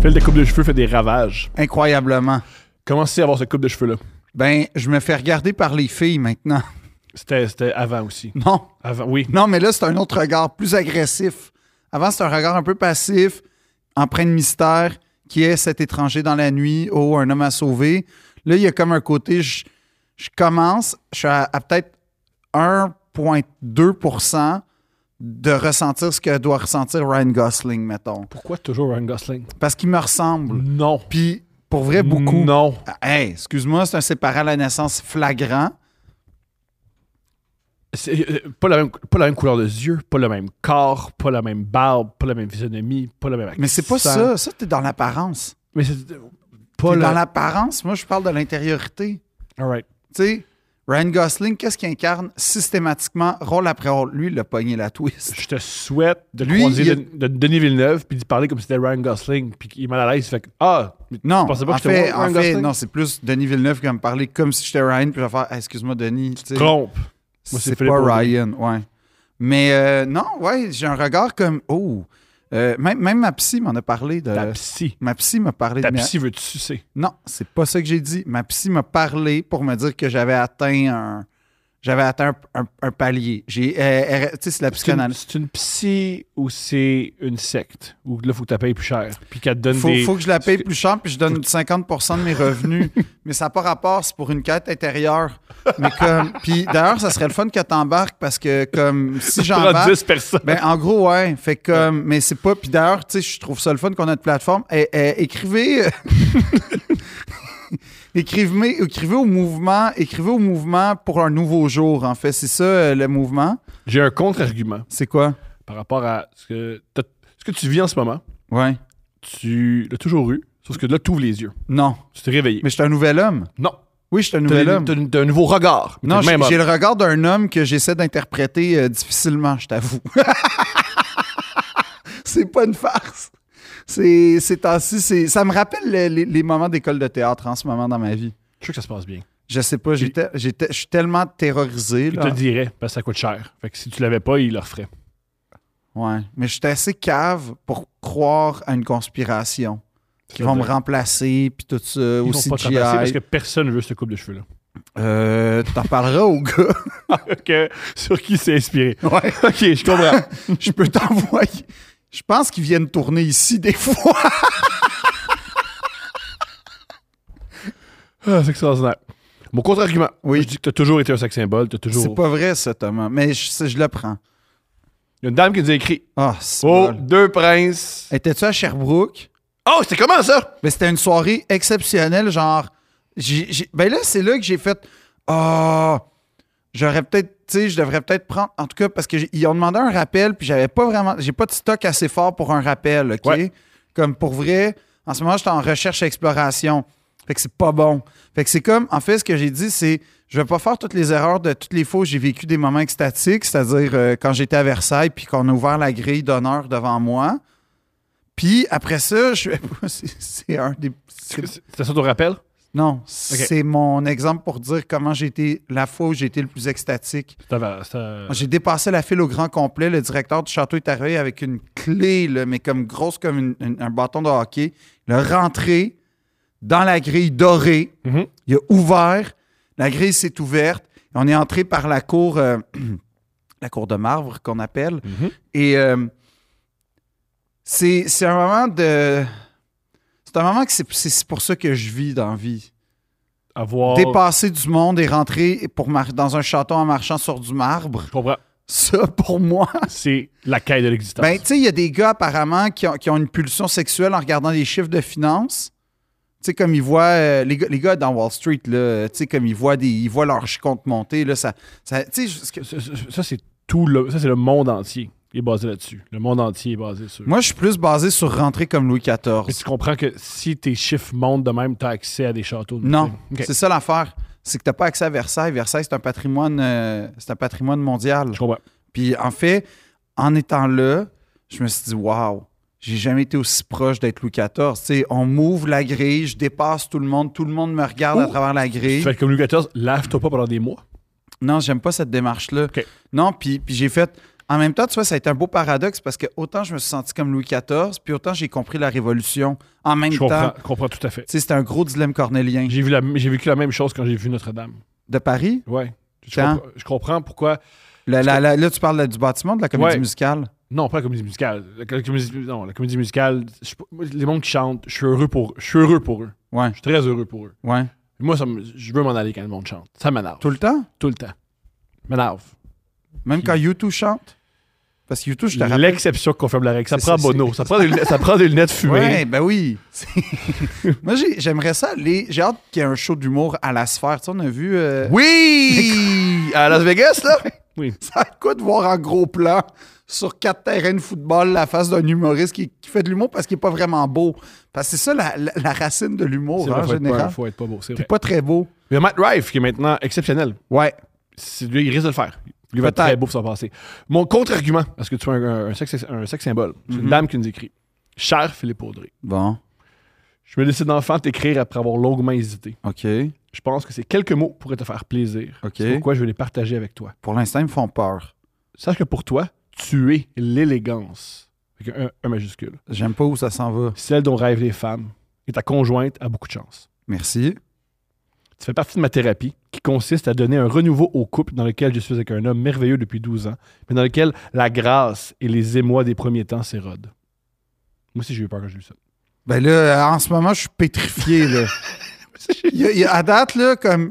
Phil, ta coupe de cheveux fait des ravages. Incroyablement. Comment c'est avoir cette coupe de cheveux-là? Ben, je me fais regarder par les filles maintenant. C'était avant aussi. Non. Avant, oui. Non, mais là, c'est un autre regard plus agressif. Avant, c'était un regard un peu passif, empreint de mystère, qui est cet étranger dans la nuit, oh, un homme à sauver. Là, il y a comme un côté, je suis à peut-être 1,2% de ressentir ce que doit ressentir Ryan Gosling, mettons. Pourquoi toujours Ryan Gosling? Parce qu'il me ressemble. Non. Puis, pour vrai, beaucoup. Non. Hey, excuse-moi, c'est un séparé à la naissance flagrant. C'est pas la même couleur de yeux, pas le même corps, pas la même barbe, pas la même physionomie, pas le même accent. Mais c'est pas ça. Ça, t'es dans l'apparence. Mais c'est pas T'es dans l'apparence. Moi, je parle de l'intériorité. All right. Tu sais, Ryan Gosling, qu'est-ce qu'il incarne systématiquement, rôle après rôle? Lui, il a pogné la twist. Je te souhaite de Lui, croiser de Denis Villeneuve puis d'y parler comme si c'était Ryan Gosling puis qu'il est mal à l'aise. Il fait que, Non, tu pensais pas en que j'étais fait, Ryan Gosling? non, c'est plus Denis Villeneuve qui va me parler comme si j'étais Ryan, puis je vais faire excuse-moi, Denis. Tu sais, Trompe. Moi, c'est Philippe pas Audrey. Ryan, ouais. Mais non, ouais, j'ai un regard comme. Oh! Même ma psy m'en a parlé. Ta psy. Ma psy m'a parlé Ta de. psy veut te sucer. Non, c'est pas ça que j'ai dit. Ma psy m'a parlé pour me dire que j'avais atteint un palier. Tu sais, c'est la psychanalyse. C'est une psy ou c'est une secte? Ou là, il faut que tu la payes plus cher. Puis qu'elle te donne Faut que je la paye plus cher puis je donne 50% de mes revenus. Mais ça n'a pas rapport, c'est pour une quête intérieure. Mais comme. Puis d'ailleurs, ça serait le fun que t'embarques parce que comme si Ça prend j'embarque. 10 personnes. Ben, en gros, ouais. Fait comme. Mais c'est pas. Puis d'ailleurs, tu sais, je trouve ça le fun qu'on a de plateforme. Écrivez. Écrivez au mouvement pour un nouveau jour, en fait. C'est ça, le mouvement. J'ai un contre-argument C'est quoi? par rapport à ce que tu vis en ce moment. Ouais. Tu l'as toujours eu, sauf que là, tu ouvres les yeux. Non. Tu t'es réveillé. Mais je suis un nouvel homme. Non. Oui, je suis un nouvel homme. T'as un nouveau regard. Non, T'es le même j'ai homme. le regard d'un homme que j'essaie d'interpréter difficilement, je t'avoue. C'est pas une farce. C'est ça me rappelle les moments d'école de théâtre en ce moment dans ma vie. Je suis sûr que ça se passe bien. Je sais pas, je suis tellement terrorisé. Je Là. te le dirais, parce que ça coûte cher. Fait que si tu l'avais pas, il le referait. Ouais, mais j'étais assez cave pour croire à une conspiration. Qui vont me remplacer, puis tout ça, Ils aussi vont pas te remplacer parce que personne veut cette coupe de cheveux-là. T'en parleras au gars. Sur qui c'est inspiré. Ouais. OK, je comprends. Je peux t'envoyer. Je pense qu'ils viennent tourner ici des fois. C'est extraordinaire. Mon contre-argument. Oui. Je dis que t'as toujours été un sex symbole. T'as toujours... C'est pas vrai, ça, Thomas. Mais je le prends. Il y a une dame qui nous a écrit Ah, c'est Oh, bol. deux princes. Étais-tu à Sherbrooke? Oh, c'était comment ça? Ben, c'était une soirée exceptionnelle, genre... Ben là, c'est là que j'ai fait... Ah... J'aurais peut-être... Tu sais, je devrais peut-être prendre... En tout cas, parce qu'ils ont demandé un rappel, puis j'avais pas vraiment... J'ai pas de stock assez fort pour un rappel, OK? Ouais. Comme pour vrai, en ce moment, j'étais en recherche et exploration. Fait que c'est pas bon. Fait que c'est comme... En fait, ce que j'ai dit, c'est... Je vais pas faire toutes les erreurs de toutes les fois où j'ai vécu des moments extatiques, c'est-à-dire quand j'étais à Versailles, puis qu'on a ouvert la grille d'honneur devant moi. Puis après ça, c'est un des... C'était ça ton rappel? Non, c'est mon exemple pour dire comment j'ai été, la fois où j'ai été le plus extatique. J'ai dépassé la file au grand complet. Le directeur du château est arrivé avec une clé, là, mais comme grosse comme un bâton de hockey. Il a rentré dans la grille dorée. Mm-hmm. Il a ouvert. La grille s'est ouverte. On est entré par la cour, la cour de marbre qu'on appelle. Mm-hmm. Et c'est un moment de... C'est un moment que c'est pour ça que je vis dans la vie. Dépasser du monde et rentrer dans un château en marchant sur du marbre. Je comprends. Ça, pour moi... C'est la quête de l'existence. Ben, tu sais, il y a des gars, apparemment, qui ont une pulsion sexuelle en regardant les chiffres de finances. Tu sais, comme ils voient... les gars dans Wall Street, là, tu sais, comme ils voient leur compte monter, là, ça tu sais... Ça, c'est tout ça, c'est le monde entier. Il est basé là-dessus. Le monde entier est basé sur... Moi, je suis plus basé sur rentrer comme Louis XIV. Mais tu comprends que si tes chiffres montent de même, tu as accès à des châteaux. Non, Okay. c'est ça l'affaire. C'est que tu n'as pas accès à Versailles. Versailles, c'est un patrimoine mondial. Je comprends. Puis en fait, en étant là, je me suis dit, waouh, j'ai jamais été aussi proche d'être Louis XIV. Tu sais, on m'ouvre la grille, je dépasse tout le monde me regarde à travers la grille. Tu fais comme Louis XIV, lave-toi pas pendant des mois. Non, j'aime pas cette démarche-là. Okay. Non, puis j'ai fait... En même temps, tu vois, ça a été un beau paradoxe parce que autant je me suis senti comme Louis XIV, puis autant j'ai compris la Révolution en même temps. Je comprends tout à fait. Tu sais, c'était un gros dilemme cornélien. J'ai vécu la même chose quand j'ai vu Notre-Dame. De Paris? Ouais. Quand? Je comprends pourquoi... Là, tu parles du bâtiment, de la comédie Ouais. musicale? Non, pas la comédie musicale. La comédie musicale, les mondes qui chantent, je suis heureux pour eux. Ouais. Je suis très heureux pour eux. Ouais. Moi, je veux m'en aller quand le monde chante. Ça m'énerve. Tout le temps? Tout le temps. M'énerve. Même quand U2 chante? Parce que U2, je te rappelle... L'exception confirme la règle. Ça C'est prend ça, Bono. Ça prend des lunettes fumées. Ouais, ben oui. Moi, j'aimerais ça aller... J'ai hâte qu'il y ait un show d'humour à la Sphère. Tu sais, on a vu... Oui! À Las Vegas, là? Oui. Ça a quoi de voir en gros plan sur 4 terrains de football la face d'un humoriste qui fait de l'humour parce qu'il n'est pas vraiment beau. Parce que c'est ça la racine de l'humour, C'est vrai, en général. faut être pas beau, c'est T'es vrai. pas très beau. Il y a Matt Rife qui est maintenant exceptionnel. Ouais. Lui, il risque de le faire. Lui va être Peut-être. très beau pour s'en passer. Mon contre-argument, parce que tu as un sexe symbole, c'est une dame qui nous écrit. Cher Philippe Audrey, Bon. je me décide d'enfin t'écrire après avoir longuement hésité. OK. Je pense que ces quelques mots pourraient te faire plaisir. OK. C'est pourquoi je vais les partager avec toi. Pour l'instant, ils me font peur. Sache que pour toi, tu es l'élégance. Avec un majuscule. J'aime pas où ça s'en va. Celle dont rêvent les femmes. Et ta conjointe a beaucoup de chance. Merci. Tu fais partie de ma thérapie qui consiste à donner un renouveau au couple dans lequel je suis avec un homme merveilleux depuis 12 ans, mais dans lequel la grâce et les émois des premiers temps s'érodent. Moi aussi, j'ai eu peur quand j'ai lu ça. Ben là, en ce moment, je suis pétrifié, là. À date, là, comme...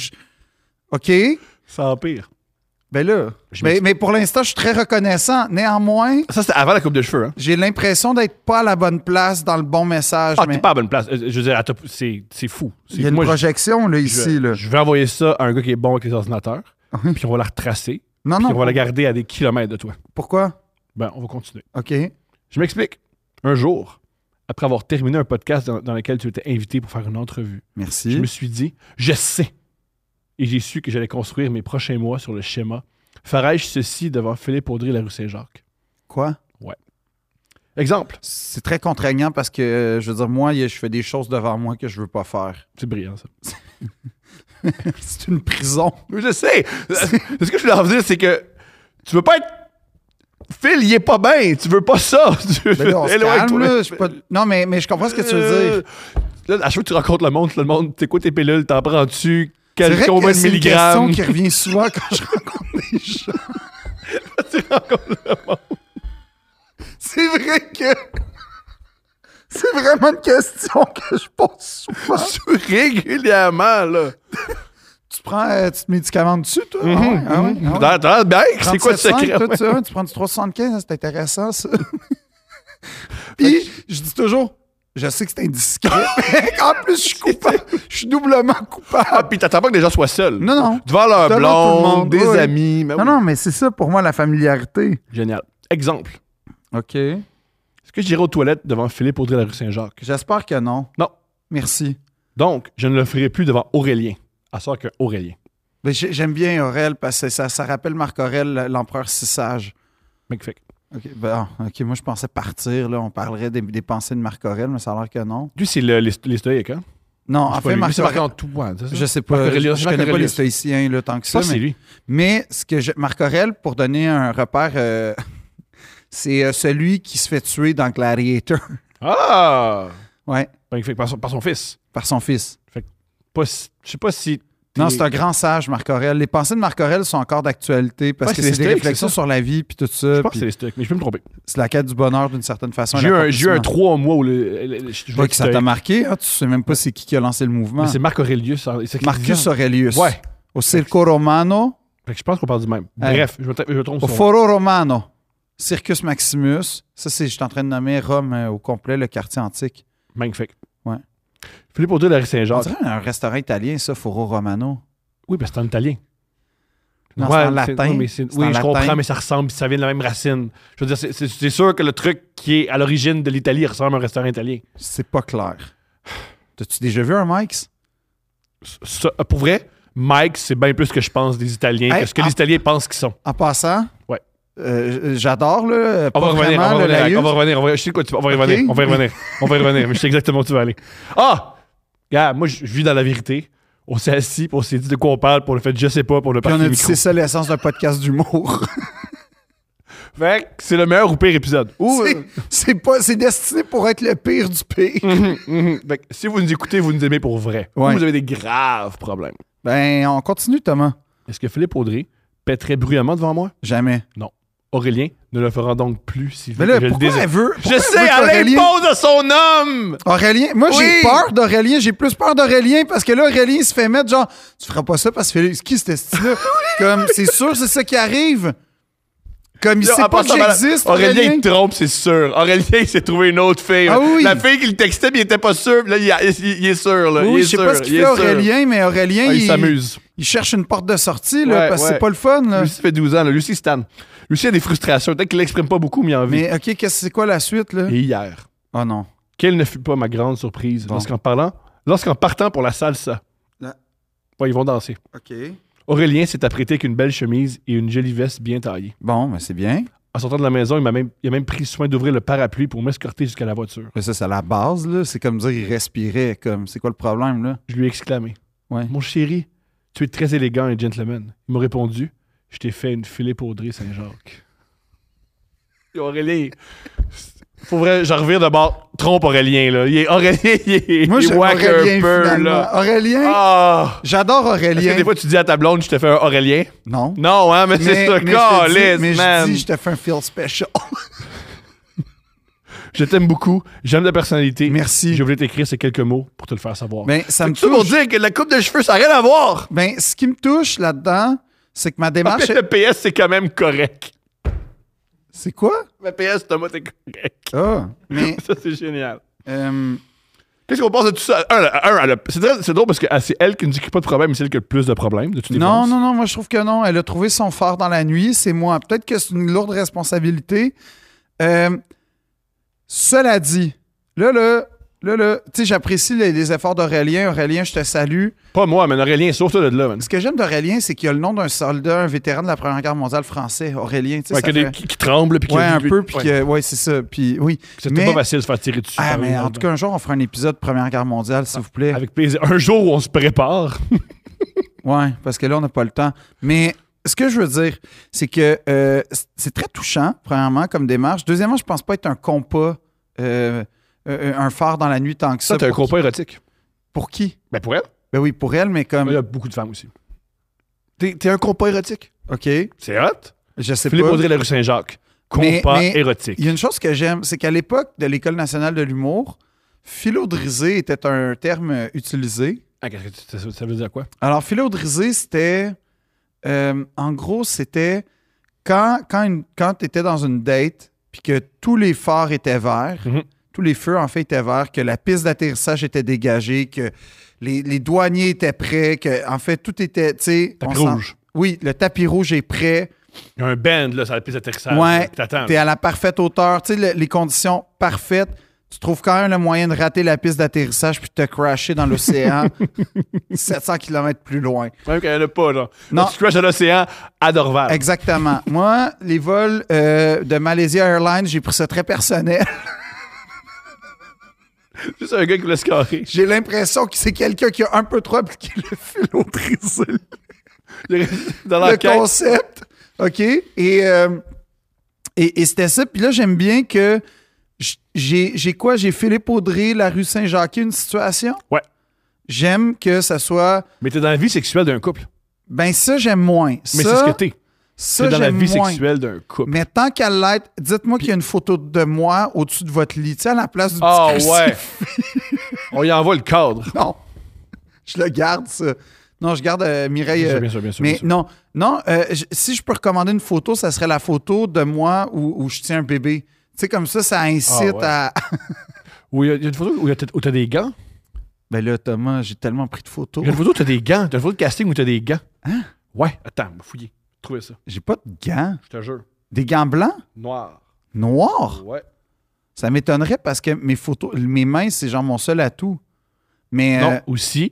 OK. Ça empire. Ben là... Mais pour l'instant, je suis très reconnaissant. Néanmoins, Ça, c'était avant la coupe de cheveux, hein? j'ai l'impression d'être pas à la bonne place dans le bon message. Ah, mais t'es pas à la bonne place. Je veux dire, c'est fou. il y a une projection, là, ici, là. Je vais envoyer ça à un gars qui est bon avec les ordinateurs, Oui. puis on va la retracer, Non, puis non. on va la garder à des kilomètres de toi. Pourquoi? Ben, on va continuer. OK. Je m'explique. Un jour, après avoir terminé un podcast dans lequel tu étais invité pour faire une entrevue, Merci. je me suis dit, je sais. Et j'ai su que j'allais construire mes prochains mois sur le schéma. Ferais-je ceci devant Philippe Audrey, la rue Saint-Jacques? Quoi? Exemple. C'est très contraignant parce que, je veux dire, moi, je fais des choses devant moi que je veux pas faire. C'est brillant, ça. C'est une prison. Oui, je sais. Ce que je voulais en dire, c'est que tu veux pas être... Phil, il est pas bien. Tu veux pas ça. Mais là, on se Éloigne-toi. calme, là. Je suis pas- Non, mais je comprends ce que tu veux dire. Là, à chaque fois que tu rencontres le monde, c'est quoi tes pilules? T'en prends-tu? C'est vrai Combien que de c'est une milligrammes? question qui revient souvent quand je rencontre des gens. Tu rencontres le monde. C'est vrai que... C'est vraiment une question que je pose souvent. Régulièrement, là. Tu prends, tu te médicamentes dessus, toi? Ah ouais, ah ouais, ah ouais. T'as l'air bien. C'est quoi le 37,5, secret? toi, tu prends du 3,75, c'est intéressant, ça. Puis, je dis toujours, je sais que c'est indiscret. En plus, je suis coupable. Je suis doublement Ah, coupable. puis t'attends pas que les gens soient seuls. Non, non. Devant leur Devant tout le blonde, monde, des oui. amis. Mais Non, oui. non, mais c'est ça pour moi, la familiarité. Génial. Exemple. OK. Est-ce que j'irai aux toilettes devant Philippe Audrey, la rue Saint-Jacques? J'espère que non. Non. Merci. Donc, je ne le ferai plus devant Aurélien. À savoir qu'un Aurélien. Mais j'aime bien Aurel parce que ça rappelle Marc Aurèle, l'empereur si sage. Magnifique. OK, OK, moi, je pensais partir. Là, on parlerait des pensées de Marc Aurèle, mais ça a l'air que non. Lui, c'est les stoïques, hein? Non, en C'est pas fait, lui. Lui, Marc c'est Aurèle... Marc-Antoine, c'est ça? Je sais pas, Marc Aurelius, je Marc connais pas les Aurelius. stoïciens là, tant que Je ça. pense que c'est lui. Mais Marc Aurèle, pour donner un repère, c'est celui qui se fait tuer dans Gladiator. Ah! Ouais, Magnifique. Par son fils. par son fils. Je sais pas si... Non, c'est un grand sage, Marc Aurèle. Les pensées de Marc Aurèle sont encore d'actualité parce Ouais, que c'est c'est les des stoïques, réflexions c'est ça. sur la vie puis tout ça. Je pense que puis c'est les stoïques, mais je peux me tromper. c'est la quête du bonheur d'une certaine façon. J'ai eu un l'accomplissement. 3 mois où je Ouais, que ça t'a marqué, hein? Tu sais même pas c'est qui a lancé le mouvement. Mais c'est Marc Aurelius. Marcus Aurelius. Ouais. Au Circo Romano, Fait que je pense qu'on parle du même. Hey. Bref, je me trompe au sur Foro Romano, Circus Maximus. Ça, je suis en train de nommer Rome au complet, le quartier antique. Magnifique. Ouais. Philippe Audrey, la rue On Saint-Jacques. dirait un restaurant italien, ça, Foro Romano. Oui, parce que c'est en italien. Non, c'est en latin. Oui, mais C'est oui, en je latin. comprends, mais ça ressemble, ça vient de la même racine. Je veux dire, c'est sûr que le truc qui est à l'origine de l'Italie ressemble à un restaurant italien. C'est pas clair. T'as-tu déjà vu un Mike's? Ça, pour vrai, Mike, c'est bien plus que je pense des Italiens Hey, que ce que les Italiens pensent qu'ils sont. En passant, Ouais. J'adore, là. On pas va revenir, vraiment, on va le revenir, laïus. on va revenir. Je sais quoi, on va y Ok. revenir, on va y revenir. On va y revenir, mais je sais exactement où tu vas aller. Ah! Gars, moi, je vis dans la vérité. On s'est assis, puis on s'est dit de quoi on parle, pour le fait de je sais pas, pour le Puis on parti a du dit micro. c'est ça l'essence d'un podcast d'humour. Fait que c'est le meilleur ou pire épisode. Ou, C'est destiné pour être le pire du pire. Fait que si vous nous écoutez, vous nous aimez pour vrai. Ouais. Ou vous avez des graves problèmes. Ben, on continue, Thomas. Est-ce que Philippe Audrey pèterait bruyamment devant moi? Jamais. Non. Aurélien ne le fera donc plus si Mais là, je le pourquoi désire. elle veut... Je pourquoi sais, elle veut à qu'Aurélien- l'impose de son homme! Aurélien, moi Oui. j'ai peur d'Aurélien, j'ai plus peur d'Aurélien parce que là, Aurélien il se fait mettre genre, tu feras pas ça parce que Félix, qui c'était style-là? Comme, c'est sûr, c'est ça qui arrive. Comme il Là, sait en pas que passant, j'existe, Aurélien, Aurélien. il te trompe, c'est sûr. Aurélien, il s'est trouvé une autre fille. Ah oui. La fille qui le textait, mais il était pas sûr. Là, il est sûr. Là. Oui, il est je sais sûr. pas ce qu'il il fait est sûr. Aurélien, mais Aurélien, Ah, il s'amuse. il cherche une porte de sortie là, Ouais, parce que ouais. c'est pas le fun. Là. Lucie fait 12 ans. Là. Lucie Stan. Lucie a des frustrations. Peut-être qu'il l'exprime pas beaucoup, mais il en vit. Mais ok, c'est quoi la suite là? Et hier, Oh non. quelle ne fut pas ma grande surprise Bon. lorsqu'en partant pour la salsa. Là. Ouais, ils vont danser. Ok. Aurélien s'est apprêté avec une belle chemise et une jolie veste bien taillée. Bon, ben c'est bien. En sortant de la maison, il a même pris soin d'ouvrir le parapluie pour m'escorter jusqu'à la voiture. Mais ça, c'est à la base, là. C'est comme dire il respirait. Comme, c'est quoi le problème, là? Je lui ai exclamé Ouais. « Mon chéri, tu es très élégant et gentleman. » Il m'a répondu « Je t'ai fait une Philippe Audrey Saint-Jacques. » Et Aurélien, faut vrai, j'en revire de bord. Trompe Aurélien, là. Aurélien, Moi, il j'aime whack Aurélien, un peu, finalement. là. Aurélien, Ah! j'adore Est-ce que Aurélien. des fois, tu dis à ta blonde « Je te fais un Aurélien? » Non. Non, hein, mais c'est ça. mais je te dis- Calisse, mais man. je dis, je te fais un feel special. Je t'aime beaucoup. J'aime ta personnalité. Merci. Je voulais t'écrire ces quelques mots pour te le faire savoir. Ben, ça me C'est tout pour touche. dire que la coupe de cheveux, ça n'a rien à voir. Ben, ce qui me touche là-dedans, c'est que ma En démarche. fait, le PS, c'est quand même correct. C'est quoi? Le PS, Thomas, c'est correct. Ah, mais. Ça, c'est génial. euh, Qu'est-ce qu'on pense de tout ça? C'est drôle parce que c'est elle qui ne dit pas de problème, mais c'est elle qui a le plus de problèmes de toutes les non, faces. non, non, moi je trouve que non. Elle a trouvé son phare dans la nuit, c'est moi. Peut-être que c'est une lourde responsabilité. Cela dit, là, tu sais, j'apprécie les efforts d'Aurélien. Aurélien, je te salue. Pas moi, mais Aurélien, sauve-toi de là, man. Ce que j'aime d'Aurélien, c'est qu'il a le nom d'un soldat, un vétéran de la Première Guerre mondiale français. Aurélien, tu sais, Ouais, ça qu'il y a fait... qui tremble, puis Ouais, un qu'il peu, puis que... Ouais, c'est ça. Puis, oui. c'était pas facile de se faire tirer dessus. Ah, par mais une en balle. tout cas, un jour, on fera un épisode de Première Guerre mondiale, s'il vous plaît. Avec plaisir. Un jour où on se prépare. Ouais, parce que là, on n'a pas le temps. Mais ce que je veux dire, c'est que c'est très touchant, premièrement, comme démarche. Deuxièmement, je pense pas être un compas, un phare dans la nuit tant que ça. Ça, t'as un Pour compas érotique. Pour qui? Ben, pour elle. Ben oui, pour elle, mais Il y comme... a beaucoup de femmes aussi. T'es un compas érotique. OK, C'est hot. je sais Philippe pas. Audrey, la rue Saint-Jacques. Mais- Compas mais- érotique. Il y a une chose que j'aime, c'est qu'à l'époque de l'École nationale de l'humour, philodrisé était un terme utilisé. Ah, qu'est-ce que ça veut dire quoi? Alors, philodrisé, c'était... en gros, c'était quand tu étais dans une date puis que tous les phares étaient verts, Mhm. tous les feux, en fait, étaient verts, que la piste d'atterrissage était dégagée, que les douaniers étaient prêts, que, en fait, tout était, tu sais... Tapis on s'en- rouge. Oui, le tapis rouge est prêt. Il y a un band, là, sur la piste d'atterrissage. Ouais, là, puis t'attends. T'es à la parfaite hauteur, tu sais, les conditions parfaites. Tu trouves quand même le moyen de rater la piste d'atterrissage puis de te crasher dans l'océan 700 km plus loin. Même qu'il n'y en a pas, là. Non. Là, tu crashes à l'océan à Dorval. Exactement. Moi, les vols de Malaysia Airlines, j'ai pris ça très personnel. C'est un gars qui voulait se carrer. J'ai l'impression que c'est quelqu'un qui a un peu trop appliqué le philodrisé. Dans Le l'enquête. concept. OK? Et c'était ça. Puis là, j'aime bien que j'ai quoi? J'ai Philippe Audrey, la rue Saint-Jacques, une situation. Ouais. J'aime que ça soit... Mais t'es dans la vie sexuelle d'un couple. Ben ça, j'aime moins. Mais c'est ce que t'es. Ça, T'es dans la j'aime vie moins. sexuelle d'un couple. Mais tant qu'elle l'être, dites-moi qu'il y a une photo de moi au-dessus de votre lit, tu sais, à la place du petit Ah crucifix. ouais. On y envoie le cadre. Non. Je le garde, ça. Non, je garde Mireille. Bien sûr, bien sûr. Mais bien sûr. non, si je peux recommander une photo, ça serait la photo de moi où je tiens un bébé. Tu sais, comme ça incite Ah ouais. à... Où il y a une photo où t'as des gants. Ben là, Thomas, j'ai tellement pris de photos. Il y a une photo où t'as des gants. T'as une photo de casting où t'as des gants. Hein? Ouais. Attends, on va fouiller. Trouver ça. J'ai pas de gants. Je te jure. Des gants blancs? Noir. Noirs? Ouais. Ça m'étonnerait parce que mes photos, mes mains, c'est genre mon seul atout. Mais Non, aussi.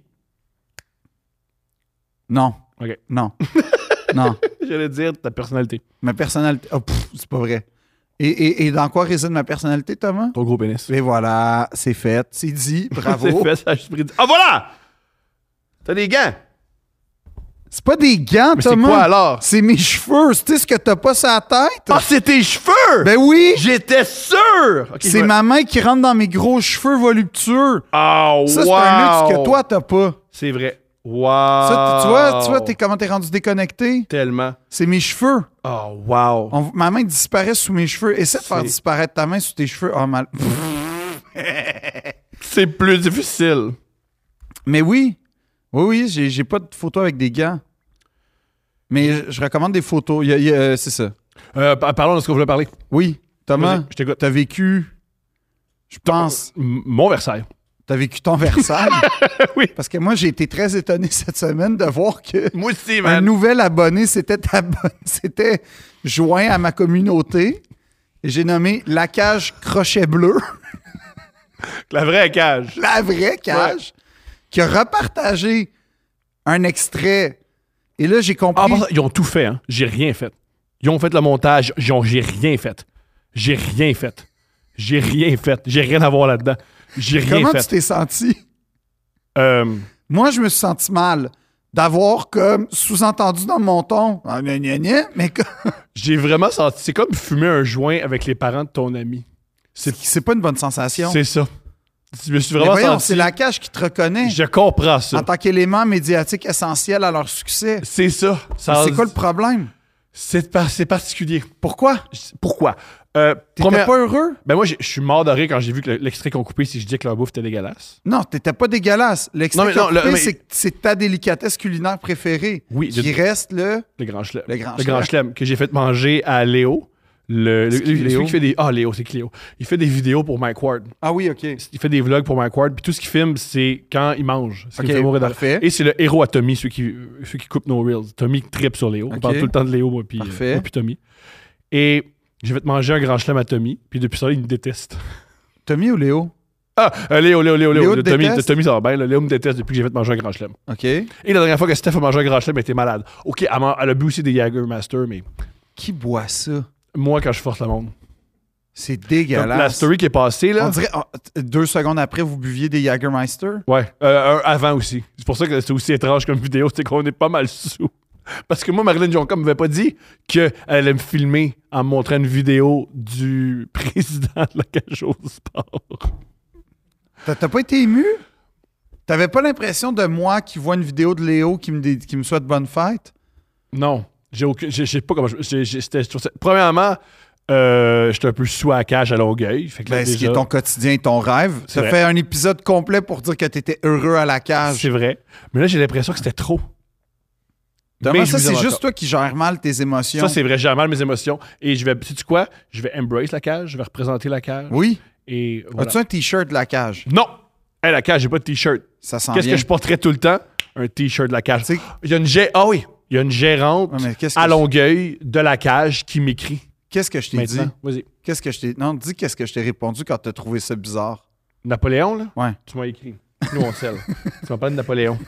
non. OK. Non. Non. J'allais dire ta personnalité. Ma personnalité. Oh, c'est pas vrai. Et dans quoi réside ma personnalité, Thomas? Ton gros pénis. Et voilà, c'est fait. C'est dit. Bravo. C'est fait, ça a juste pris... Ah, voilà! T'as des gants. C'est pas des gants, Mais c'est Thomas. quoi alors? C'est mes cheveux. C'est ce que t'as pas sur la tête? Ah, c'est tes cheveux! Ben oui! J'étais sûr! Ok, C'est ma main qui rentre dans mes gros cheveux voluptueux. Oh, Ça, c'est un luxe que toi, t'as pas. C'est vrai. Wow! Ça, tu vois comment t'es rendu déconnecté? Tellement. C'est mes cheveux. Oh, wow! Ma main disparaît sous mes cheveux. Essaie de faire C'est- disparaître ta main sous tes cheveux. Oh, mal. C'est plus difficile. Mais oui. Oui, j'ai pas de photos avec des gants. Mais je recommande des photos. C'est ça. Parlons de ce qu'on voulait parler. Oui. Thomas, Vas-y, je t'écoute. t'as vécu, je pense, Mon Versailles. t'as vécu ton Versailles. Oui. Parce que moi, j'ai été très étonné cette semaine de voir que Moi aussi, un man. nouvel abonné s'était joint à ma communauté. Et j'ai nommé La Cage Crochet Bleu, La vraie cage. la vraie cage, qui a repartagé un extrait. Et là, j'ai Ah, compris. pour ça, ils ont tout fait, hein. J'ai rien fait. Ils ont fait le montage. J'ai rien fait. J'ai rien fait. J'ai rien fait. J'ai rien à voir là-dedans. J'ai rien Comment fait. tu t'es senti? Euh, Moi, je me suis senti mal d'avoir comme sous-entendu dans mon ton. Ah, gna, gna, gna, mais j'ai vraiment senti. C'est comme fumer un joint avec les parents de ton ami. c'est pas une bonne sensation. C'est ça. Je me suis Mais vraiment voyons, senti. c'est la cage qui te reconnaît Je comprends en ça. tant qu'élément médiatique essentiel à leur succès. C'est ça. C'est quoi le problème? C'est particulier. Pourquoi? Pourquoi? T'étais pas heureux? Ben moi, je suis mort de rire quand j'ai vu que l'extrait qu'on coupait, si je disais que leur bouffe était dégueulasse. Non, t'étais pas dégueulasse. L'extrait Non, mais que non, t'as coupé, mais- c'est ta délicatesse culinaire préférée. Oui, Qui reste le... Le grand chelem. Le grand Le grand chelem que j'ai fait manger à Léo. C'est qui, Léo? Celui qui fait des... Ah, Léo, c'est qui Léo? Il fait des vidéos pour Mike Ward. Ah oui, OK. Il fait des vlogs pour Mike Ward. Puis tout ce qu'il filme, c'est quand il mange. Ce qui me fait mourir de rire. parfait. Et c'est le héros à Tommy, ceux qui coupent nos reels. Tommy trippe sur Léo. On Ok. parle tout le temps de Léo, moi puis Parfait. Tommy. Et j'ai fait manger un grand chelem à Tommy. Puis depuis ça, il me déteste. Tommy ou Léo? Ah, Léo. Léo te déteste? Tommy, ça va bien. Là. Léo me déteste depuis que j'ai fait manger un grand chelem. OK. Et la dernière fois que Steph a mangé un grand chelem, elle était malade. OK, elle a bu aussi des Jagermaster, mais Qui boit ça? moi, quand je force le monde. C'est Comme dégueulasse. la story qui est passée, là. On dirait 2 secondes après, vous buviez des Jagermeister. Ouais, avant aussi. C'est pour ça que c'est aussi étrange comme vidéo, c'est qu'on est pas mal sous. Parce que moi, Marilyn Jonca m'avait pas dit qu'elle allait me filmer en me montrant une vidéo du président de la cage au sport. T'as pas été ému? T'avais pas l'impression de moi qui vois une vidéo de Léo qui me souhaite bonne fête? Non, je sais pas comment premièrement, j'étais un peu sous à la cage à Longueuil. Fait que là, Ben, ce qui déjà, est ton quotidien et ton rêve. C'est Ça vrai. fait un épisode complet pour dire que t'étais heureux à la cage. c'est vrai. Mais là, j'ai l'impression que c'était trop. Thomas, Mais je ça, vous c'est aime juste encore. toi qui gères mal tes émotions. Ça, c'est vrai, j'ai mal mes émotions. Et sais-tu quoi? Je vais embrace la cage, je vais représenter la cage. Oui. Et voilà. As-tu un T-shirt de la cage? Non! Hey, la cage, j'ai pas de t-shirt. Ça sent Qu'est-ce bien. que je porterais tout le temps? Un t-shirt de la cage. Tu sais- Il y a une il y a une gérante Ouais, mais qu'est-ce que à je- Longueuil de la cage qui m'écrit Qu'est-ce que je t'ai dit? maintenant. Vas-y. Qu'est-ce que je t'ai... Non, dis qu'est-ce que je t'ai répondu quand t'as trouvé ça bizarre. Napoléon, là? Ouais. Tu m'as écrit. Nous, on scelle. Tu m'as parlé de Napoléon.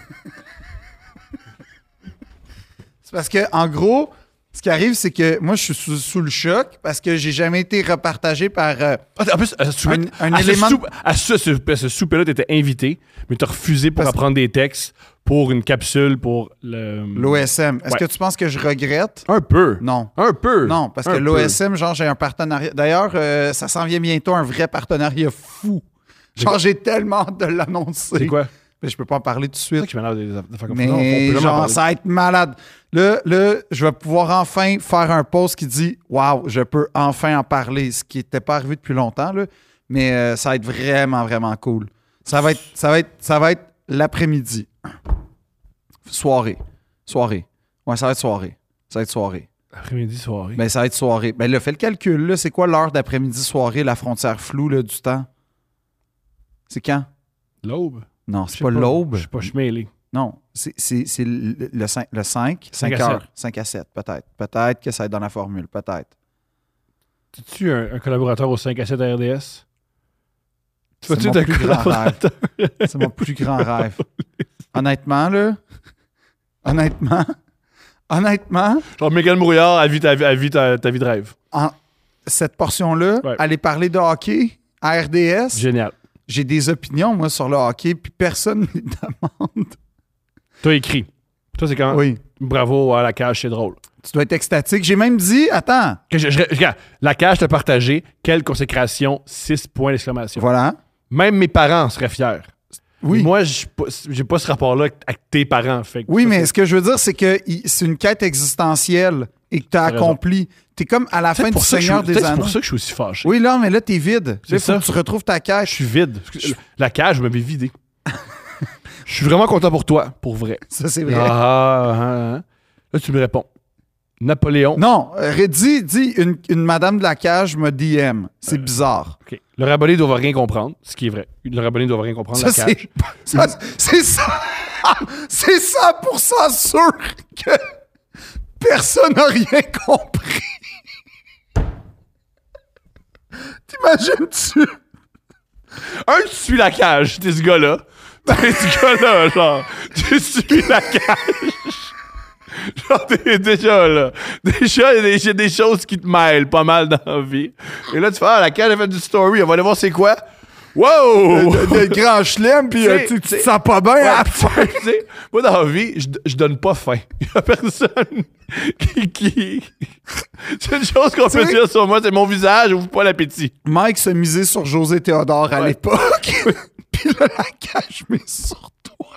C'est parce que, en gros, ce qui arrive, c'est que moi, je suis sous le choc parce que j'ai jamais été repartagé par... En plus, à élément... ce souper-là, t'étais invité, mais t'as refusé pour Parce- apprendre des textes pour une capsule pour le... L'OSM. Est-ce Ouais. que tu penses que je regrette? Un peu. Non. Un peu. Non, parce que Un peu. l'OSM, genre, j'ai un partenariat. D'ailleurs, ça s'en vient bientôt, un vrai partenariat fou. Genre, j'ai tellement hâte de l'annoncer. C'est quoi? Mais je peux pas en parler tout de C'est suite. ça qui m'énerve des affaires comme ça. Non, on Mais peut jamais en genre, parler. ça va être malade. Là, je vais pouvoir enfin faire un post qui dit « Wow, je peux enfin en parler », ce qui n'était pas arrivé depuis longtemps, là. Mais ça va être vraiment, vraiment cool. Ça va être l'après-midi. Soirée. Ouais, ça va être soirée. Après-midi, soirée. Ben, ça va être soirée. Ben là, fais le calcul, là. C'est quoi l'heure d'après-midi, soirée, la frontière floue, là, du temps? C'est quand? L'aube? Non, Je c'est sais pas l'aube. Je sais pas, je suis mêlé. Non, c'est le 5 5 à heures. 5 à 7, peut-être. Peut-être que ça va être dans la formule, peut-être. Es-tu un collaborateur au 5 à 7 à RDS? C'est Vas-tu mon être un plus grand collaborateur? C'est mon plus grand rêve. Honnêtement, là. Honnêtement, Genre, Mégane Brouillard, elle vit ta vie de rêve. cette portion-là, Ouais. aller parler de hockey à RDS, Génial. j'ai des opinions, moi, sur le hockey, puis personne ne me les demande. T'as écrit. Toi, c'est quand Oui. bravo à la cage, c'est drôle. Tu dois être extatique. J'ai même dit, attends, Regarde, la cage t'a partagé, quelle consécration, 6 points d'exclamation. voilà. Même mes parents seraient fiers. Oui. Moi, j'ai pas ce rapport-là avec tes parents. Fait que Oui, ça, mais c'est- ce que je veux dire, c'est que c'est une quête existentielle et que tu as T'as raison. accompli. Tu es comme à la fin c'est du pour ça que je Seigneur suis- des c'est Anneaux. pour ça que je suis aussi fâché. Oui, là, mais là, t'es vide. C'est Là, faut ça. que tu retrouves ta Je cage. suis vide. La cage, je m'avais vidé. Je suis vraiment content pour toi, pour vrai. Ça, c'est vrai. Ah. Là, tu me réponds. Napoléon. Non, dis une madame de la cage me DM. C'est bizarre. OK. Le rabonné doit rien comprendre, ce qui est vrai. Le rabonné doit rien comprendre, Ça, la cage. c'est ça. C'est 100% sûr que personne n'a rien compris. T'imagines-tu? Tu suis la cage, t'es ce gars-là. T'es ce gars-là, genre. Tu suis la cage. Genre, t'es déjà là. Déjà, il y a des choses qui te mêlent pas mal dans la vie. Et là, tu fais, la cage a fait du story, on va aller voir c'est quoi. Wow! De grand chelem, puis tu te sens pas bien à la fin. Tu sais, moi, dans la vie, je donne pas faim. Il y a personne qui... C'est une chose qu'on peut sais- dire sur moi, c'est mon visage ouvre pas l'appétit. Mike se misait sur José Théodore à Ouais. l'époque. Puis là, la cage met sur toi.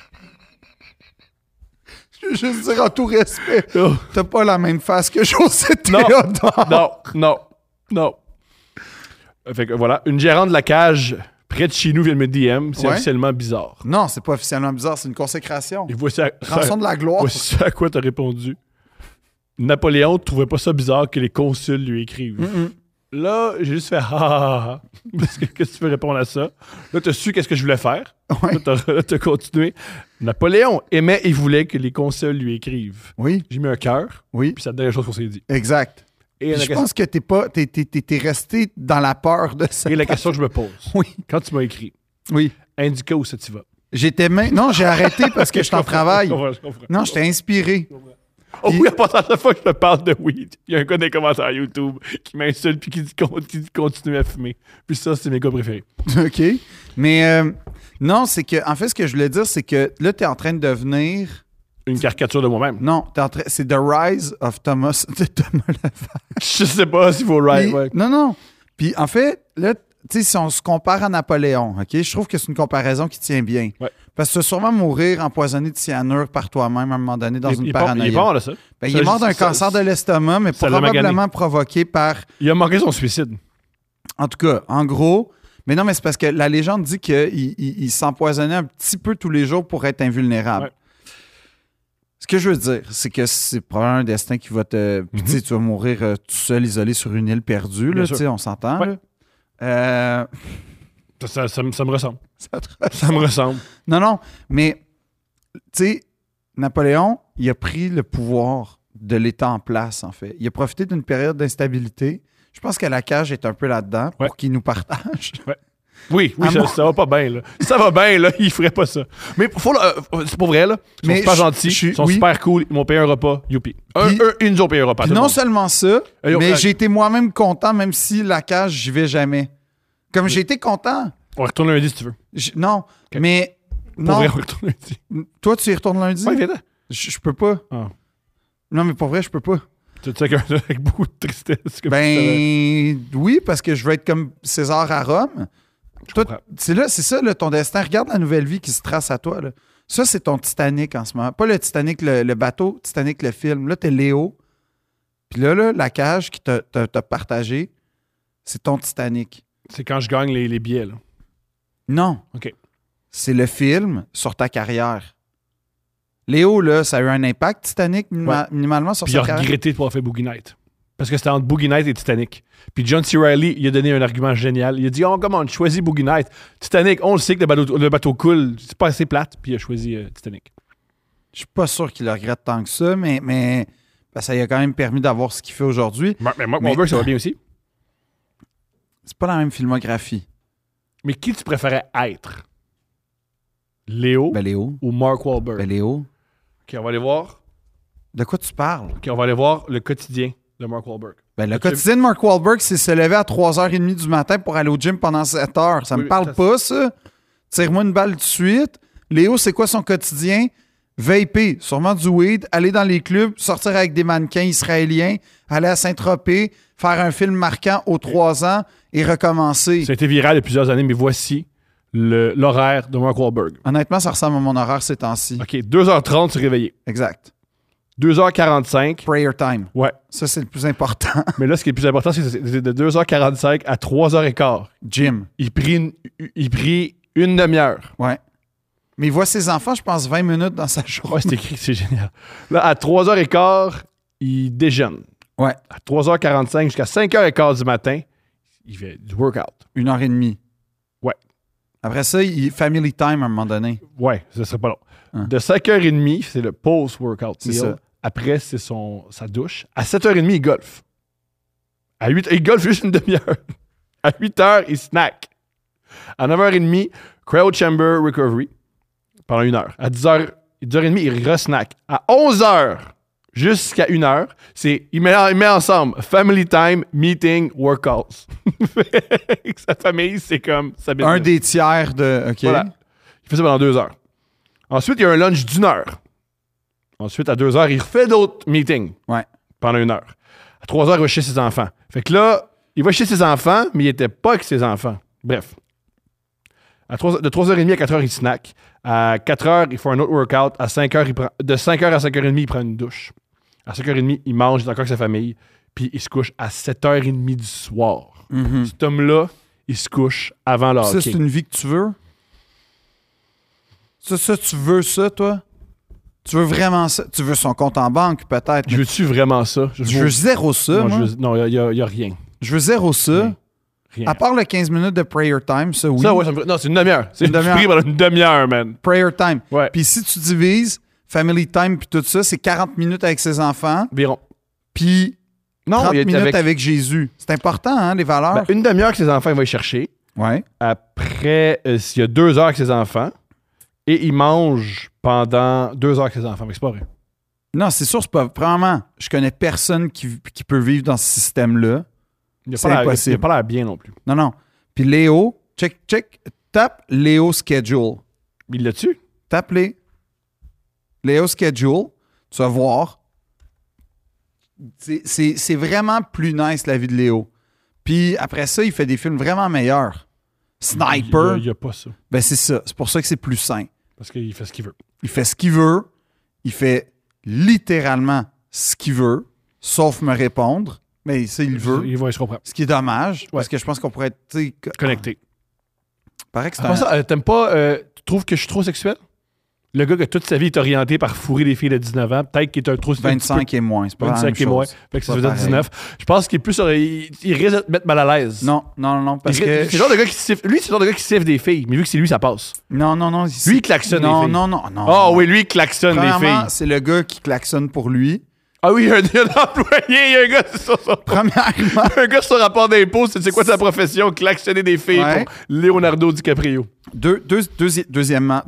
Je veux juste dire en tout respect, Oh. t'as pas la même face que José Non. Théodore. Non. Fait que voilà, une gérante de la cage près de chez nous vient de me DM. C'est Ouais. officiellement bizarre. Non, c'est pas officiellement bizarre, c'est une consécration. Et voici Rançon de la gloire. voici à quoi t'as répondu. Napoléon trouvait pas ça bizarre que les consuls lui écrivent. Là, j'ai juste fait ha. Parce que qu'est-ce que tu veux répondre à ça? Là, t'as su qu'est-ce que je voulais faire. Ouais. Là, t'as continué. Napoléon aimait et voulait que les consuls lui écrivent. Oui, J'ai mis un cœur, oui, puis c'est la dernière chose qu'on s'est dit. exact. Et Puis la, je pense que t'es resté dans la peur de ça. et la question que je me pose, Oui, quand tu m'as écrit, oui. indica où ça tu vas. J'étais même. Non, j'ai arrêté parce que je t'en travaille. Je comprends. Non, j'étais inspiré. Oh oui, en passant, à chaque fois que je te parle de weed, il y a un gars dans les commentaires YouTube qui m'insulte puis qui dit continue à fumer. Puis ça, c'est mes gars préférés. OK. Mais non, c'est que. En fait, ce que je voulais dire, c'est que là, t'es en train de devenir. Une caricature de moi-même. Non, c'est The Rise of Thomas. De Thomas Lavage. Je sais pas s'il faut right. Puis- Ouais. Non. Puis en fait, là, tu sais, si on se compare à Napoléon, OK, je trouve que c'est une comparaison qui tient bien. Ouais. Parce que tu vas sûrement mourir empoisonné de cyanure par toi-même à un moment donné dans une il est paranoïa. pas mort de ça. Ben, il est mort d'un Ça- cancer de l'estomac, mais ça l'a probablement provoqué par. Il a manqué son suicide. En tout cas, en gros. Mais non, mais c'est parce que la légende dit qu'il s'empoisonnait un petit peu tous les jours pour être invulnérable. Ouais. Ce que je veux dire, c'est que c'est probablement un destin qui va te. Puis, tu sais, tu vas mourir tout seul, isolé sur une île perdue, Bien là, sûr. tu sais, on s'entend. Ouais. Là. Ça me ressemble. Ça te- Ça me ressemble. Non, mais, tu sais, Napoléon, il a pris le pouvoir de l'État en place, en fait. Il a profité d'une période d'instabilité. Je pense que la cage est un peu là-dedans Ouais. pour qu'il nous partage. Oui, À ça, moi- ça va pas bien, là. Ça va bien, là, il ferait pas ça. Mais c'est pas vrai, là. Ils sont Mais super je- gentils, je suis- ils sont oui. super cool, ils m'ont payé un repas, youpi. Puis- Ils nous ont payé un repas. Puis tout le non monde. seulement ça, Hey, mais hey. j'ai été moi-même content, même si la cage, j'y vais jamais. Comme j'ai été content. On retourne lundi si tu veux. Non, mais. Pour Non, vrai, on retourne lundi. toi, tu y retournes lundi? Ouais, viens Je peux pas. Ah. Non, mais pour vrai, je peux pas. Tu sais avec beaucoup de tristesse. Comme Ben oui, parce que je veux être comme César à Rome. Toi, comprends. c'est ça, là, ton destin. Regarde la nouvelle vie qui se trace à toi. Là. Ça, c'est ton Titanic en ce moment. Pas le Titanic, le bateau, Titanic, le film. Là, t'es Léo. Puis là, la cage qui t'a partagé, c'est ton Titanic. C'est quand je gagne les billets, là. Non. OK. C'est le film sur ta carrière. Léo, là, ça a eu un impact, Titanic, minimalement sur Puis il sa a carrière. regretté de pouvoir faire Boogie Night. Parce que c'était entre Boogie Night et Titanic. Puis John C. Reilly, il a donné un argument génial. Il a dit, oh, comment, choisis Boogie Night. Titanic, on le sait que le bateau coule, c'est pas assez plate. Puis il a choisi Titanic. Je suis pas sûr qu'il le regrette tant que ça, mais ben, ça lui a quand même permis d'avoir ce qu'il fait aujourd'hui. Mais Mark Wahlberg, ça va bien aussi. C'est pas la même filmographie. Mais qui tu préférais être? Léo Ben Léo. ou Mark Wahlberg? Ben Léo. OK, on va aller voir. De quoi tu parles? OK, on va aller voir le quotidien de Mark Wahlberg. Ben, le As-tu- quotidien de Mark Wahlberg, c'est se lever à 3h30 du matin pour aller au gym pendant 7 heures. Ça Oui, me parle ça, pas, ça. Tire-moi une balle tout de suite. Léo, c'est quoi son quotidien? vaper, sûrement du weed, aller dans les clubs, sortir avec des mannequins israéliens, aller à Saint-Tropez, faire un film marquant aux 3 ans et recommencer. Ça a été viral il y a plusieurs années, mais voici l'horaire de Mark Wahlberg. Honnêtement, ça ressemble à mon horaire ces temps-ci. OK, 2h30 se réveiller. Exact. 2h45. Prayer time. Ouais. Ça, c'est le plus important. Mais là, ce qui est le plus important, c'est que c'est de 2h45 à 3h15. Gym. Il prie une demi-heure. Ouais. Mais il voit ses enfants, je pense, 20 minutes dans sa journée. Ouais, c'est écrit, c'est génial. Là, à 3h15, il déjeune. Ouais. À 3h45 jusqu'à 5h15 du matin, il fait du workout. 1h30. Ouais. Après ça, il family time à un moment donné. Ouais, ça serait pas long. Hein. De 5h30, c'est le post-workout C'est meal. ça. Après, c'est sa douche. À 7h30, il golfe. À 8h, il golfe juste une demi-heure. À 8h, il snack. À 9h30, cryo chamber recovery pendant 1 heure. À 10h30, il re-snack. À 11h jusqu'à 1h, il met ensemble family time, meeting, workouts. Sa famille, c'est comme sa business. Un des tiers de... OK. Voilà. Il fait ça pendant 2 heures. Ensuite, il y a un lunch d'1 heure. Ensuite, à 2 heures, il refait d'autres meetings Ouais. pendant 1 heure. À 3 heures, il va chez ses enfants. Fait que là, il va chez ses enfants, mais il n'était pas avec ses enfants. Bref. De 3h30 à 4h, il snack. À 4h, il fait un autre workout. À 5h, de 5h à 5h30, il prend une douche. À 5h30, il mange encore avec sa famille. Puis il se couche à 7h30 du soir. Mhm. Cet homme-là, il se couche avant le Ça, hockey. c'est une vie que tu veux? Ça, tu veux ça, toi? Tu veux vraiment ça? Tu veux son compte en banque, peut-être? Je veux-tu vraiment ça? Je veux zéro ça, moi. Non, il n'y a rien. Je veux zéro ça. Rien. À part le 15 minutes de prayer time, ça, oui. Ça, ouais, non, c'est une demi-heure. C'est Une demi-heure. Tu pries pendant une demi-heure, man. Prayer time. Ouais. Puis si tu divises family time puis tout ça, c'est 40 minutes avec ses enfants, Environ. puis Non, 30 il est minutes avec Jésus. C'est important, hein, les valeurs? Ben, une demi-heure que ses enfants, il va y chercher. Ouais. Après, s'il y a 2 heures avec ses enfants, et il mange pendant 2 heures avec ses enfants. Mais c'est pas vrai. Non, c'est sûr, c'est pas... Premièrement, je connais personne qui peut vivre dans ce système-là. Il n'a C'est pas impossible. l'air- il a pas l'air bien non plus. Non. Puis Léo, check, tape Léo Schedule. Il l'a-tu? Tape Léo Schedule, tu vas voir. C'est vraiment plus nice la vie de Léo. Puis après ça, il fait des films vraiment meilleurs. Sniper, Il n'y a pas ça. ben c'est ça. C'est pour ça que c'est plus sain. Parce qu'il fait ce qu'il veut. Il fait ce qu'il veut. Il fait littéralement ce qu'il veut, sauf me répondre. Mais ça, il veut. Je comprends. Ce qui est dommage, parce que je pense qu'on pourrait être... tu sais, Connecté. Paraît que c'est Après ça, t'aimes pas... tu trouves que je suis trop sexuel? Le gars que toute sa vie est orienté par fourrer des filles de 19 ans, peut-être qu'il est un trop... 25 et moins, c'est pas la même 25 et moins. chose. Fait que ça Pas veut dire pareil. 19. Je pense qu'il est plus... Il risque de te mettre mal à l'aise. Non, parce que... C'est le genre de gars qui siffle. Lui, c'est le genre de gars qui siffle des filles. Mais vu que c'est lui, ça passe. Non. Lui, il klaxonne les filles. Non. Ah oui, lui, il klaxonne les Premièrement, filles. c'est le gars qui klaxonne pour lui. Ah oui, il y a un employé, il y a un gars sur son... Premièrement, Un gars sur rapport d'impôt, c'est quoi sa profession? Klaxonner des filles Ouais. pour Leonardo DiCaprio. deuxièmement,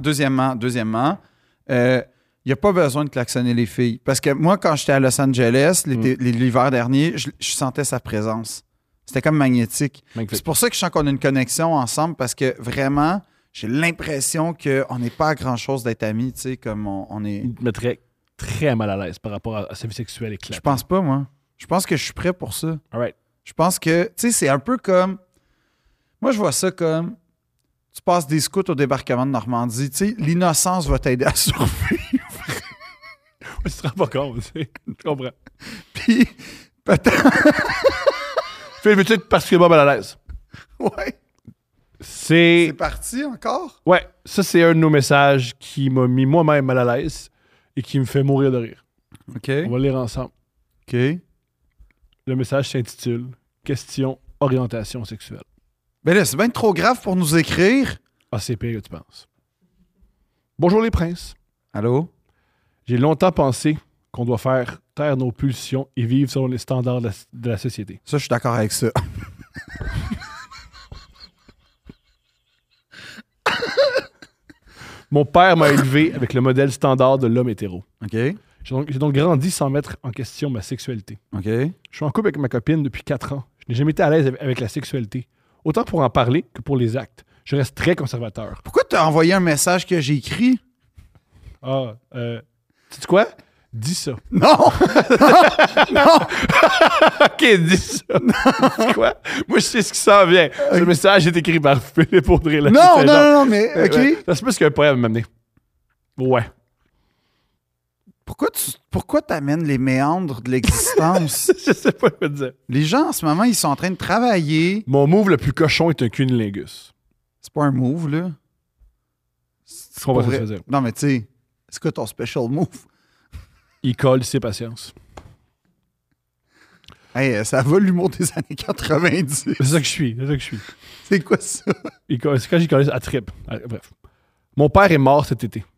il n'y a pas besoin de klaxonner les filles. Parce que moi, quand j'étais à Los Angeles, l'hiver dernier, je sentais sa présence. C'était comme magnétique. Magnifique. C'est pour ça que je sens qu'on a une connexion ensemble, parce que vraiment, j'ai l'impression qu'on n'est pas à grand-chose d'être amis, tu sais, comme on est... Il te mettrait très mal à l'aise par rapport à sa vie sexuelle Je éclatée. pense pas, moi. Je pense que je suis prêt pour ça. All right. Je pense que, tu sais, c'est un peu comme... Moi, je vois ça comme... Tu passes des scouts au débarquement de Normandie. Tu sais, l'innocence va t'aider à survivre. Tu te rends pas compte, tu sais. Je comprends. Puis, peut-être... Phil, veux-tu être particulièrement mal à l'aise? Ouais. C'est... C'est parti encore? Ouais, ça, c'est un de nos messages qui m'a mis moi-même mal à l'aise et qui me fait mourir de rire. OK. On va le lire ensemble. OK. Le message s'intitule « Question orientation sexuelle Ben là, c'est bien trop grave pour nous écrire. ». Ah, c'est pire que tu penses. Bonjour les princes. Allô? J'ai longtemps pensé qu'on doit faire taire nos pulsions et vivre selon les standards de la société. Ça, je suis d'accord avec ça. Mon père m'a élevé avec le modèle standard de l'homme hétéro. OK. J'ai donc grandi sans mettre en question ma sexualité. OK. Je suis en couple avec ma copine depuis 4 ans. Je n'ai jamais été à l'aise avec la sexualité. Autant pour en parler que pour les actes. Je reste très conservateur. Pourquoi tu as envoyé un message que j'ai écrit? sais quoi? Dis ça. Non! Non! OK, dis ça. Dis quoi? Moi, je sais ce qui s'en vient. Ce message est écrit par Philippe Audrey. Là, Non, mais OK. Ça se peut ce qu'un poème m'a amené. Ouais. Pourquoi t'amènes les méandres de l'existence? Je sais pas quoi te dire. Les gens, en ce moment, ils sont en train de travailler. Mon move le plus cochon est un cunnilingus. C'est pas un move, là. Je comprends ce que ça veut dire. Non, mais tu sais, c'est quoi ton special move? Il colle ses patience. Hey, ça va l'humour des années 90. C'est ça que je suis. C'est quoi ça? C'est quand j'ai collé à trip. Bref. Mon père est mort cet été.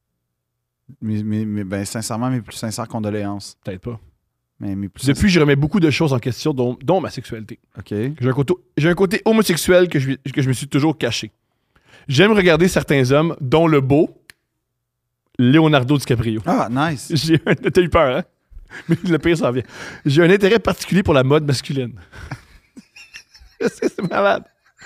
Mais ben, sincèrement, mes plus sincères condoléances. Peut-être pas. Mais mes plus Depuis, je remets beaucoup de choses en question, dont ma sexualité. OK. J'ai un côté homosexuel que je me suis toujours caché. J'aime regarder certains hommes, dont le beau Leonardo DiCaprio. Ah, nice. T'as eu peur, hein? Mais le pire s'en vient. J'ai un intérêt particulier pour la mode masculine. C'est malade.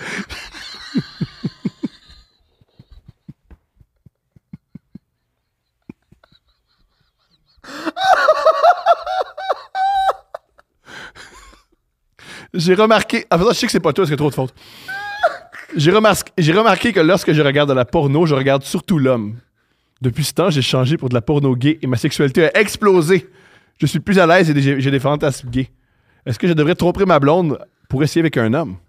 J'ai remarqué... En fait, je sais que c'est pas toi, parce que c'est trop de faute. J'ai remarqué que lorsque je regarde de la porno, je regarde surtout l'homme. Depuis ce temps, j'ai changé pour de la porno gay et ma sexualité a explosé. Je suis plus à l'aise et j'ai des fantasmes gays. Est-ce que je devrais tromper ma blonde pour essayer avec un homme?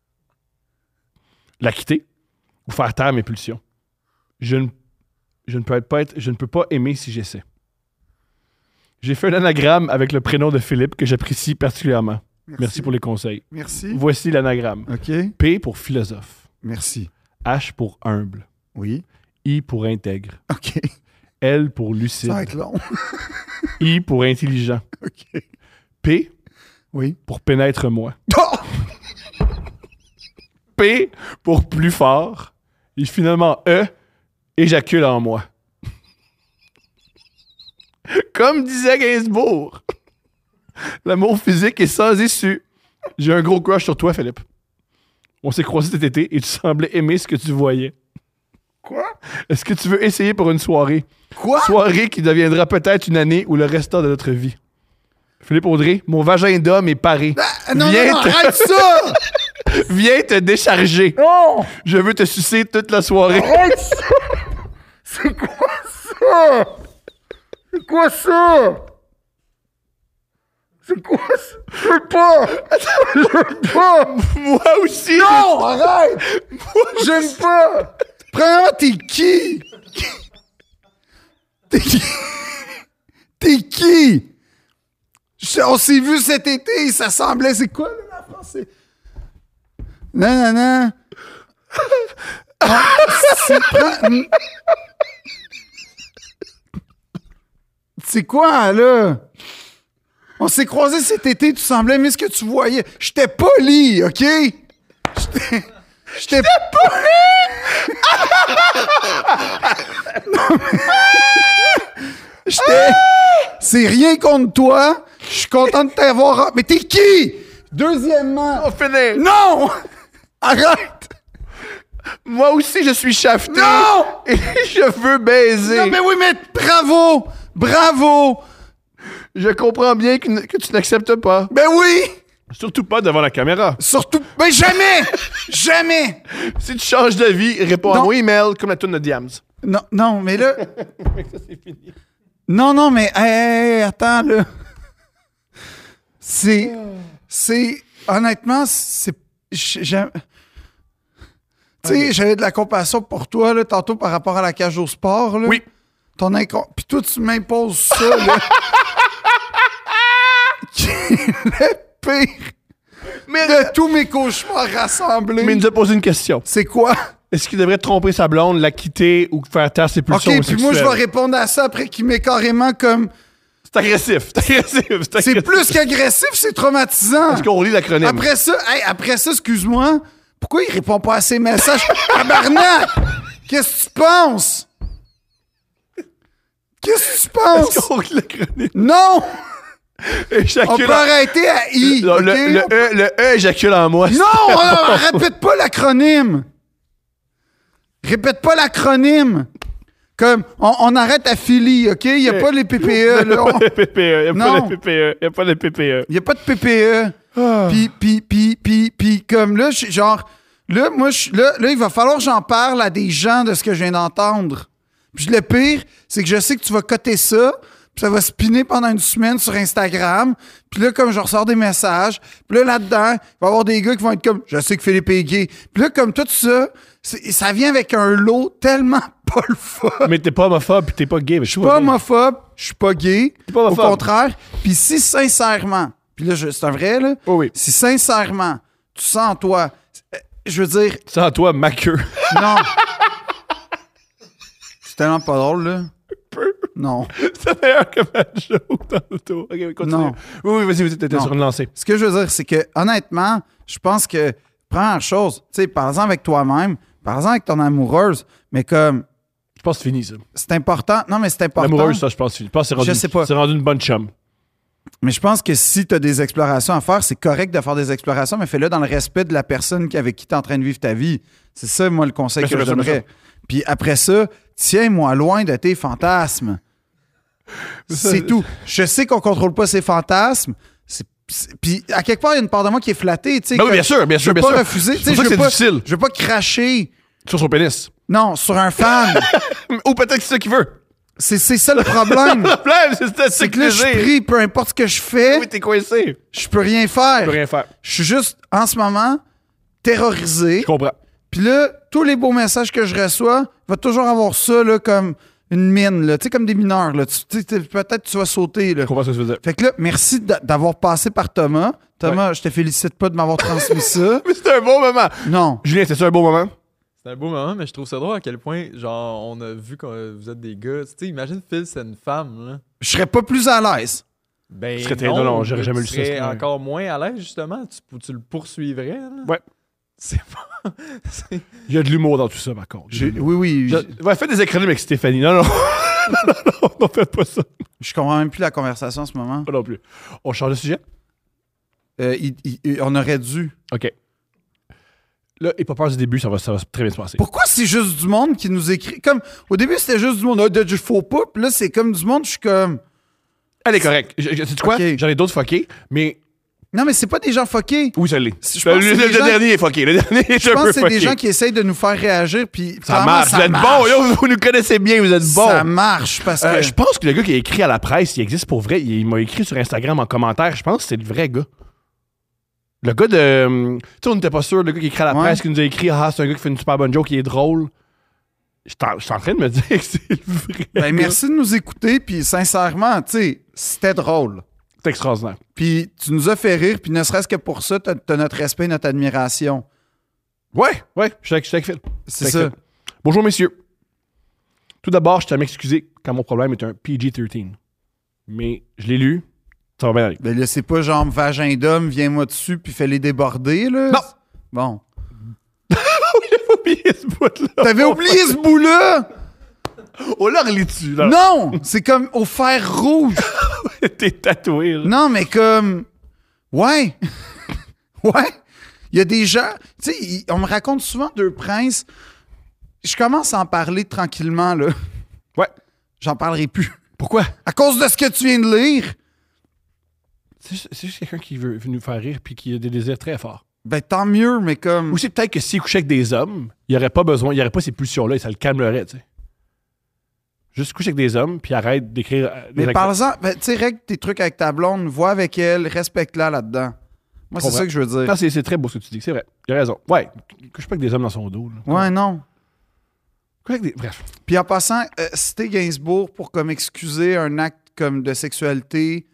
La quitter ou faire taire mes pulsions? Je ne peux pas aimer si j'essaie. J'ai fait un anagramme avec le prénom de Philippe que j'apprécie particulièrement. Merci pour les conseils. Merci. Voici l'anagramme. OK. P pour philosophe. Merci. H pour humble. Oui. I pour intègre. OK. L pour lucide. Ça va être long. I pour intelligent. OK. P Oui. pour pénètre-moi. Oh! P pour plus fort. Et finalement E, éjacule en moi. Comme disait Gainsbourg, l'amour physique est sans issue. J'ai un gros crush sur toi, Philippe. On s'est croisés cet été et tu semblais aimer ce que tu voyais. Quoi? Est-ce que tu veux essayer pour une soirée? Quoi? Soirée qui deviendra peut-être une année ou le restant de notre vie. Philippe Audrey, mon vagin d'homme est paré. Non, arrête ça! Viens te décharger. Non! Je veux te sucer toute la soirée. Arrête ça! C'est quoi ça? C'est quoi ça? C'est quoi ça? Je veux pas! Je veux pas! Moi aussi. Non! Arrête! J'aime pas! Premièrement, t'es qui? T'es qui? T'es qui? On s'est vu cet été, ça semblait... C'est quoi, là, la France? Non. C'est quoi, là? On s'est croisés cet été, tu semblais aimer ce que tu voyais. J'étais poli, OK? J'étais poli! C'est rien contre toi. Je suis content de t'avoir... Mais t'es qui? Deuxièmement... On finit. Non! Arrête! Moi aussi, je suis shafté. Non! Et je veux baiser. Non, mais oui, mais bravo! Bravo! Je comprends bien que tu n'acceptes pas. Ben oui! Surtout pas devant la caméra. Surtout... Mais jamais! Jamais! Si tu changes de vie, réponds à Non. mon email comme la toune de Diams. Non, mais là... Ça, c'est fini. Non, mais... Hey, attends, là. C'est... Honnêtement, c'est... J'aime... Tu sais, j'avais de la compassion pour toi, là, tantôt par rapport à la cage au sport, là. Oui. Puis toi, tu m'imposes ça, là. Qui est le pire de tous mes cauchemars rassemblés. Mais il nous a posé une question. C'est quoi? Est-ce qu'il devrait tromper sa blonde, la quitter ou faire taire ses pulsions OK, puis moi, je vais sexuelles? répondre à ça après qu'il m'ait carrément comme... C'est agressif. C'est plus qu'agressif, c'est traumatisant. Est-ce qu'on lit l'acronyme? Après ça, excuse-moi, pourquoi il répond pas à ces messages? Tabarnak! Qu'est-ce que tu penses? Qu'est-ce que tu penses? Est-ce qu'on lit l'acronyme? Non! On Éjacule peut arrêter à I. Non, OK? le E éjacule en moi. Non! Répète pas l'acronyme! Répète pas l'acronyme! Comme, on arrête à Philly, OK? Il n'y a pas les PPE. Il n'y a pas de PPE. Il n'y a Non. pas de PPE. Il n'y a pas de PPE. Il n'y a pas de PPE. Ah. Puis, comme là, genre, là, moi, là, il va falloir que j'en parle à des gens de ce que je viens d'entendre. Puis le pire, c'est que je sais que tu vas coter ça, puis ça va spinner pendant une semaine sur Instagram. Puis là, comme je ressors des messages, puis là, là-dedans, il va y avoir des gars qui vont être comme, je sais que Philippe est gay. Puis là, comme tout ça, ça vient avec un lot tellement pas le fun. Mais t'es pas homophobe puis t'es pas gay. Je suis pas homophobe, je suis pas gay. pas Au homophobe. contraire. Puis si sincèrement, puis là, c'est un vrai, là. Oh oui. Si sincèrement, tu sens en toi, je veux dire, Sans toi, ma queue. non. C'est tellement pas drôle, là. Non. C'est meilleur que ma joke dans le tour. Ok, continue. Non. Oui, vas-y, t'étais Non. sur une lancée. Ce que je veux dire, c'est que, honnêtement, je pense que, première chose, tu sais, parle-en avec toi-même, parle-en avec ton amoureuse, mais comme, Je pense que c'est fini, ça. c'est important. Non, mais c'est important. L'amoureuse, ça, je pense que c'est fini. Je pense que c'est rendu, Je sais pas. c'est rendu une bonne chum. Mais je pense que si tu as des explorations à faire, c'est correct de faire des explorations, mais fais-le dans le respect de la personne avec qui tu es en train de vivre ta vie. C'est ça, moi, le conseil Bien que sûr, je bien sûr, donnerais. Puis après ça, tiens-moi loin de tes fantasmes. C'est tout. Je sais qu'on contrôle pas ses fantasmes. Puis à quelque part, il y a une part de moi qui est flattée. Tu sais, Ben oui, comme- bien sûr, bien je sûr, veux bien pas sûr. refuser. Tu C'est sais, pour ça je que veux c'est pas, difficile. je veux pas cracher. Sur son pénis. Non, sur un fan. Ou peut-être que c'est ça qu'il veut. C'est ça le problème. Le problème, c'est ça C'est que que là, je suis pris, peu importe ce que je fais, Oui, t'es coincé. je peux rien Tu faire. peux rien faire. Je suis juste, en ce moment, terrorisé. Je comprends. Puis là, tous les beaux messages que je reçois, va toujours avoir ça là, comme une mine, là, tu sais, comme des mineurs. Là. Peut-être que tu vas sauter. Là. Je comprends ce que tu veux dire. Fait que là, merci d'avoir passé par Thomas. Thomas, je te félicite pas de m'avoir transmis ça. Mais c'était un bon moment. Non. Julien, c'est ça un bon moment? C'est un beau moment, mais je trouve ça drôle à quel point, genre, on a vu que vous êtes des gars. Tu sais, imagine Phil, c'est une femme, là. Je serais pas plus à l'aise. Ben, Je serais très- non, j'aurais jamais lu ça, Tu serais c'est- encore moins à l'aise, justement. Tu le poursuivrais, là. Ouais. C'est pas. c'est- Il y a de l'humour dans tout ça, par contre. Oui. Ouais, faites des acronymes avec Stéphanie. Non, non. non, faites pas ça. Je comprends même plus la conversation en ce moment. Pas non plus. On change de sujet? On aurait dû. OK. Là, et pas peur du début, ça va très bien se passer. Pourquoi c'est juste du monde qui nous écrit? Comme, au début, c'était juste du monde. Je faux pas. Puis là, c'est comme du monde. Je suis comme. Elle est correcte. Sais-tu quoi? OK. J'en ai d'autres fuckés, mais Non, mais c'est pas des gens fuckés. oui, ça l'est. Je pense que c'est Le des gens- dernier est fucké. Le dernier est Je un pense peu que c'est fucké. des gens qui essayent de nous faire réagir. Puis Ça clairement, marche. Vous êtes bon. Yo, vous nous connaissez bien. Vous êtes bon. Ça marche parce que. Je pense que le gars qui a écrit à la presse, il existe pour vrai. Il m'a écrit sur Instagram en commentaire. Je pense que c'est le vrai gars. Le gars de. Tu sais, on n'était pas sûr. Le gars qui écrit à la Ouais. presse, qui nous a écrit ah, c'est un gars qui fait une super bonne joke, qui est drôle. Je suis en train de me dire que c'est le vrai. Ben, gars. merci de nous écouter. Puis sincèrement, tu sais, c'était drôle. C'est extraordinaire. Puis tu nous as fait rire. Puis ne serait-ce que pour ça, t'as notre respect, notre admiration. Ouais, je suis avec Phil. C'est Avec ça. Phil. Bonjour, messieurs. Tout d'abord, je tiens à m'excuser quand mon problème est un PG-13. Mais je l'ai lu. Ça va bien aller. Ben là, c'est pas genre vagin d'homme, viens-moi dessus, puis fais-les déborder, là. Non. Bon. J'avais oublié ce bout-là. T'avais oublié ce bout-là? On l'a relis dessus. Là. Non! C'est comme au fer rouge. T'es tatoué. Là. Non, mais comme. Ouais. Ouais. Il y a des gens. Tu sais, on me raconte souvent Deux Princes. Je commence à en parler tranquillement, là. Ouais. J'en parlerai plus. Pourquoi? À cause de ce que tu viens de lire. C'est juste quelqu'un qui veut nous faire rire puis qui a des désirs très forts. Ben, tant mieux, mais comme. Ou c'est peut-être que s'il couchait avec des hommes, il n'y aurait pas besoin, il n'y aurait pas ces pulsions-là et ça le calmerait, tu sais. Juste coucher avec des hommes puis arrête d'écrire. Mais parle-en. Ben, tu sais, règle tes trucs avec ta blonde, vois avec elle, respecte-la là-dedans. Moi, c'est Comprends. ça que je veux dire. Non, c'est très beau ce que tu dis, c'est vrai. Il a raison. Ouais, couche pas avec des hommes dans son dos. Là. Ouais, non. Couche avec des. Bref. Puis en passant, citer Gainsbourg pour comme excuser un acte comme de sexualité,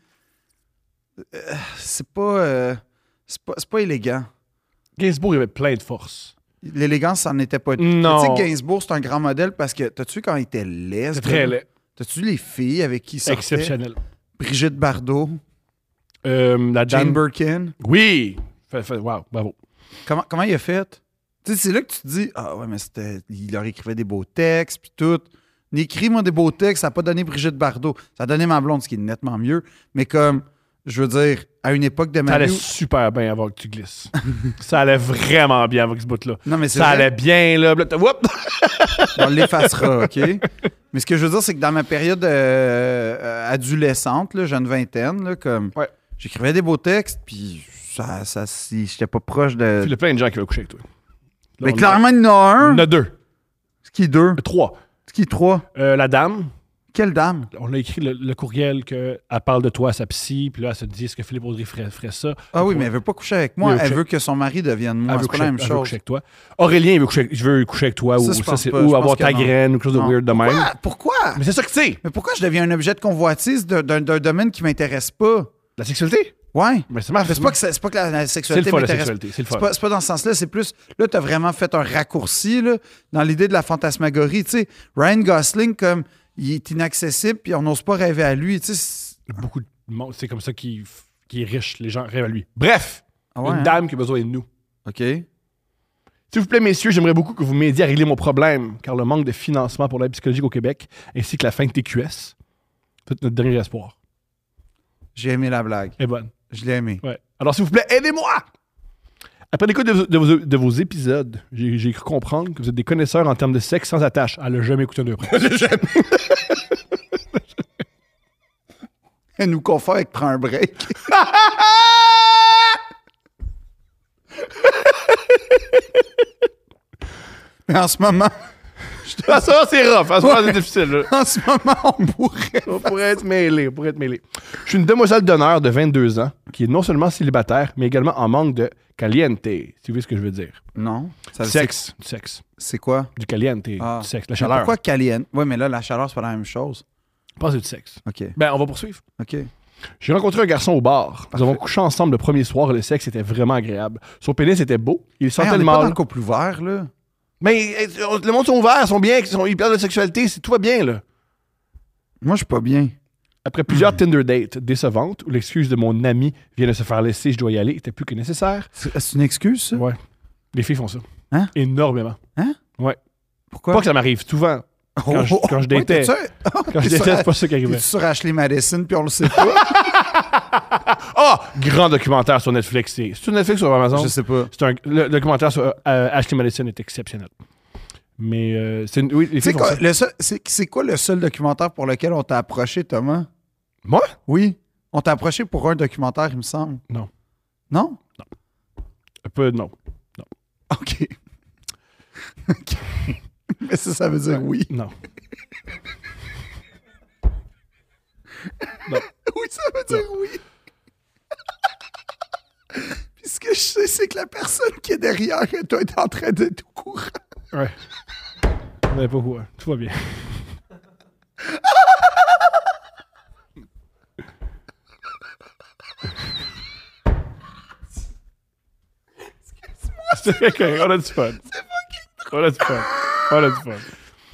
c'est pas élégant. Gainsbourg, il avait plein de force. L'élégance, ça n'en était pas. Non. Tu sais que Gainsbourg, c'est un grand modèle parce que t'as-tu vu quand il était laid? C'est très laid. T'as-tu vu les filles avec qui il sortait? Exceptionnel. Brigitte Bardot, La Jane dame. Birkin. Oui! Wow, bravo. Comment il a fait? Tu sais, c'est là que tu te dis, ah ouais, mais il leur écrivait des beaux textes, puis tout. Écris-moi des beaux textes, ça n'a pas donné Brigitte Bardot. Ça a donné ma blonde, ce qui est nettement mieux. Mais comme, je veux dire, à une époque de Ça ma allait vie... super bien avant que tu glisses. Ça allait vraiment bien avec ce bout-là. Non, mais c'est Ça vrai. allait bien, là. Puis là, whoop! On l'effacera, OK? Mais ce que je veux dire, c'est que dans ma période adolescente, là, jeune vingtaine, là, comme j'écrivais des beaux textes, puis si j'étais pas proche de... Il y a plein de gens qui veulent coucher avec toi. Là, Mais on clairement, il y en a Il y un. en a 2. Ce qui est 2. 3. Ce qui est 3. La dame, Quelle dame? on a écrit le courriel qu'elle parle de toi à sa psy, puis là, elle se dit est-ce que Philippe Audry ferait ça? Ah oui, mais elle veut pas coucher avec moi. Oui, Elle veut que son mari devienne moi. Elle veut C'est pas la même coucher chose. avec toi. Aurélien, je veux coucher avec toi, Ça, ou, je ça, pense c'est, pas. ou Je avoir pense ta que non. graine, ou quelque chose de Non. weird de même. Pourquoi? Mais c'est ça que c'est. Mais pourquoi je deviens un objet de convoitise d'un domaine qui m'intéresse pas? La sexualité. Ouais. Mais c'est marrant. C'est pas que la C'est le sexualité fun, la m'intéresse. sexualité. C'est le fun. C'est pas dans ce sens-là, c'est plus... Là, t'as vraiment fait un raccourci là, dans l'idée de la fantasmagorie. Tu sais, Ryan Gosling, comme, il est inaccessible, puis on n'ose pas rêver à lui. Tu sais, Beaucoup de monde, c'est comme ça qui est riche. Les gens rêvent à lui. Bref, Ah ouais, une hein? dame qui a besoin de nous. OK. S'il vous plaît, messieurs, j'aimerais beaucoup que vous m'aidiez à régler mon problème, car le manque de financement pour l'aide psychologique au Québec, ainsi que la fin de TQS, c'est notre dernier espoir. J'ai aimé la blague. Et bonne. Je l'ai aimé. Ouais. Alors, s'il vous plaît, aidez-moi! Après l'écoute de vos épisodes, j'ai cru comprendre que vous êtes des connaisseurs en termes de sexe sans attache. Elle n'a jamais écouté un 2 princes. Elle nous confond avec Prends un break. Mais en ce moment, Ah, ça, c'est rough. Ah, ça, c'est difficile. Là. en ce moment, on pourrait. On pourrait être mêlé. Je suis une demoiselle d'honneur de 22 ans qui est non seulement célibataire, mais également en manque de caliente. Si vous voyez ce que je veux dire. Non. Ça, Sexe. Du sexe. C'est quoi? Du caliente. Ah. Du sexe. La Mais chaleur. pourquoi caliente? Oui, mais là, la chaleur, c'est pas la même chose. Pensez du sexe. OK. Ben, on va poursuivre. OK. J'ai rencontré un garçon au bar. Nous Parfait. avons couché ensemble le premier soir et le sexe était vraiment agréable. Son pénis était beau. Il sentait Hey, on le n'est pas dans mal. le couple ouvert, là. Mais le monde sont ouverts, sont bien, ils perdent de sexualité, tout va bien, là. Moi, je suis pas bien. Après plusieurs Tinder dates décevantes, où l'excuse de mon ami vient de se faire laisser, je dois y aller, était plus que nécessaire. C'est une excuse, ça? Ouais. Les filles font ça. Hein? Énormément. Hein? Ouais. Pourquoi? Pas que ça m'arrive souvent. Quand je datais. Quand je datais, c'est pas ça qui arrivait. T'es sur Ashley Madison, puis on le sait pas? Ah! Grand documentaire sur Netflix. C'est sur Netflix ou sur Amazon? Je sais pas. Le documentaire sur Ashley Madison est exceptionnel. Mais oui, les filles font ça. C'est quoi le seul documentaire pour lequel on t'a approché, Thomas? Moi? Oui. On t'a approché pour un documentaire, il me semble. Non. Non? Un peu, non. OK. OK. Mais ça veut dire oui. Non. Oui, ça veut dire oui. Puis ce que je sais, c'est que la personne qui est derrière, elle doit être en train d'être au courant. Ouais. Mais pas quoi. Tout va bien. C'est correct, on a du fun. On a du fun. On a du fun.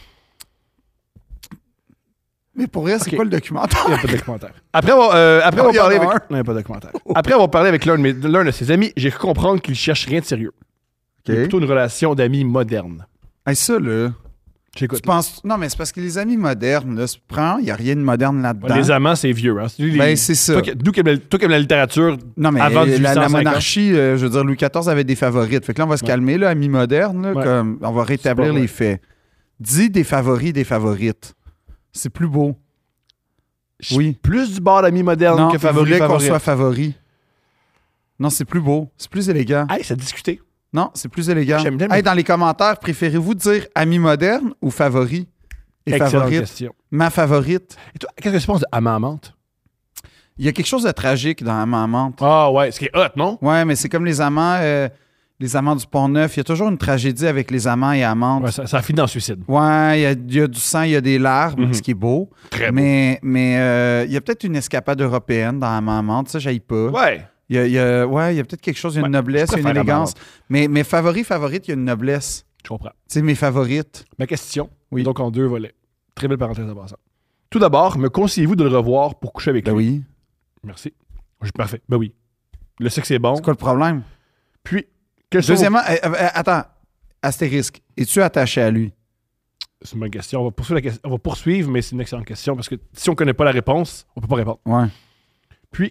Mais pour vrai, c'est OK. quoi le documentaire? Il n'y a pas de documentaire. Après avoir il y en a parlé avec... un. Non, il n'y a pas de documentaire. Après avoir parlé avec l'un de ses amis, j'ai cru comprendre qu'il cherche rien de sérieux. Il y a plutôt une relation d'amis moderne. Hey, ça, là, J'écoute. tu penses... Non, mais c'est parce que les amis modernes, là, il n'y a rien de moderne là-dedans. Les amants, c'est vieux. Hein? Ben, c'est ça. Toi qui aimes la littérature, Non, mais avant la 1850. monarchie, je veux dire, Louis XIV avait des favorites. Fait que là, on va se calmer, là, amis modernes, là, Ouais. comme, on va rétablir C'est pas les vrai. faits. Dis des favoris, des favorites. C'est plus beau. Oui. Plus du bord d'amis moderne Non, que il favori. voulait qu'on favorite. soit favori. Non, c'est plus beau. C'est plus élégant. Hey, ça a discuté. Non, c'est plus élégant. J'aime bien, Hey, dans les commentaires, préférez-vous dire amis modernes ou favoris? Et Excellente favorite. question. Ma favorite. Et toi, qu'est-ce que tu penses de Amamante? Il y a quelque chose de tragique dans Amamante. Ah ouais, ce qui est hot, non? Ouais, mais c'est comme les amants du Pont-Neuf. Il y a toujours une tragédie avec les amants et amantes. Ouais, ça finit dans le suicide. Ouais, il y a du sang, il y a des larmes, Mhm. ce qui est beau. Très beau. Mais il y a peut-être une escapade européenne dans Amamante. Ça, j'aille pas. Ouais. Il y a peut-être quelque chose, il y a une Ouais, noblesse, je il y a une préfère élégance. Mais mes favorites, il y a une noblesse. Je comprends. Tu sais, mes favorites. Ma question, Oui. donc en 2 volets. Très belle parenthèse en passant. Tout d'abord, me conseillez-vous de le revoir pour coucher avec Ben lui? oui. Merci. Parfait. Ben oui. Le sexe est bon. C'est quoi le problème? Puis, quels sont vos- Deuxièmement, attends, astérisque. Es-tu attaché à lui? C'est une bonne question. On va poursuivre, mais c'est une excellente question parce que si on ne connaît pas la réponse, on ne peut pas répondre. Ouais. Puis,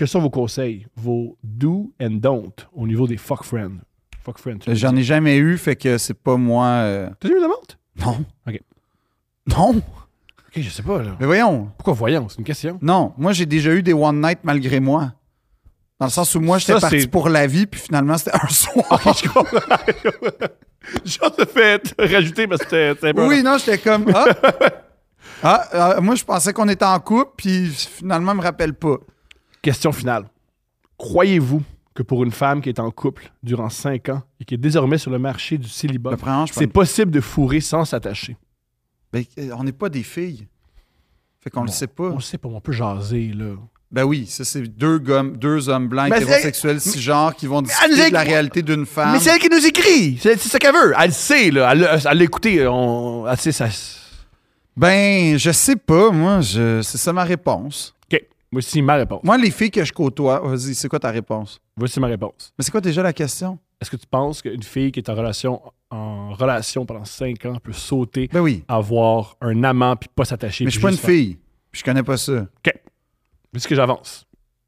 quels sont vos conseils, vos do and don't au niveau des fuck friends? Fuck friends. J'en ai jamais eu, fait que c'est pas moi. T'as jamais eu de menthe? Non. OK. Non. OK, je sais pas, là. Mais voyons. Pourquoi voyons? C'est une question. Non. Moi, j'ai déjà eu des one night malgré moi. Dans le sens où moi, j'étais Ça, parti c'est- pour la vie, puis finalement, c'était un soir. OK, je comprends. Genre, te fait rajouter parce que c'était un peu... Oui, non, j'étais comme. Moi, je pensais qu'on était en couple, puis finalement, je me rappelle pas. Question finale. Croyez-vous que pour une femme qui est en couple durant 5 ans et qui est désormais sur le marché du célibat, Le premier, je c'est possible de fourrer sans s'attacher? Ben, on n'est pas des filles. Fait qu'on le sait pas. On le sait pas, on peut jaser, là. Ben oui, ça, c'est deux hommes blancs Mais hétérosexuels cisgenres qui vont discuter de la réalité d'une femme. Mais c'est elle qui nous écrit! C'est ça qu'elle veut! Elle le sait, là. Elle l'a écouté. Elle sait ça. Ben, je sais pas, moi. C'est ça ma réponse. OK. Voici ma réponse. Moi, les filles que je côtoie, vas-y, c'est quoi ta réponse? Voici ma réponse. Mais c'est quoi déjà la question? Est-ce que tu penses qu'une fille qui est en relation pendant 5 ans peut sauter, Ben oui. avoir un amant puis pas s'attacher? Mais je suis pas une fille. Puis je connais pas ça. OK. Est-ce que j'avance?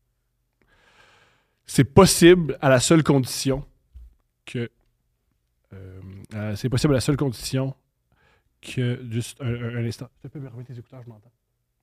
C'est possible à la seule condition que... c'est possible à la seule condition que... Juste un instant. Tu peux me remettre tes écouteurs, je m'entends.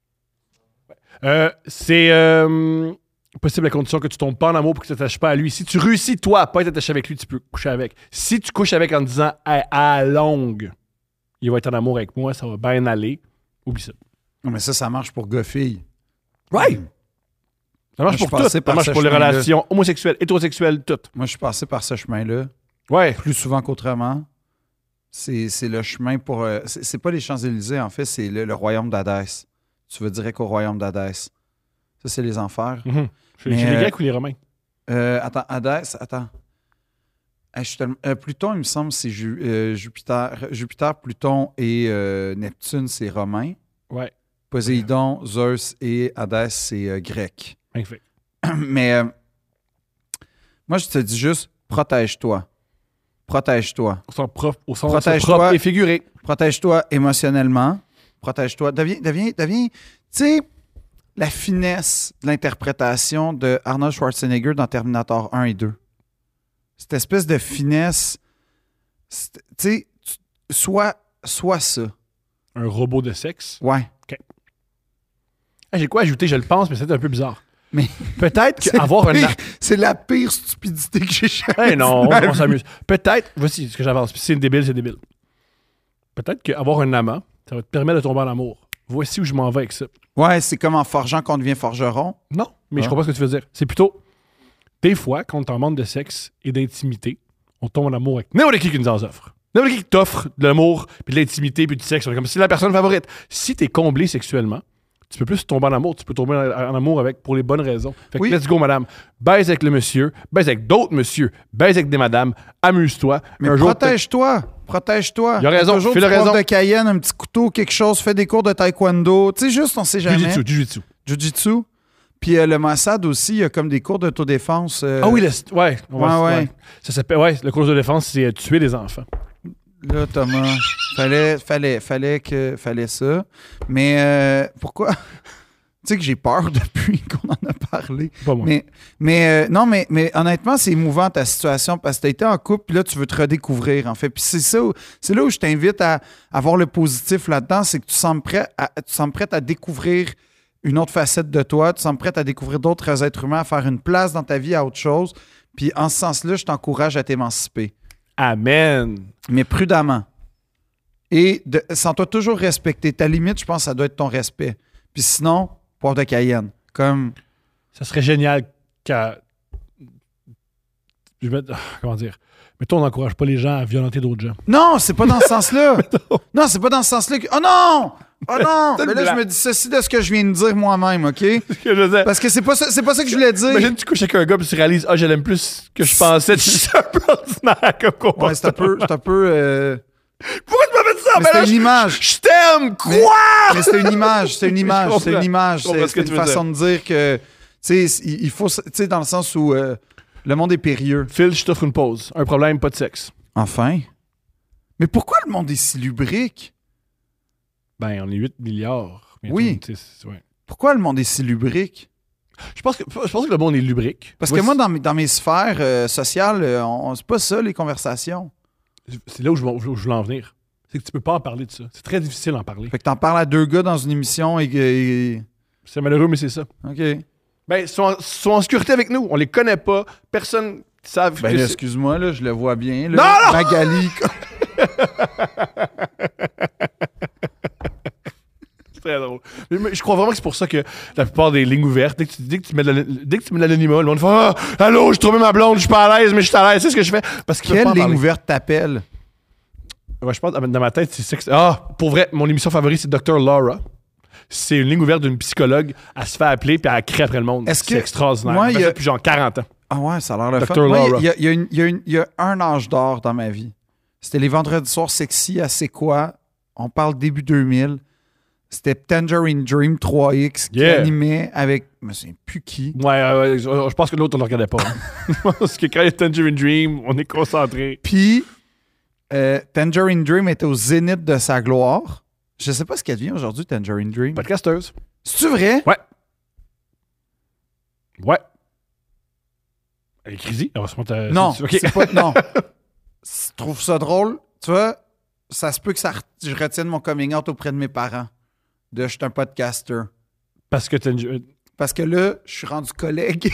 Ouais. C'est possible à condition que tu tombes pas en amour pour que tu t'attaches pas à lui. Si tu réussis, toi, à pas être attaché avec lui, tu peux coucher avec. Si tu couches avec en disant hey, à longue, il va être en amour avec moi, ça va bien aller, oublie ça. Non, mais ça marche pour gars-filles. Ouais! Ça marche Moi, je pour suis tout. passé Ça par marche ce pour les chemin-là. relations homosexuelles, hétérosexuelles, toutes. Moi, je suis passé par ce chemin-là. Ouais. Plus souvent qu'autrement. C'est le chemin pour... c'est pas les Champs-Élysées, en fait, c'est le royaume d'Hadès. Tu vas direct au royaume d'Hadès. Ça, c'est les enfers. Mhm. Chez Mais, les Grecs ou les Romains? Attends, Hadès, attends. Je suis Pluton, il me semble, c'est Jupiter. Jupiter, Pluton et Neptune, c'est romain. Ouais. Poséidon, Zeus et Hadès, c'est grec. Magnifique. Mais moi, je te dis juste, protège-toi. Protège-toi. Au sens Protège-toi. propre et figuré. Protège-toi émotionnellement. Protège-toi. Deviens. Tu sais, la finesse de l'interprétation de Arnold Schwarzenegger dans Terminator 1 et 2. Cette espèce de finesse. Tu sais, sois ça. Un robot de sexe. Ouais. Ah, j'ai quoi ajouter? Je le pense, mais c'est un peu bizarre. Mais Peut-être c'est qu'avoir un... c'est la pire stupidité que j'ai jamais Eh non, vue de ma on vie. s'amuse. Peut-être, voici ce que j'avance. Puis c'est débile, c'est débile. Peut-être qu'avoir un amant, ça va te permettre de tomber en amour. Voici où je m'en vais avec ça. Ouais, c'est comme en forgeant qu'on devient forgeron. Non, mais je Ah. comprends ce que tu veux dire. C'est plutôt, des fois, quand on est en manque de sexe et d'intimité, on tombe en amour avec n'importe qui nous en offre. N'importe qui t'offre de l'amour, puis de l'intimité, puis du sexe. On est comme si c'est la personne favorite. Si t'es comblé sexuellement, tu peux plus tomber en amour. Tu peux tomber en amour avec pour les bonnes raisons. Fait que Oui. let's go, madame. Baise avec le monsieur, baise avec d'autres messieurs, baise avec des madames, amuse-toi. Mais un jour, protège-toi. Protège-toi. Il a raison, Toujours Phil du a poivre raison. de Cayenne, un petit couteau, quelque chose. Fais des cours de taekwondo. Tu sais, juste, on sait jamais. Jiu-jitsu. Jiu-jitsu. Puis le Mossad aussi, il y a comme des cours d'autodéfense. Ah oui, ouais. Ouais. Ça s'appelle, le cours de défense, c'est tuer des enfants. Là, Thomas, fallait ça. Mais pourquoi? Tu sais que j'ai peur depuis qu'on en a parlé. Pas moi. Non, mais honnêtement, c'est émouvant ta situation parce que tu as été en couple, puis là, tu veux te redécouvrir, en fait. Puis c'est là où je t'invite à avoir le positif là-dedans, c'est que tu sembles prête à découvrir une autre facette de toi, tu sembles prête à découvrir d'autres êtres humains, à faire une place dans ta vie à autre chose. Puis en ce sens-là, je t'encourage à t'émanciper. Amen. Mais prudemment. Et sens-toi toujours respecter. Ta limite, je pense, ça doit être ton respect. Puis sinon, poivre de Cayenne. Comme... Ça serait génial qu'à... Comment dire? Mettons, on n'encourage pas les gens à violenter d'autres gens. Non, c'est pas dans ce sens-là. Non, c'est pas dans ce sens-là. Oh non! Oh non! C'est Mais là, blanc. je me dis ceci de ce que je viens de dire moi-même, OK? Ce que je veux dire. Parce que c'est pas ça que je voulais dire. Imagine, tu couches avec un gars et tu réalises, je l'aime plus que je pensais. C'est un peu ordinaire comme comportement. Ouais, c'est un peu Pourquoi tu m'as fait ça? mais Ben là, c'est une image. Je t'aime! Quoi? Mais c'est une image, c'est une image, c'est une image. Je comprends ce C'est que une tu veux façon de dire que, tu sais, il faut, tu sais, dans le sens où le monde est périlleux. Phil, je t'offre une pause. Un problème, pas de sexe. Enfin. Mais pourquoi le monde est si lubrique? Ben, on est 8 milliards. Oui. Ouais. Pourquoi le monde est si lubrique? Je pense que le monde est lubrique. Parce que moi, dans mes sphères sociales, c'est pas ça, les conversations. C'est là où je voulais en venir. C'est que tu peux pas en parler de ça. C'est très difficile d'en parler. Fait que t'en parles à 2 gars dans une émission et... C'est malheureux, mais c'est ça. OK. Ben, ils sont en sécurité avec nous. On les connaît pas. Personne ne savent Ben que là, c'est... excuse-moi, là, je le vois bien. Là. Non! Magali. C'est très drôle. Mais je crois vraiment que c'est pour ça que la plupart des lignes ouvertes, dès que tu mets de l'anonymat, le monde fait « Ah, allô, j'ai trouvé ma blonde, je suis pas à l'aise, mais je suis à l'aise. » C'est ce que je fais. Parce qu'ils peuvent pas Quelle en ligne parler. ouverte t'appelles? Ouais, je pense, dans ma tête, c'est ça que c'est. Ah, pour vrai, mon émission favorite, c'est Dr. Laura. C'est une ligne ouverte d'une psychologue. Elle se fait appeler puis elle crie après le monde. Est-ce C'est que- extraordinaire. Moi, Elle il fait y a- ça depuis genre 40 ans. Ah ouais, ça a l'air le Dr. fun. Moi, Laura. il y a un âge d'or dans ma vie. C'était les vendredis soirs sexy à C'est quoi? On parle début 2000. C'était Tangerine Dream 3X qui Yeah. animait avec... Mais c'est plus qui. Ouais, je pense que l'autre, on ne le regardait pas. Hein. Parce que quand il y a Tangerine Dream, on est concentré. Puis, Tangerine Dream était au zénith de sa gloire. Je sais pas ce qu'elle devient aujourd'hui, Tangerine Dream. Podcasteuse. C'est-tu vrai? Ouais. Elle est crazy. Elle va se monter à... Non, Ok. c'est pas... Non. Je trouve ça drôle. Tu vois, ça se peut que je retienne mon coming out auprès de mes parents. Je suis un podcaster. Parce que Parce que là, je suis rendu collègue.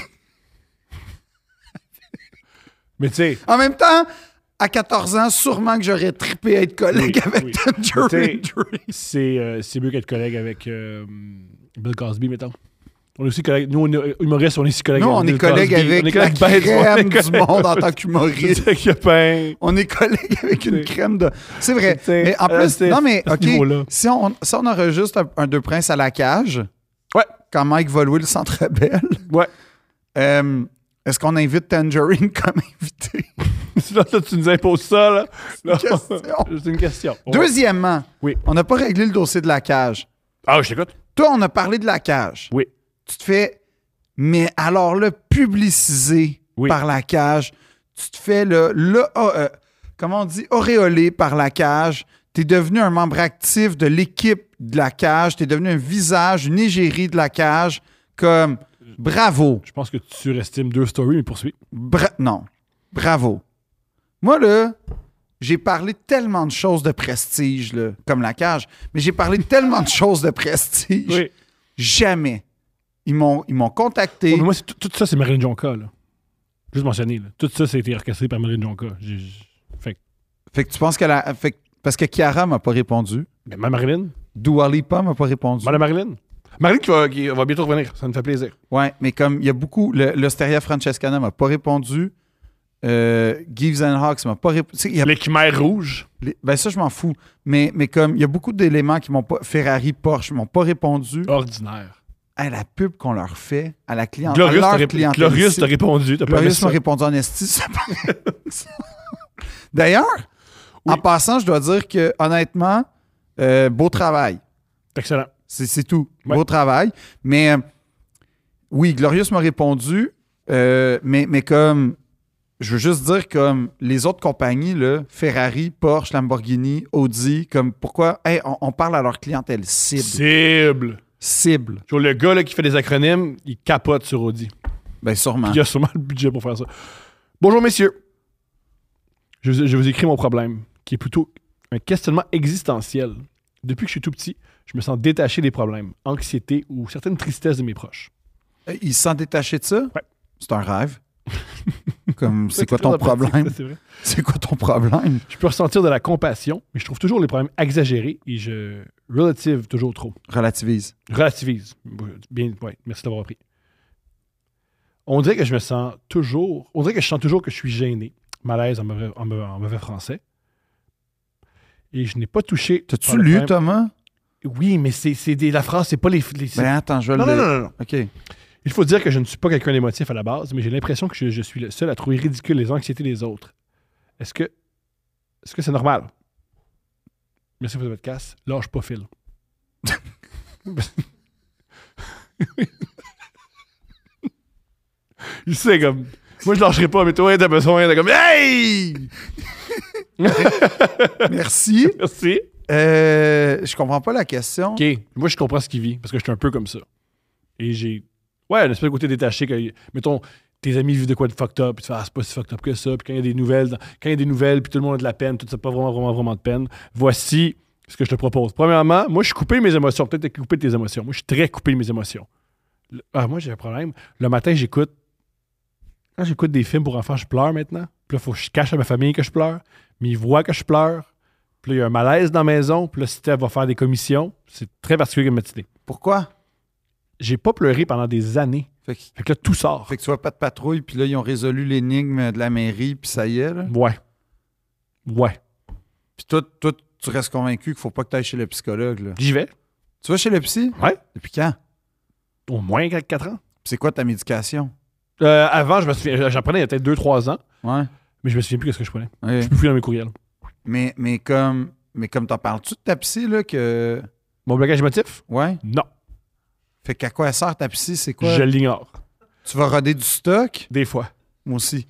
Mais tu sais... En même temps, à 14 ans, sûrement que j'aurais trippé à être collègue Oui, avec oui. Tangerine Dream. C'est mieux qu'être collègue avec Bill Cosby, mettons. On est aussi collègues. Nous, on est humoristes, on est aussi collègues Nous, avec on est Bill collègues Cosby. avec On est la collègues bêtes, on est crème du collègues- monde en tant qu'humoriste. C'est Copain. On est collègues avec une crème de... C'est vrai. T'sais, Mais en plus, c'est non mais, à ce OK, niveau-là. si on enregistre un Deux Princes à la cage, Ouais. quand Mike va louer le Centre Bell, Ouais. est-ce qu'on invite Tangerine comme invité? Là, tu nous imposes ça, là. Là, question. C'est une question. Ouais. Deuxièmement, Oui. on n'a pas réglé le dossier de la cage. Ah, je t'écoute. Toi, on a parlé de la cage. Oui. Tu te fais, mais alors là, publicisé Oui. par la cage. Tu te fais comment on dit, auréolé par la cage. Tu es devenu un membre actif de l'équipe de la cage. Tu es devenu un visage, une égérie de la cage. Comme, bravo. Je pense que tu surestimes 2 stories, mais poursuis. Non, bravo. Moi, là, j'ai parlé tellement de choses de prestige, là, comme la cage, mais j'ai parlé tellement de choses de prestige. Oui. Jamais. Ils m'ont contacté. Ouais, mais moi, tout ça, c'est Marilyn Jonca, là. Juste mentionné, là. Tout ça, c'est orchestré par Marilyn Jonca. Fait que tu penses que parce que Chiara m'a pas répondu. Mais ma Marilyn? Dua Lipa m'a pas répondu. Madame Marilyn? Marilyn qui va bientôt revenir. Ça me fait plaisir. Ouais, mais comme il y a beaucoup... L'Osteria Francescana m'a pas répondu. Gives and Hawks m'a pas répondu. Les Khmers rouges. Ben ça, je m'en fous. Mais comme il y a beaucoup d'éléments qui m'ont pas... Ferrari, Porsche m'ont pas répondu. Ordinaire. Hey, la pub qu'on leur fait à la clientèle. Glorious à t'a leur clientèle Glorious ici. t'a répondu. T'as pas aimé Glorious ça. m'a répondu en esti. ça paraît. D'ailleurs, Oui. en passant, je dois dire que honnêtement, beau travail. Excellent. C'est tout. Ouais. Beau travail. Mais oui, Glorious m'a répondu. Mais comme je veux juste dire comme les autres compagnies, là, Ferrari, Porsche, Lamborghini, Audi, comme pourquoi hey, on parle à leur clientèle cible. Cible. Sur le gars là, qui fait des acronymes, il capote sur Audi. Ben sûrement. Il a sûrement le budget pour faire ça. Bonjour, messieurs. Je vous écris mon problème, qui est plutôt un questionnement existentiel. Depuis que je suis tout petit, je me sens détaché des problèmes, anxiété ou certaines tristesses de mes proches. Il se sent détaché de ça? Ouais. C'est un rêve. Comme, c'est quoi très ton empathique, problème? ça, c'est vrai. C'est quoi ton problème? Je peux ressentir de la compassion, mais je trouve toujours les problèmes exagérés et je relative toujours trop. Relativise. Relativise. Bien, ouais, merci d'avoir repris. On dirait que je sens toujours que je suis gêné, malaise en mauvais français. Et je n'ai pas touché. T'as-tu par le lu, problème. Thomas? Oui, mais la phrase, c'est pas les. Ben attends, je vais non, le... non, non, non, non. OK. Il faut dire que je ne suis pas quelqu'un d'émotif à la base, mais j'ai l'impression que je suis le seul à trouver ridicule les anxiétés des autres. Est-ce que c'est normal? Merci pour votre casse. Lâche pas Phil. Il sait comme. Moi, je lâcherai pas, mais toi, t'as besoin de comme. Hey! Merci. Merci. Je comprends pas la question. OK. Moi, je comprends ce qu'il vit parce que je suis un peu comme ça. Et j'ai Ouais, une espèce de côté détaché que, mettons, tes amis vivent de quoi de fucked up, puis tu fais, c'est pas si fucked up que ça, puis quand il y a des nouvelles, puis tout le monde a de la peine, tout ça, pas vraiment de peine, voici ce que je te propose. Premièrement, moi, je suis coupé de mes émotions. Peut-être que tu es coupé de tes émotions. Moi, je suis très coupé de mes émotions. Moi, j'ai un problème. Le matin, quand j'écoute des films pour enfants, je pleure maintenant. Puis là, il faut que je cache à ma famille que je pleure. Mais ils voient que je pleure. Puis là, il y a un malaise dans la maison. Puis là, Steph va faire des commissions. C'est très particulier comme matinée. Pourquoi? J'ai pas pleuré pendant des années. Fait que là, tout sort. que tu vois pas de patrouille, puis là, ils ont résolu l'énigme de la mairie, puis ça y est, là. Ouais. Puis toi, tu restes convaincu qu'il faut pas que tu ailles chez le psychologue, là. J'y vais. Tu vas chez le psy? Ouais. Depuis quand? Au moins 4 ans. Puis c'est quoi ta médication? Avant, j'en prenais il y a peut-être 2-3 ans. Ouais. Mais je me souviens plus de ce que je prenais. Ouais. Je peux plus dans mes courriels. Mais comme t'en parles-tu de ta psy, là, que... Mon blocage émotif? Ouais. Non. Fait qu'à quoi elle sert ta psy, c'est quoi? Je l'ignore. Tu vas roder du stock? Des fois. Moi aussi.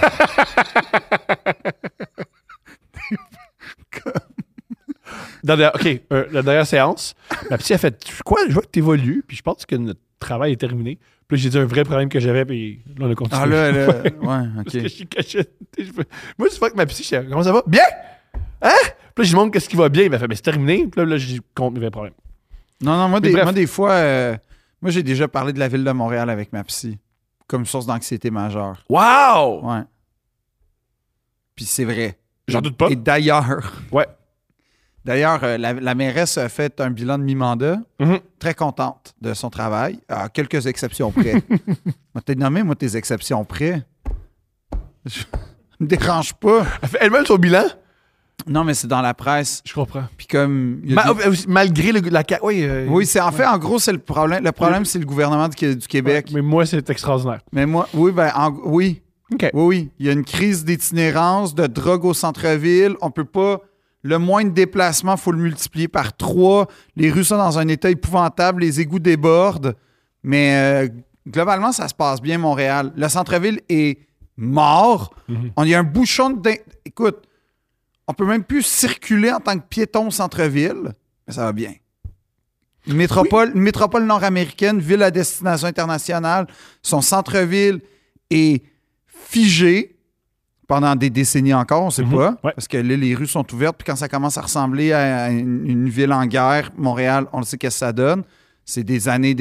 La dernière séance, la psy a fait quoi? Je vois que tu évolues, puis je pense que notre travail est terminé. Puis là, j'ai dit un vrai problème que j'avais, puis là, on a continué. Ah là, ouais, Parce ok. que je suis caché. Moi, je vois que ma psy, je dis, comment ça va? Bien! Hein? Puis là, je lui montre qu'est-ce qui va bien. Il m'a fait, mais c'est terminé. Puis là, je compte mes vrais problèmes. Non, moi, Mais bref. moi, des fois, moi, j'ai déjà parlé de la ville de Montréal avec ma psy, comme source d'anxiété majeure. Wow! Ouais. Puis c'est vrai. J'en doute pas. Et d'ailleurs, Ouais. la mairesse a fait un bilan de mi-mandat, Mhm. très contente de son travail, à quelques exceptions près. Moi, t'es nommé, moi, tes exceptions près. Je me dérange pas. Elle fait elle-même son bilan? Non, mais c'est dans la presse. Je comprends. Puis comme... il y a des- Malgré oui, Oui, c'est en fait, en gros, c'est le problème. Le problème, c'est le gouvernement du Québec. mais moi, c'est extraordinaire. Mais moi, oui, oui. OK. Oui. Il y a une crise d'itinérance, de drogue au centre-ville. On peut pas... Le moindre déplacement, il faut le multiplier par 3. Les rues sont dans un état épouvantable. Les égouts débordent. Mais globalement, ça se passe bien, Montréal. Le centre-ville est mort. Mhm. Il y a un bouchon de... Écoute, on peut même plus circuler en tant que piéton au centre-ville. Mais ça va bien. Une métropole nord-américaine, ville à destination internationale. Son centre-ville est figé pendant des décennies encore, on ne sait pas. Ouais. Parce que là, les rues sont ouvertes. Puis quand ça commence à ressembler à une ville en guerre, Montréal, on le sait qu'est-ce que ça donne. C'est des années.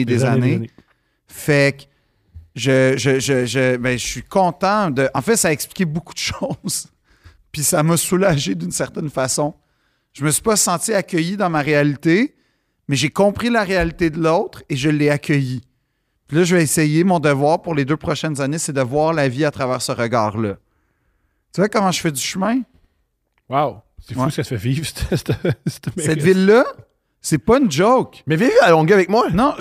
Fait que je suis content de... En fait, ça a expliqué beaucoup de choses. Puis ça m'a soulagé d'une certaine façon. Je me suis pas senti accueilli dans ma réalité, mais j'ai compris la réalité de l'autre et je l'ai accueilli. Puis là, je vais essayer, mon devoir pour les 2 prochaines années, c'est de voir la vie à travers ce regard-là. Tu vois comment je fais du chemin? Wow. C'est fou Ouais. ce qu'elle se fait vivre, cette Cette ville-là, c'est pas une joke. Mais viens à Longueuil avec moi. Non,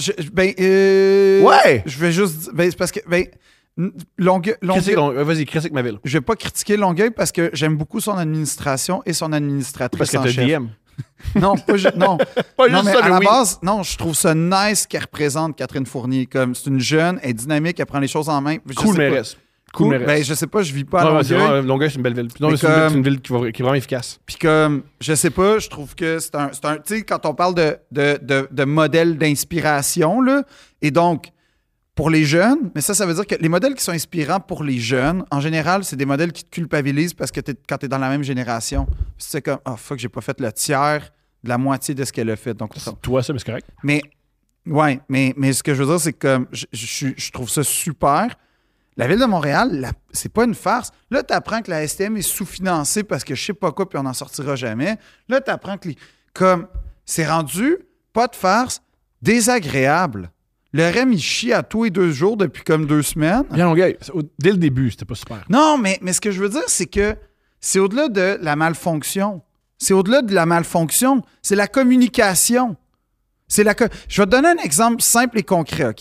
Ouais! Je vais juste... c'est parce que... Longueuil... Vas-y, critique ma ville. Je vais pas critiquer Longueuil parce que j'aime beaucoup son administration et son administratrice Parce que en t'as chef. DM. Non, non. Pas Non, juste mais ça, à mais la oui. base, non, je trouve ça nice qu'elle représente Catherine Fournier. Comme c'est une jeune, elle est dynamique, elle prend les choses en main. Je Cool sais pas. mairesse. Cool mairesse. Ben, je sais pas, je vis pas à Non, c'est Longueuil. vraiment- Longueuil, c'est une belle ville. Non, Mais c'est comme- une ville qui est vraiment efficace. Puis comme, je sais pas, je trouve que c'est un tu sais, quand on parle de modèle d'inspiration, là, et donc, pour les jeunes, mais ça veut dire que les modèles qui sont inspirants pour les jeunes, en général, c'est des modèles qui te culpabilisent parce que quand t'es dans la même génération, c'est comme, oh fuck, j'ai pas fait le tiers de la moitié de ce qu'elle a fait. Donc, C'est toi, ça, mais c'est correct. mais, ouais, mais ce que je veux dire, c'est que comme, je trouve ça super. La Ville de Montréal, c'est pas une farce. Là, tu apprends que la STM est sous-financée parce que je sais pas quoi, puis on n'en sortira jamais. Là, tu apprends que comme c'est rendu, pas de farce, désagréable. Le REM, il chie à tous les 2 jours depuis comme 2 semaines. Bien Longueuil. Dès le début, c'était pas super. Non, mais ce que je veux dire, c'est que c'est au-delà de la malfonction. C'est au-delà de la malfonction. C'est la communication. Je vais te donner un exemple simple et concret, OK?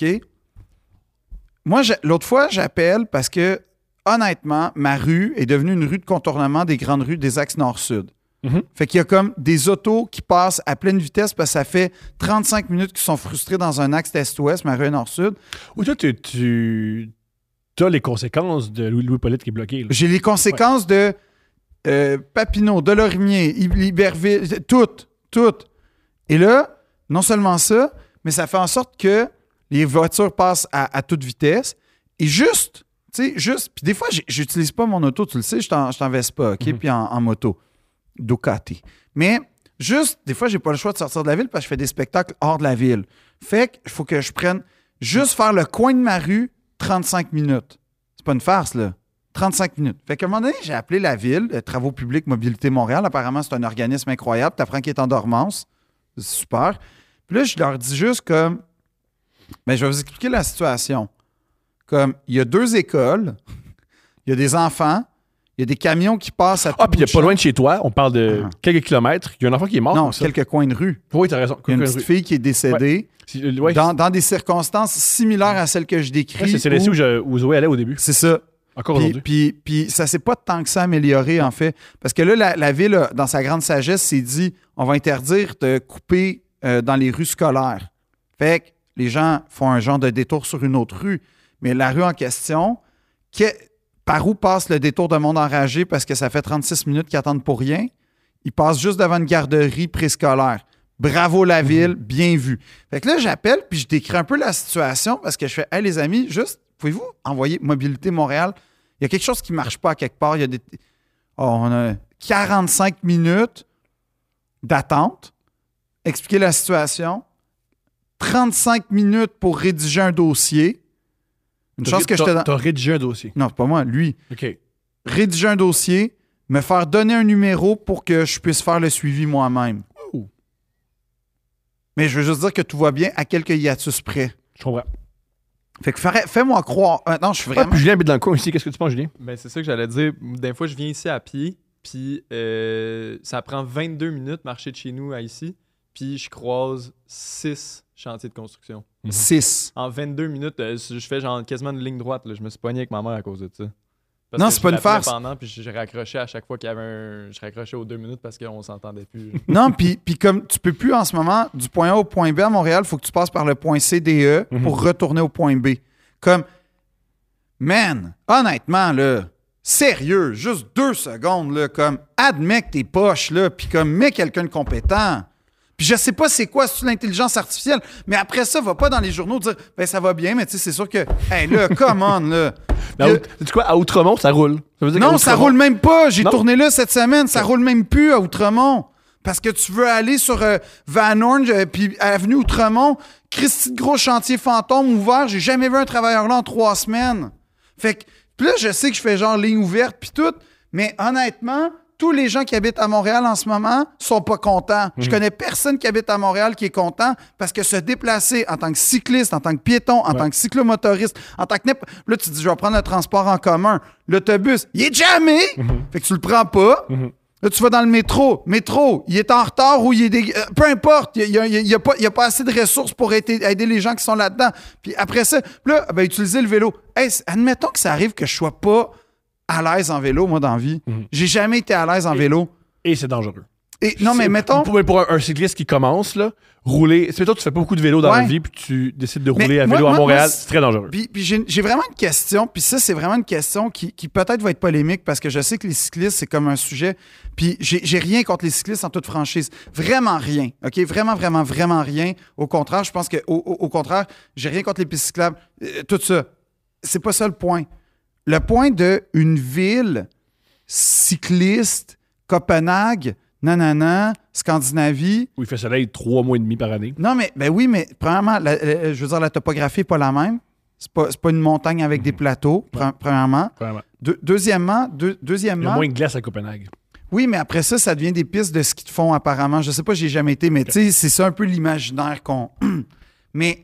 Moi, l'autre fois, j'appelle parce que, honnêtement, ma rue est devenue une rue de contournement des grandes rues des axes nord-sud. Mhm. Fait qu'il y a comme des autos qui passent à pleine vitesse parce que ça fait 35 minutes qu'ils sont frustrés dans un axe est-ouest, ma rue est nord-sud. Ou toi, tu as les conséquences de Louis-Polyte qui est bloqué. Là. J'ai les conséquences de Papineau, Delormier, Iberville, toutes. Et là, non seulement ça, mais ça fait en sorte que Les voitures passent à toute vitesse. Et juste, puis des fois, j'utilise pas mon auto, tu le sais, je t'en Vespa, OK? Puis en moto, Ducati. Mais juste, des fois, j'ai pas le choix de sortir de la ville parce que je fais des spectacles hors de la ville. Fait qu'il faut que je prenne juste faire le coin de ma rue 35 minutes. C'est pas une farce, là. 35 minutes. Fait qu'à un moment donné, j'ai appelé la ville, Travaux publics Mobilité Montréal. Apparemment, c'est un organisme incroyable. Tu apprends qu'il est en dormance. C'est super. Puis là, je leur dis juste comme, je vais vous expliquer la situation. Comme, il y a 2 écoles, il y a des enfants, il y a des camions qui passent à tout puis il n'y a pas loin de chez toi, on parle de quelques kilomètres, il y a un enfant qui est mort. Non, quelques coins de rue. Oui, t'as raison. Il y a une petite fille qui est décédée dans des circonstances similaires à celles que je décris. C'est laissé où Zoé allait au début. C'est ça. Encore aujourd'hui. Puis ça s'est pas tant que ça amélioré, en fait. Parce que là, la ville, dans sa grande sagesse, s'est dit, on va interdire de couper dans les rues scolaires. Fait que les gens font un genre de détour sur une autre rue. Mais la rue en question, par où passe le détour de monde enragé parce que ça fait 36 minutes qu'ils attendent pour rien? Ils passent juste devant une garderie préscolaire. Bravo la ville, bien vu. Fait que là, j'appelle puis je décris un peu la situation parce que je fais « Hey les amis, juste, pouvez-vous envoyer Mobilité Montréal? Il y a quelque chose qui ne marche pas à quelque part. Il y a on a 45 minutes d'attente. Expliquer la situation. 35 minutes pour rédiger un dossier. Une chance que je te donne. T'as rédigé un dossier. Non, c'est pas moi, lui. OK. Rédiger un dossier, me faire donner un numéro pour que je puisse faire le suivi moi-même. Ouh. Mais je veux juste dire que tout va bien à quelques hiatus près. Je comprends. Fait que fais-moi croire. Maintenant, je suis vraiment. Puis Julien habite dans le coin ici. Qu'est-ce que tu penses, Julien? Ben, c'est ça que j'allais dire. Des fois, je viens ici à pied, puis ça prend 22 minutes marcher de chez nous à ici, puis je croise 6 chantiers de construction. 6. En 22 minutes, je fais genre quasiment une ligne droite. Là. Je me suis pogné avec ma mère à cause de ça. Parce non, que c'est pas une farce. Puis j'ai raccroché à chaque fois qu'il y avait je raccrochais aux 2 minutes parce qu'on s'entendait plus. Non, puis comme tu peux plus en ce moment, du point A au point B à Montréal, il faut que tu passes par le point CDE pour retourner au point B. Comme, man, honnêtement, là, sérieux, juste 2 secondes, là, comme, admets que t'es poche, là, puis comme, mets quelqu'un de compétent. Puis je sais pas c'est quoi, c'est l'intelligence artificielle, mais après ça, va pas dans les journaux dire, ben ça va bien, mais tu sais, c'est sûr que, hey, là, come on, là. Tu quoi, à Outremont, ça roule. Ça veut dire non, ça roule même pas. J'ai Non? tourné là cette semaine, ça roule même plus à Outremont. Parce que tu veux aller sur Van Horn, puis avenue Outremont, Christy de gros chantier fantôme ouvert, j'ai jamais vu un travailleur là en 3 semaines. Fait que, puis là, je sais que je fais genre ligne ouverte puis tout, mais honnêtement, tous les gens qui habitent à Montréal en ce moment sont pas contents. Je connais personne qui habite à Montréal qui est content parce que se déplacer en tant que cycliste, en tant que piéton, en tant que cyclomotoriste, en tant que... Là, tu te dis, je vais prendre le transport en commun. L'autobus, il est jamais! Fait que tu le prends pas. Là, tu vas dans le métro. Métro, il est en retard ou il est... peu importe, il y a pas assez de ressources pour aider les gens qui sont là-dedans. Puis après ça, là, ben, utiliser le vélo. Hey, admettons que ça arrive que je sois pas à l'aise en vélo, moi, dans la vie. J'ai jamais été à l'aise en vélo. Et c'est dangereux. Et, non, mais mettons... Pour un cycliste qui commence, là, rouler... C'est plutôt tu fais pas beaucoup de vélo dans la vie, puis tu décides de rouler à vélo à Montréal, c'est très dangereux. Puis j'ai vraiment une question, puis ça, c'est vraiment une question qui peut-être va être polémique, parce que je sais que les cyclistes, c'est comme un sujet, puis j'ai rien contre les cyclistes en toute franchise. Vraiment rien, OK? Vraiment, vraiment, vraiment rien. Au contraire, je pense que, au contraire, j'ai rien contre les pistes cyclables, tout ça. C'est pas ça le point. Le point de une ville cycliste, Copenhague, nanana, Scandinavie. Où il fait soleil 3 mois et demi par année. Non, mais ben oui, mais premièrement, je veux dire, la topographie n'est pas la même. C'est pas une montagne avec des plateaux, premièrement. Deuxièmement... Il y a moins de glace à Copenhague. Oui, mais après ça, ça devient des pistes de ski de fond, apparemment. Je sais pas, j'ai jamais été, mais tu sais, c'est ça un peu l'imaginaire qu'on... Mais...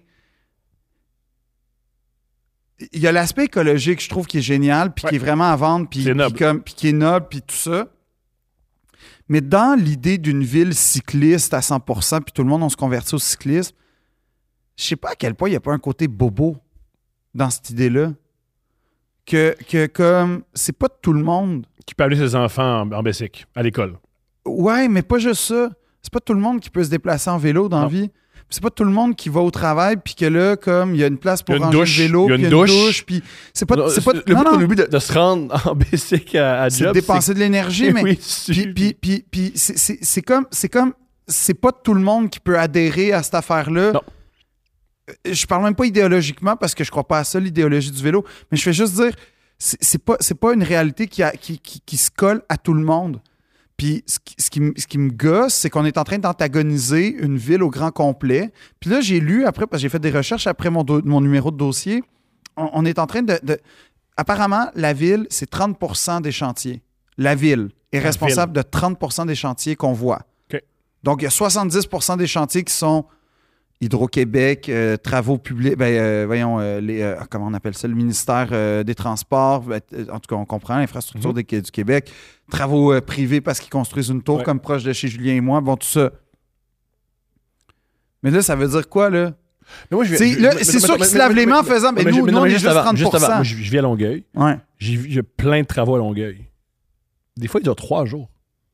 Il y a l'aspect écologique, je trouve, qui est génial, puis qui est vraiment à vendre, puis qui est noble, puis tout ça. Mais dans l'idée d'une ville cycliste à 100%, puis tout le monde, on se convertit au cyclisme, je sais pas à quel point il n'y a pas un côté bobo dans cette idée-là. Que comme, c'est pas tout le monde... Qui peut amener ses enfants en bicycle, à l'école. Ouais, mais pas juste ça. C'est pas tout le monde qui peut se déplacer en vélo dans la vie. C'est pas tout le monde qui va au travail puis que là, comme il y a une place pour ranger le vélo, puis il y a une douche, puis c'est pas... Le but de se rendre en bicycle à job, c'est de dépenser de l'énergie, mais... Oui, puis c'est comme... C'est pas tout le monde qui peut adhérer à cette affaire-là. Non. je parle même pas idéologiquement parce que je crois pas à ça, l'idéologie du vélo, mais je fais juste dire, c'est pas une réalité qui se colle à tout le monde. Puis ce qui me gosse, c'est qu'on est en train d'antagoniser une ville au grand complet. Puis là, j'ai lu après, parce que j'ai fait des recherches après mon numéro de dossier, on est en train de... Apparemment, la ville, c'est 30% des chantiers. La ville est responsable de 30% des chantiers qu'on voit. OK. Donc, il y a 70% des chantiers qui sont Hydro-Québec, travaux publics, comment on appelle ça, le ministère des Transports, en tout cas, on comprend, l'infrastructure du Québec, travaux privés parce qu'ils construisent une tour comme proche de chez Julien et moi, bon, tout ça. Mais là, ça veut dire quoi, là? Mais moi, c'est sûr qu'ils se lavent les mains en faisant, mais nous, on est juste 30%. Juste avant, moi, je vis à Longueuil. Ouais. J'ai plein de travaux à Longueuil. Des fois, ils durent 3 jours.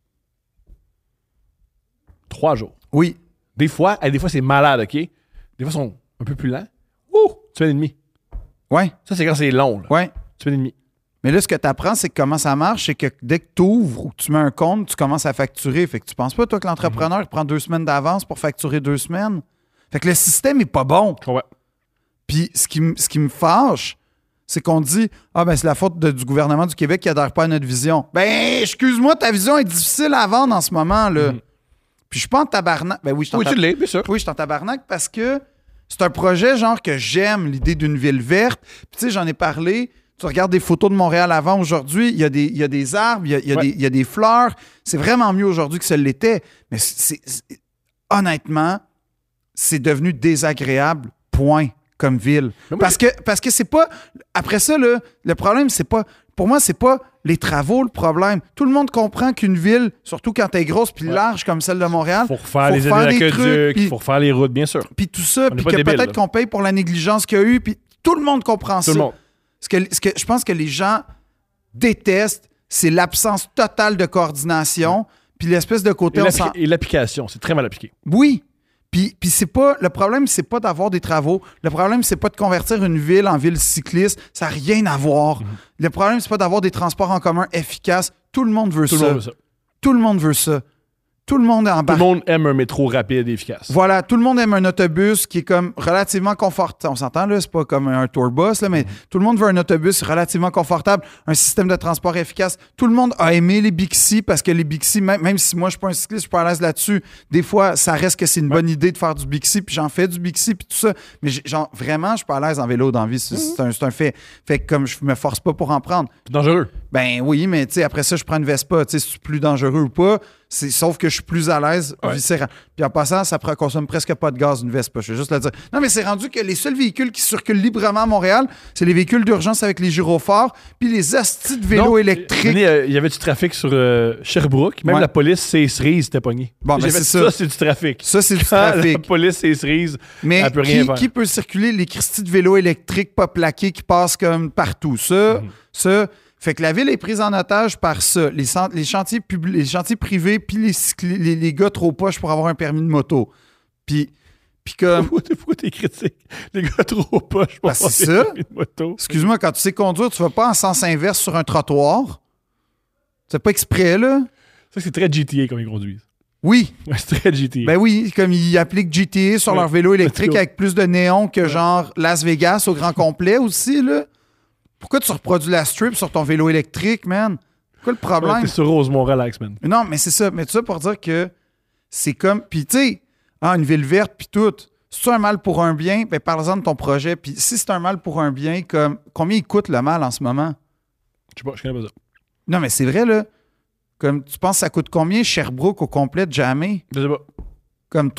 3 jours. Oui. Des fois, c'est malade, OK? Des fois, ils sont un peu plus lents. Ouh! Semaine et demie. Ouais. Ça, c'est quand c'est long, là. Ouais. Semaine et demie. Mais là, ce que tu apprends, c'est que comment ça marche, c'est que dès que tu ouvres ou que tu mets un compte, tu commences à facturer. Fait que tu penses pas, toi, que l'entrepreneur il prend 2 semaines d'avance pour facturer 2 semaines? Fait que le système est pas bon. Ouais. Puis ce qui me fâche, c'est qu'on dit « Ah, ben c'est la faute du gouvernement du Québec qui adhère pas à notre vision. » Ben, excuse-moi, ta vision est difficile à vendre en ce moment, là. Puis je suis pas en tabarnak. Ben oui, je suis tu l'es, bien sûr. Oui, je suis en tabarnak parce que c'est un projet genre que j'aime, l'idée d'une ville verte. Puis tu sais, j'en ai parlé. Tu regardes des photos de Montréal avant aujourd'hui, il y a des arbres, il y a des fleurs. C'est vraiment mieux aujourd'hui que ça l'était. Mais honnêtement, c'est devenu désagréable, point, comme ville. Parce que c'est pas... Après ça, là, le problème, c'est pas... Pour moi, c'est pas les travaux le problème. Tout le monde comprend qu'une ville, surtout quand elle est grosse puis large comme celle de Montréal, faut refaire les aqueducs, il faut refaire les routes, bien sûr. Puis tout ça, puis que peut-être qu'on paye pour la négligence qu'il y a eu, puis tout le monde comprend ça. Tout le monde. Ce que je pense que les gens détestent, c'est l'absence totale de coordination, puis l'espèce de côté... Et l'application, c'est très mal appliqué. Oui. Puis c'est pas... Le problème, c'est pas d'avoir des travaux. Le problème, c'est pas de convertir une ville en ville cycliste. Ça n'a rien à voir. Le problème, c'est pas d'avoir des transports en commun efficaces. Tout le monde veut ça. Tout le monde veut ça. Tout le monde embarque. Tout le monde aime un métro rapide et efficace. Voilà, tout le monde aime un autobus qui est comme relativement confortable. On s'entend là, c'est pas comme un tourbus, là, mais tout le monde veut un autobus relativement confortable, un système de transport efficace. Tout le monde a aimé les Bixi parce que les Bixi, même si moi je suis pas un cycliste, je suis pas à l'aise là-dessus, des fois ça reste que c'est une bonne idée de faire du Bixi, puis j'en fais du Bixi, puis tout ça. Mais genre vraiment, je suis pas à l'aise en vélo dans la vie, c'est un fait. Fait que comme je me force pas pour en prendre. C'est dangereux. Ben oui, mais tu sais, après ça, je prends une Vespa. Tu sais, si c'est plus dangereux ou pas, sauf que je suis plus à l'aise viscéralement. Puis en passant, ça consomme presque pas de gaz, une Vespa. Je vais juste le dire. Non, mais c'est rendu que les seuls véhicules qui circulent librement à Montréal, c'est les véhicules d'urgence avec les gyrophares, puis les astis de vélos électriques. Il y avait du trafic sur Sherbrooke. Même la police C-Cerise était pognée. Bon, ben c'est ça. Ça, c'est du trafic. Ça, c'est du trafic. La police C-Cerise, mais elle peut rien faire. Qui peut circuler les cristis de vélos électriques pas plaqués qui passent comme partout? Ça... Fait que la ville est prise en otage par ça. Les chantiers privés, puis les gars trop poches pour avoir un permis de moto. Puis comme... Pourquoi t'es critique? Les gars trop poches pour avoir un permis de moto. Excuse-moi, quand tu sais conduire, tu vas pas en sens inverse sur un trottoir. C'est pas exprès, là. Ça, c'est très GTA comme ils conduisent. Oui. C'est très GTA. Ben oui, comme ils appliquent GTA sur leur vélo électrique avec plus de néon que genre Las Vegas au grand complet aussi, là. Pourquoi tu reproduis la strip sur ton vélo électrique, man? Quoi le problème? T'es sur Rosemont, relax, man. Non, mais c'est ça. Mais tout ça pour dire que c'est comme... Puis tu sais, une ville verte, puis tout. Si c'est un mal pour un bien, ben parle-en de ton projet. Puis si c'est un mal pour un bien, comme combien il coûte le mal en ce moment? Je sais pas, je connais pas ça. Non, mais c'est vrai, là. Comme tu penses ça coûte combien Sherbrooke au complet de jamais? Je sais pas. Comme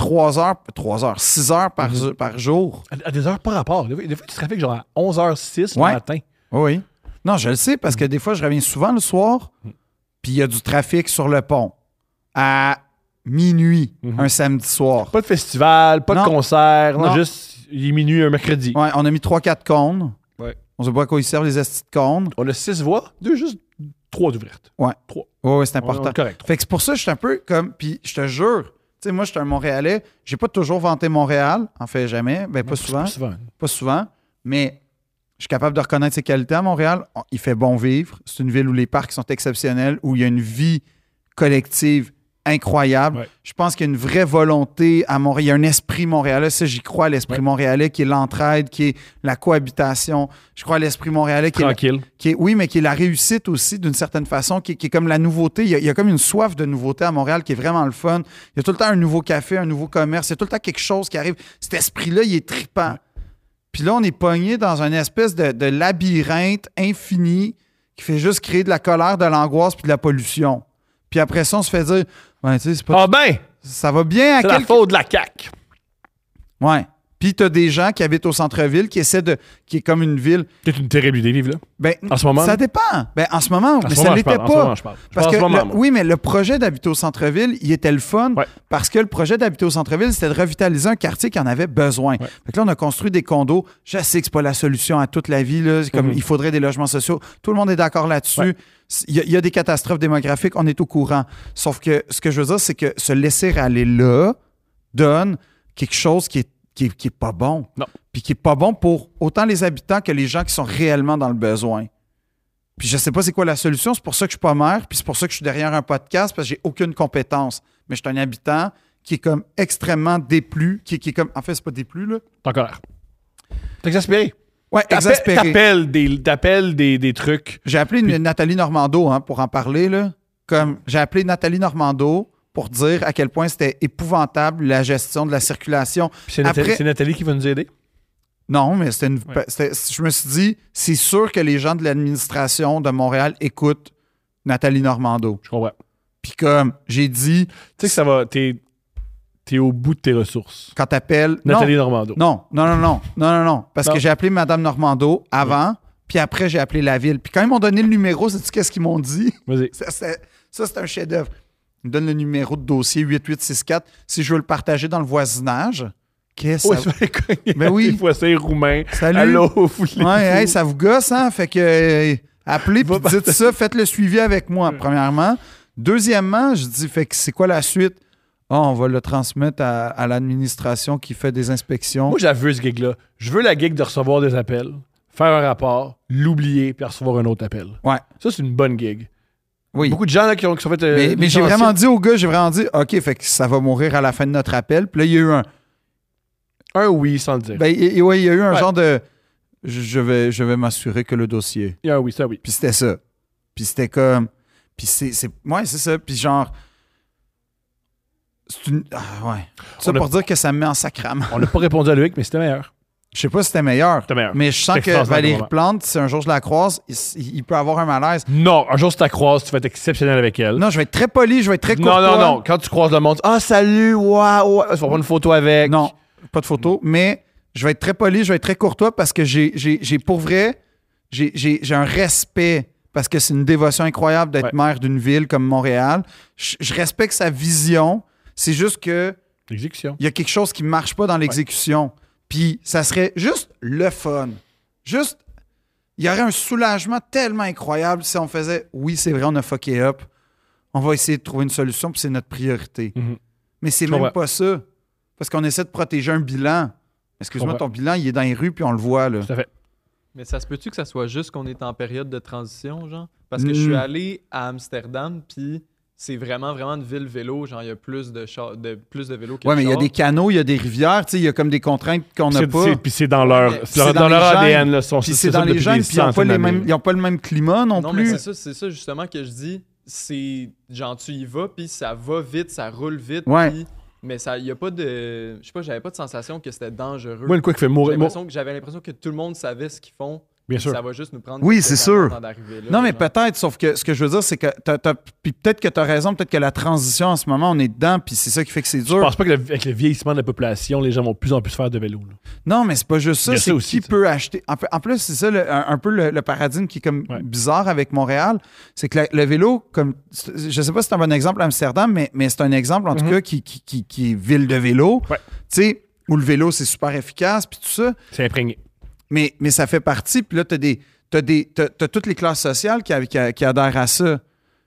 6 heures par jour. À des heures par rapport. Des fois, tu trafiques genre à 11h06 le matin. Oui. Non, je le sais parce que des fois, je reviens souvent le soir, puis il y a du trafic sur le pont à minuit, un samedi soir. Pas de festival, pas de concert, non. Juste il est minuit un mercredi. Ouais, on a mis 3-4 cônes. Ouais. On sait pas à quoi ils servent les astis de cônes. On a 6 voies, 3 d'ouvertes. Ouais. 3. Ouais, c'est important. Ouais, correct. Fait que c'est pour ça que je suis un peu comme. Puis je te jure, tu sais, moi, je suis un Montréalais. J'ai pas toujours vanté Montréal. En fait, jamais. Ben, pas souvent. Pas souvent. Mais je suis capable de reconnaître ses qualités à Montréal. Il fait bon vivre. C'est une ville où les parcs sont exceptionnels, où il y a une vie collective incroyable. Ouais. Je pense qu'il y a une vraie volonté à Montréal. Il y a un esprit montréalais. Ça, j'y crois à l'esprit montréalais, qui est l'entraide, qui est la cohabitation. Je crois à l'esprit montréalais, Tranquille. oui, mais qui est la réussite aussi, d'une certaine façon, qui est comme la nouveauté. Il y a comme une soif de nouveauté à Montréal qui est vraiment le fun. Il y a tout le temps un nouveau café, un nouveau commerce. Il y a tout le temps quelque chose qui arrive. Cet esprit-là, il est trippant. Puis là, on est pogné dans une espèce de labyrinthe infini qui fait juste créer de la colère, de l'angoisse puis de la pollution. Puis après ça, on se fait dire, ouais, tu sais, c'est pas. Ah ben! Ça va bien à C'est la faute de la CAQ. Ouais. Puis t'as des gens qui habitent au centre-ville qui essaient de. Qui est comme une ville. C'est une terrible idée, vivre là. Ben, En ce moment? ça dépend. Ben, en ce moment, mais ça l'était En ce moment, pas. je parle. Je Parce parle que en ce moment, moi. oui, mais le projet d'habiter au centre-ville, il était le fun Ouais. parce que le projet d'habiter au centre-ville, c'était de revitaliser un quartier qui en avait besoin. Ouais. Fait que là, on a construit des condos. Je sais que c'est pas la solution à toute la vie. Là. C'est comme, il faudrait des logements sociaux. Tout le monde est d'accord là-dessus. Ouais. Il y a des catastrophes démographiques, on est au courant. Sauf que ce que je veux dire, c'est que se laisser aller là donne quelque chose qui est pas bon. Non. Puis qui est pas bon pour autant les habitants que les gens qui sont réellement dans le besoin. Puis je sais pas c'est quoi la solution, c'est pour ça que je suis pas maire, puis c'est pour ça que je suis derrière un podcast, parce que j'ai aucune compétence. Mais je suis un habitant qui est comme extrêmement déplu, qui est comme... En fait, c'est pas déplu, là. T'es en colère. T'es exaspéré. Ouais, exaspéré. T'appelles des trucs. J'ai appelé Nathalie Normando pour en parler, là. Comme, j'ai appelé Nathalie Normando pour dire à quel point c'était épouvantable la gestion de la circulation. Puis c'est Nathalie qui va nous aider. Non, mais Ouais. je me suis dit, c'est sûr que les gens de l'administration de Montréal écoutent Nathalie Normando. Je comprends. Puis comme, j'ai dit, Tu sais que ça va. T'es au bout de tes ressources. quand t'appelles... Nathalie Normando. Non. Parce Non. que j'ai appelé Madame Normando avant, puis après, j'ai appelé la ville. Puis quand ils m'ont donné le numéro, sais-tu qu'est-ce qu'ils m'ont dit? Vas-y. Ça, c'est un chef-d'œuvre. Ils me donnent le numéro de dossier 8864. Si je veux le partager dans le voisinage, qu'est-ce Oui, que ça... tu vas cogner. Ben oui. Des voisins roumains. Salut. Allô, vous les- Ouais, hey, ça vous gosse, hein? Fait que appelez puis Va dites ça, faites le suivi avec moi, premièrement. Deuxièmement, je dis, fait que c'est quoi la suite? Ah, on va le transmettre à l'administration qui fait des inspections. Moi, j'avoue ce gig-là. Je veux la gig de recevoir des appels, faire un rapport, l'oublier, puis recevoir un autre appel. Ouais, Ça, c'est une bonne gig. oui. Beaucoup de gens là, qui sont fait. Mais j'ai licenciés. vraiment dit au gars, OK, fait que ça va mourir à la fin de notre appel. Puis là, il y a eu Un oui, sans le dire. il y a eu un Ouais. genre de je vais m'assurer que le dossier. Il y a un oui, ça oui. Puis c'était ça. Puis c'était comme. Puis c'est ça. Puis genre. C'est une. Ah ouais. Ça On a- pour dire que ça me met en sacrament. On n'a pas répondu à Loïc, mais c'était meilleur. Je sais pas si c'était meilleur. C'était meilleur. Mais je sens C'est que extraordinaire Valérie comme moment. Plante, si un jour je la croise, il peut avoir un malaise. Non, un jour, si tu la croises, tu vas être exceptionnel avec elle. Non, je vais être très poli, je vais être très courtois. non. Quand tu croises le monde, ah, salut, waouh, tu vas prendre une photo avec. Non, pas de photo, mais je vais être très poli, je vais être très courtois parce que j'ai pour vrai, j'ai un respect parce que c'est une dévotion incroyable d'être Ouais. maire d'une ville comme Montréal. Je respecte sa vision. C'est juste que Exécution. il y a quelque chose qui marche pas dans l'exécution. Puis ça serait juste le fun. Juste, il y aurait un soulagement tellement incroyable si on faisait, oui, c'est vrai, on a fucké up. On va essayer de trouver une solution, puis c'est notre priorité. Mhm. Mais c'est Je même comprends. pas ça. Parce qu'on essaie de protéger un bilan. Excuse-moi, Je ton bilan, il est dans les rues, puis on le voit, là. Tout à fait. Mais ça se peut-tu que ça soit juste qu'on est en période de transition, genre? Parce que je suis allé à Amsterdam, puis c'est vraiment, vraiment une ville vélo. Genre, il y a plus de vélos que Ouais, de mais il y a chars. des canaux, il y a des rivières, tu sais, il y a comme des contraintes qu'on n'a pas. Puis c'est dans leur, mais c'est c'est dans dans leur les ADN. Là, Puis c'est dans les gènes, puis ils n'ont pas le même climat non Non, mais plus. c'est ça justement que je dis. C'est genre, tu y vas, puis ça va vite, ça roule vite. Ouais. puis- mais ça, il y a pas de. Je sais pas, j'avais pas de sensation que c'était dangereux. Moi, une quoi qui fait mourir. J'avais l'impression que tout le monde savait ce qu'ils font. Bien puis sûr. Ça va juste nous prendre. Oui, quelques c'est années sûr. avant d'arriver là, Non, mais genre. peut-être, sauf que ce que je veux dire, c'est que puis peut-être que tu as raison, peut-être que la transition en ce moment, on est dedans, puis c'est ça qui fait que c'est Je dur. pense pas qu'avec le vieillissement de la population, les gens vont de plus en plus faire de vélo. Là. Non, mais c'est pas juste ça, Il y a c'est ça aussi, qui ça. peut acheter. En plus, c'est ça un peu le paradigme qui est comme Ouais. bizarre avec Montréal, c'est que le vélo, comme je sais pas si c'est un bon exemple à Amsterdam, mais c'est un exemple en tout cas qui est ville de vélo. Ouais. Tu sais, où le vélo, c'est super efficace, puis tout ça. C'est imprégné. Mais ça fait partie, puis là, t'as toutes les classes sociales qui adhèrent à ça.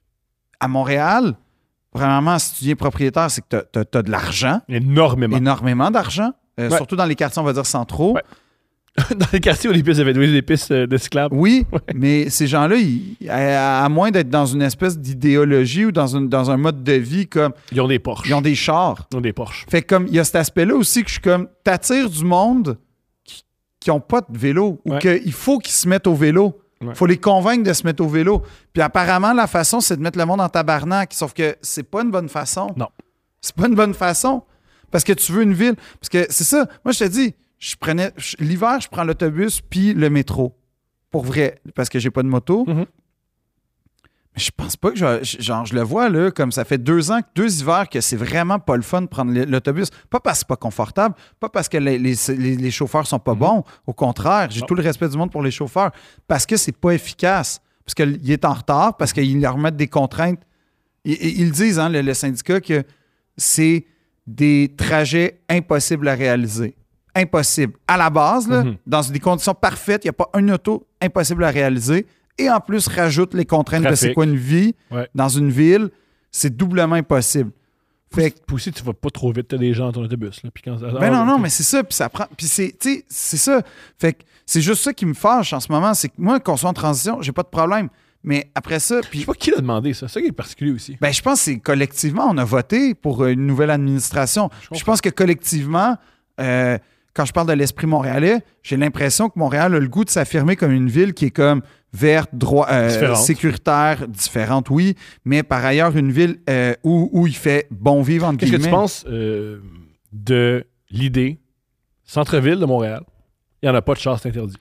À Montréal, premièrement, si tu viens propriétaire, c'est que t'as de l'argent, Énormément. énormément d'argent, Ouais. surtout dans les quartiers, on va dire, centraux. Ouais. Dans les quartiers où les pistes avaient des pistes d'esclaves. Oui, mais ces gens-là, à moins d'être dans une espèce d'idéologie ou dans un mode de vie comme... Ils ont des Porsche. Ils ont des chars. Ils ont des Porsche. Fait que comme il y a cet aspect-là aussi que je suis comme... T'attires du monde qui n'ont pas de vélo ou qu'il faut qu'ils se mettent au vélo. Il faut les convaincre de se mettre au vélo. Puis apparemment, la façon, c'est de mettre le monde en tabarnak. Sauf que c'est pas une bonne façon. Non. C'est pas une bonne façon. Parce que tu veux une ville. Parce que c'est ça. Moi, je te dis... L'hiver, je prends l'autobus puis le métro. Pour vrai. Parce que j'ai pas de moto. Mm-hmm. Mais je pense pas que je le vois, là, comme ça fait 2 hivers que c'est vraiment pas le fun de prendre l'autobus. Pas parce que c'est pas confortable, pas parce que les chauffeurs sont pas bons. Au contraire, j'ai tout le respect du monde pour les chauffeurs. Parce que c'est pas efficace. Parce qu'il est en retard, parce qu'ils leur mettent des contraintes. Ils disent, hein, le syndicat, que c'est des trajets impossibles à réaliser. Impossible. À la base, là, dans des conditions parfaites, il n'y a pas une auto impossible à réaliser. Et en plus, rajoute les contraintes de c'est quoi une vie dans une ville. C'est doublement impossible. Fait que... Puis aussi, tu vas pas trop vite, t'as des gens dans ton autobus. Là, puis quand... non, mais c'est ça. Puis ça prend... Puis c'est ça. Fait que c'est juste ça qui me fâche en ce moment. C'est que moi, qu'on soit en transition, j'ai pas de problème. Mais après ça... Puis... Je sais pas qui l'a demandé, ça. C'est ça qui est particulier aussi. Ben, je pense que c'est collectivement, on a voté pour une nouvelle administration. Je pense que collectivement... quand je parle de l'esprit montréalais, j'ai l'impression que Montréal a le goût de s'affirmer comme une ville qui est comme verte, sécuritaire, différente, oui, mais par ailleurs une ville où il fait bon vivre, entre guillemets. Qu'est-ce que tu penses de l'idée centre-ville de Montréal? Il n'y en a pas de char, c'est interdit.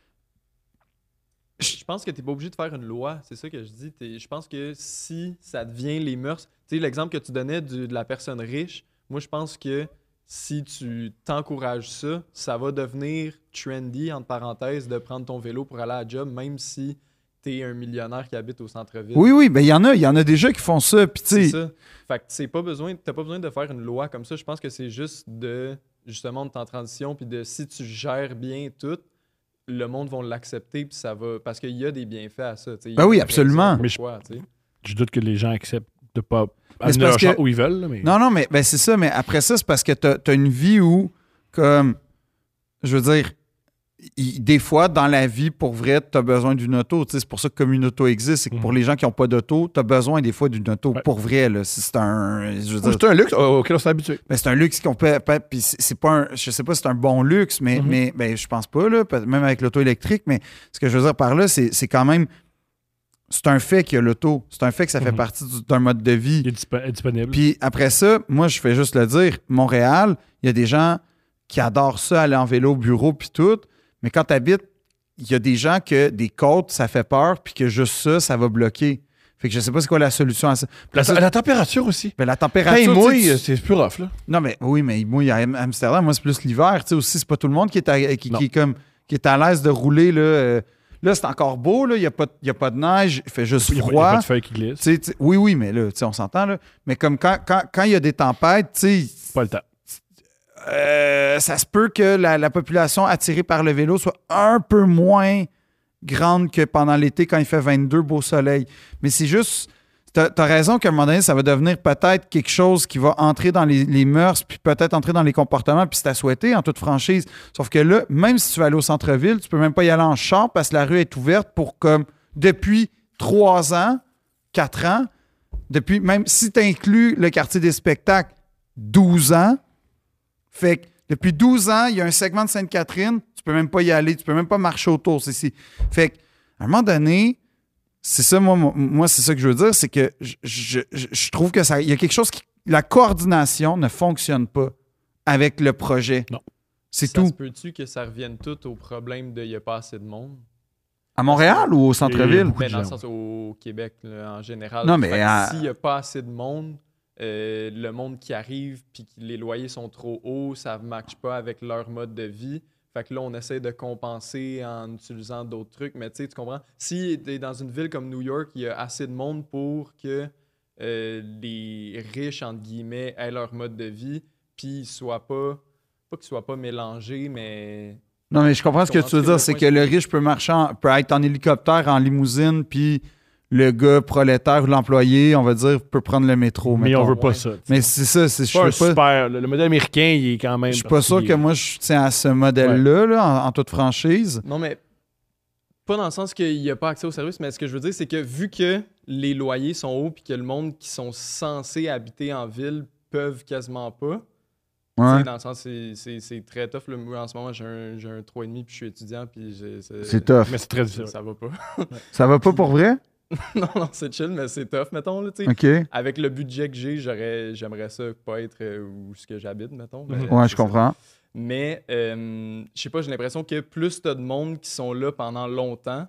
Je pense que tu n'es pas obligé de faire une loi, c'est ça que je dis. Je pense que si ça devient les mœurs... Tu sais, l'exemple que tu donnais de la personne riche, moi je pense que si tu t'encourages ça, ça va devenir trendy, entre parenthèses, de prendre ton vélo pour aller à la job, même si tu es un millionnaire qui habite au centre-ville. Oui, ben il y en a déjà qui font ça. C'est ça. Fait que t'as pas besoin de faire une loi comme ça. Je pense que c'est juste justement, de en transition, puis si tu gères bien tout, le monde va l'accepter, puis ça va... Parce qu'il y a des bienfaits à ça. Ben oui, absolument. Mais je doute que les gens acceptent de pas... C'est parce que... où ils veulent. Là, mais... Non, mais ben c'est ça. Mais après ça, c'est parce que t'as une vie où, comme, je veux dire, des fois, dans la vie, pour vrai, t'as besoin d'une auto. C'est pour ça que comme une auto existe. C'est que pour les gens qui n'ont pas d'auto, t'as besoin des fois d'une auto. Pour vrai, là. C'est un... c'est un luxe auquel on s'est habitué. Ben, c'est un luxe qu'on peut... Puis c'est pas un... Je sais pas si c'est un bon luxe, mais ben, je pense pas, là. Même avec l'auto électrique. Mais ce que je veux dire par là, c'est quand même... C'est un fait qu'il y a l'auto. C'est un fait que ça fait partie d'un mode de vie. Il est disponible. Puis après ça, moi, je fais juste le dire, Montréal, il y a des gens qui adorent ça, aller en vélo au bureau, puis tout. Mais quand tu habites, il y a des gens que des côtes, ça fait peur, puis que juste ça va bloquer. Fait que je sais pas c'est quoi la solution à ça. La température aussi. Ben, la température... Quand il mouille, c'est plus rough, là. Non, mais oui, mais il mouille à Amsterdam. Moi, c'est plus l'hiver. Tu sais, aussi, c'est pas tout le monde qui est à l'aise de rouler, là... Là, c'est encore beau, là. Il n'y a pas de neige, il fait juste froid. Il n'y a pas de feuilles qui glissent. Oui, mais là, on s'entend, là. Mais comme quand il y a des tempêtes, tu sais... Pas le temps. Ça se peut que la population attirée par le vélo soit un peu moins grande que pendant l'été quand il fait 22 beau soleil. Mais c'est juste... T'as raison qu'à un moment donné, ça va devenir peut-être quelque chose qui va entrer dans les mœurs, puis peut-être entrer dans les comportements, puis c'est à souhaiter en toute franchise. Sauf que là, même si tu vas aller au centre-ville, tu peux même pas y aller en char parce que la rue est ouverte pour comme depuis 3 ans, 4 ans, depuis même si tu inclus le quartier des spectacles, 12 ans. Fait que depuis 12 ans, il y a un segment de Sainte-Catherine, tu peux même pas y aller, tu peux même pas marcher autour. Fait qu'à un moment donné, c'est ça, moi c'est ça que je veux dire, c'est que je trouve que il y a quelque chose qui... La coordination ne fonctionne pas avec le projet. Non. C'est tout. Ça se peut-tu que ça revienne tout au problème de il n'y a pas assez de monde? À Montréal ou au centre-ville? Ben, dans le sens au Québec, là, en général. Non, mais s'il n'y a pas assez de monde, le monde qui arrive puis que les loyers sont trop hauts, ça ne matche pas avec leur mode de vie. Fait que là, on essaie de compenser en utilisant d'autres trucs. Mais tu comprends? Si tu es dans une ville comme New York, il y a assez de monde pour que les riches, entre guillemets, aient leur mode de vie, puis ils soient pas qu'ils soient pas mélangés, mais... Non, mais je comprends ce que tu veux dire. C'est que le riche peut être en hélicoptère, en limousine, puis le gars prolétaire ou l'employé, on va dire, peut prendre le métro. Mais mettons. on veut pas Ouais. ça. Mais c'est ça. C'est pas un super. Le modèle américain, il est quand même. Je suis pas sûr que particulier. moi, je tiens à ce modèle-là, là, en toute franchise. Non, mais pas dans le sens qu'il n'y a pas accès au service, mais ce que je veux dire, c'est que vu que les loyers sont hauts puis que le monde qui sont censés habiter en ville peuvent quasiment pas, tu Ouais. sais, dans le sens, c'est très tough. Là. Moi, en ce moment, j'ai un 3,5 puis je suis étudiant puis C'est tough. Mais c'est très difficile. ça va pas. Ça va pas pour vrai? non, c'est chill, mais c'est tough, mettons. Là, tu sais. OK. Avec le budget que j'ai, j'aimerais ça pas être où ce que j'habite, mettons. mais Ouais, c'est je ça. comprends. Mais, je sais pas, j'ai l'impression que plus t'as de monde qui sont là pendant longtemps,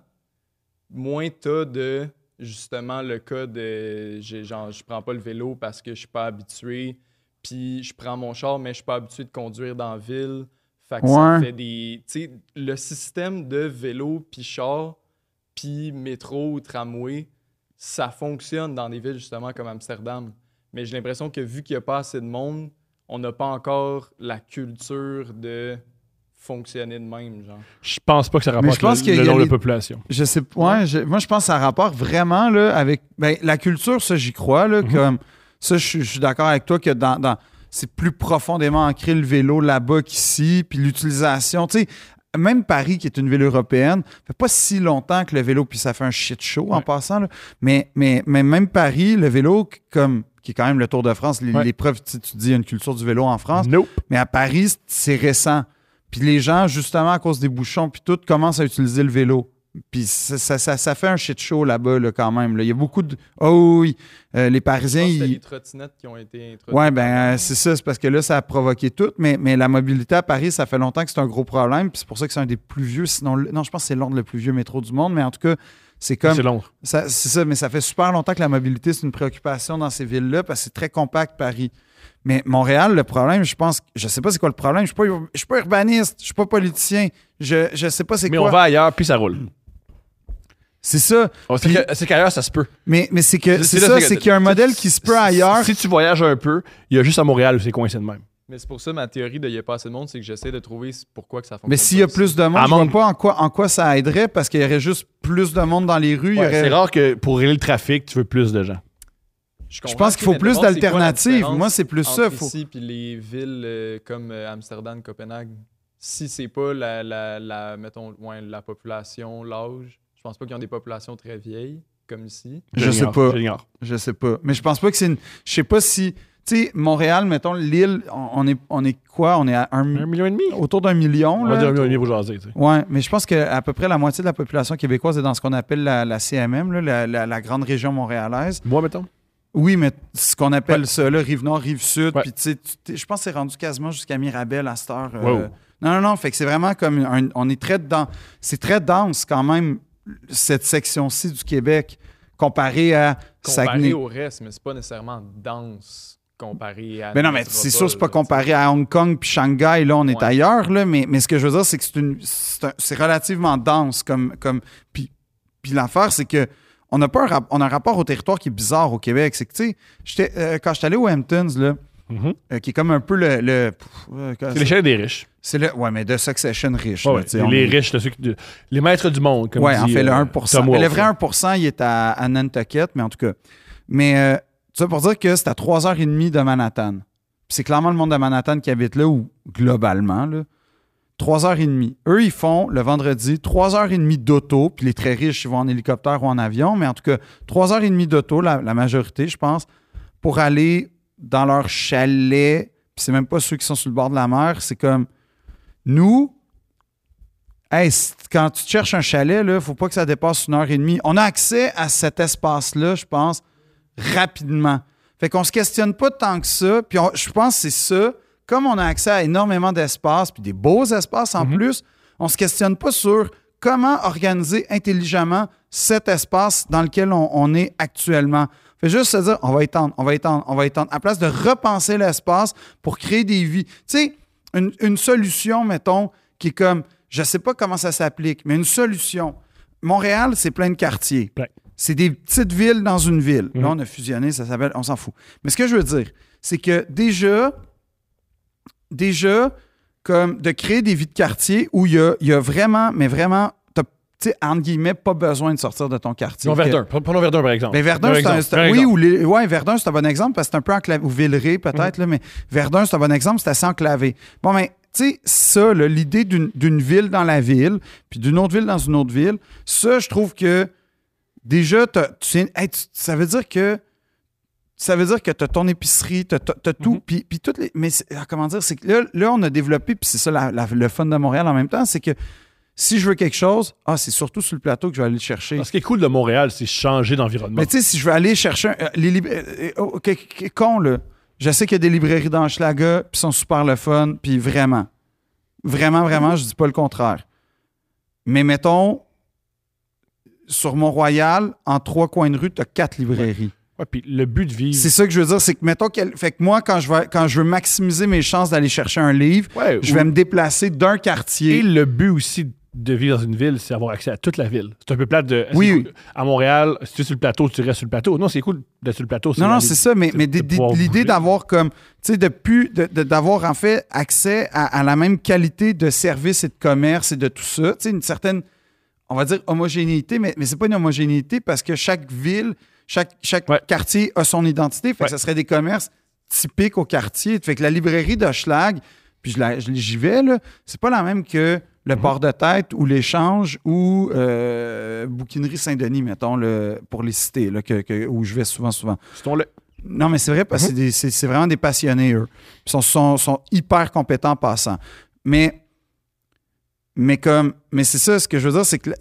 moins t'as de, justement, le cas de, je prends pas le vélo parce que je suis pas habitué, puis je prends mon char, mais je suis pas habitué de conduire dans la ville. Fait que ça Ouais. fait des... Tu sais, le système de vélo, puis char, puis métro ou tramway, ça fonctionne dans des villes, justement, comme Amsterdam. Mais j'ai l'impression que vu qu'il n'y a pas assez de monde, on n'a pas encore la culture de fonctionner de même, genre. Je pense pas que ça Mais rapporte je pense le qu'il y a nombre les- de population. Je sais pas. Moi, je pense que ça rapporte vraiment là, avec la culture, ça, j'y crois. Là, comme, ça, je suis d'accord avec toi que c'est plus profondément ancré le vélo là-bas qu'ici, puis l'utilisation. Tu sais, même Paris, qui est une ville européenne, fait pas si longtemps que le vélo, puis ça fait un shit show en Ouais. passant. Là. Mais même Paris, le vélo, comme qui est quand même le Tour de France, Ouais. l'épreuve, tu dis, il y a une culture du vélo en France. Nope. Mais à Paris, c'est récent. Puis les gens, justement, à cause des bouchons, puis tout, commencent à utiliser le vélo. Puis ça fait un shit show là-bas, là, quand même. Là. Il y a beaucoup de... Oh oui, les Je Parisiens, pense que c'était ils... les trottinettes qui ont été introduites. Ouais, ben c'est ça. C'est parce que là, ça a provoqué tout. Mais la mobilité à Paris, ça fait longtemps que c'est un gros problème. Puis c'est pour ça que c'est un des plus vieux, sinon... Non, je pense que c'est Londres le plus vieux métro du monde. Mais en tout cas, c'est comme... C'est Londres. C'est ça, mais ça fait super longtemps que la mobilité, c'est une préoccupation dans ces villes-là parce que c'est très compact, Paris. Mais Montréal, le problème, je pense... Je sais pas c'est quoi le problème. Je suis pas urbaniste. Je suis pas politicien. Je sais pas c'est Mais quoi. on va ailleurs, puis ça roule. C'est ça. Puis- C'est qu'ailleurs, ça se peut. Mais c'est que C'est c'est là, ça, c'est c'est que- qu'il y a un modèle qui se peut ailleurs. Si tu voyages un peu, il y a juste à Montréal où c'est coincé de même. Mais c'est pour ça, ma théorie de « il n'y a pas assez de monde », c'est que j'essaie de trouver pourquoi que ça fonctionne Mais s'il y a pas plus de monde, À je vois monde. pas en quoi ça aiderait parce qu'il y aurait juste plus de monde dans les rues. Il y Ouais, aurait... c'est rare que pour régler le trafic, tu veux plus de gens. Je pense qu'il faut plus d'alternatives. Moi, c'est plus ça. Faut... Ici, puis les villes comme Amsterdam, Copenhague, si c'est pas mettons, la population, l'âge, je pense pas qu'ils ont des populations très vieilles, comme ici. Je sais l'ignore, pas. je l'ignore. Je sais pas. Mais je pense pas que c'est une. Je sais pas si. Tu sais, Montréal, mettons, l'île, on est quoi? On est à 1,5 million? autour d'1 million. On va Là. dire 1,5 million pour jaser, tu sais. Ouais, mais je pense qu'à peu près la moitié de la population québécoise est dans ce qu'on appelle la CMM, là, la grande région montréalaise. Moi, mettons. Oui, mais ce qu'on appelle ça, là, Rive-Nord, Rive-Sud, Ouais. puis tu sais, je pense que c'est rendu quasiment jusqu'à Mirabel à cette heure. Wow. Non, fait que c'est vraiment comme on est très dedans. C'est très dense quand même, cette section-ci du Québec, comparé à Comparé Saguenay. au reste, mais c'est pas nécessairement dense comparé à... Mais non, mais c'est sûr, c'est pas comparé à Hong Kong puis Shanghai, là, on est Ouais. ailleurs, là, mais ce que je veux dire, c'est que c'est relativement dense comme puis l'affaire, c'est que on a un rapport au territoire qui est bizarre au Québec. C'est que, tu sais, quand j'étais allé aux Hamptons, là, qui est comme un peu C'est l'échelle des riches. ouais, mais de Succession riche. Ouais, là, ouais. tu sais, on Les est- riches, les maîtres du monde, comme Ouais, dit en fait, le 1%. Tom Mais le Wolfe. vrai 1%, il est à Nantucket, mais en tout cas. Mais ça pour dire que c'est à 3h30 de Manhattan. Puis c'est clairement le monde de Manhattan qui habite là, ou globalement, là. 3h30. Eux, ils font le vendredi 3h30 d'auto, puis les très riches, ils vont en hélicoptère ou en avion, mais en tout cas, 3h30 d'auto, la majorité, je pense, pour aller dans leur chalet. Puis c'est même pas ceux qui sont sur le bord de la mer, c'est comme nous. Hey, quand tu te cherches un chalet, il ne faut pas que ça dépasse 1h30. On a accès à cet espace-là, je pense, rapidement. Fait qu'on se questionne pas tant que ça. Puis je pense que c'est ça. Comme on a accès à énormément d'espace, puis des beaux espaces en plus, on se questionne pas sur comment organiser intelligemment cet espace dans lequel on est actuellement. Fait juste se dire, on va étendre. À place de repenser l'espace pour créer des vies. Tu sais, une solution, mettons, qui est comme, je sais pas comment ça s'applique, mais une solution. Montréal, c'est plein de quartiers. Ouais. C'est des petites villes dans une ville. Là, on a fusionné, ça s'appelle, on s'en fout. Mais ce que je veux dire, c'est que déjà, comme de créer des vies de quartier où il y a vraiment, mais vraiment, tu sais, entre guillemets, pas besoin de sortir de ton quartier. Bon, Verdun. Prenons Verdun, par exemple. Ben Verdun, Verdun, c'est un bon exemple parce que c'est un peu enclavé. Ou Villeray, peut-être, là, mais Verdun, c'est un bon exemple, c'est assez enclavé. Bon, mais tu sais, ça, là, l'idée d'une ville dans la ville, puis d'une autre ville dans une autre ville, ça, je trouve que déjà, ça veut dire que tu as ton épicerie, tu as tout, puis toutes les... Mais comment dire, c'est que là, on a développé, puis c'est ça le fun de Montréal en même temps, c'est que si je veux quelque chose, c'est surtout sur le plateau que je vais aller le chercher. Ce qui est cool de Montréal, c'est changer d'environnement. Mais tu sais, si je veux aller chercher con, là. Je sais qu'il y a des librairies dans Hochelaga, puis sont super le fun, puis vraiment, je dis pas le contraire. Mais mettons, sur Mont-Royal, en 3 coins de rue, tu as 4 librairies. Ouais, puis le but de vivre... C'est ça que je veux dire, c'est que mettons fait que moi, quand je veux maximiser mes chances d'aller chercher un livre, je vais me déplacer d'un quartier. Et le but aussi de vivre dans une ville, c'est avoir accès à toute la ville. C'est un peu plate de... Oui. Cool. À Montréal, si tu es sur le plateau, tu restes sur le plateau. Non, c'est cool d'être sur le plateau. Non, c'est ça, mais l'idée d'avoir comme... Tu sais, d'avoir en fait accès à la même qualité de service et de commerce et de tout ça. Tu sais, une certaine, on va dire, homogénéité, mais c'est pas une homogénéité parce que chaque ville, chaque quartier a son identité. Fait que ça serait des commerces typiques au quartier. Fait que la librairie d'Hochelag, puis j'y vais, là, c'est pas la même que le Port de Tête ou l'Échange ou Bouquinerie Saint-Denis, mettons, pour les cités, là, où je vais souvent. Non, mais c'est vrai parce que c'est vraiment des passionnés, eux. Ils sont hyper compétents en passant. Mais c'est ça, ce que je veux dire, c'est que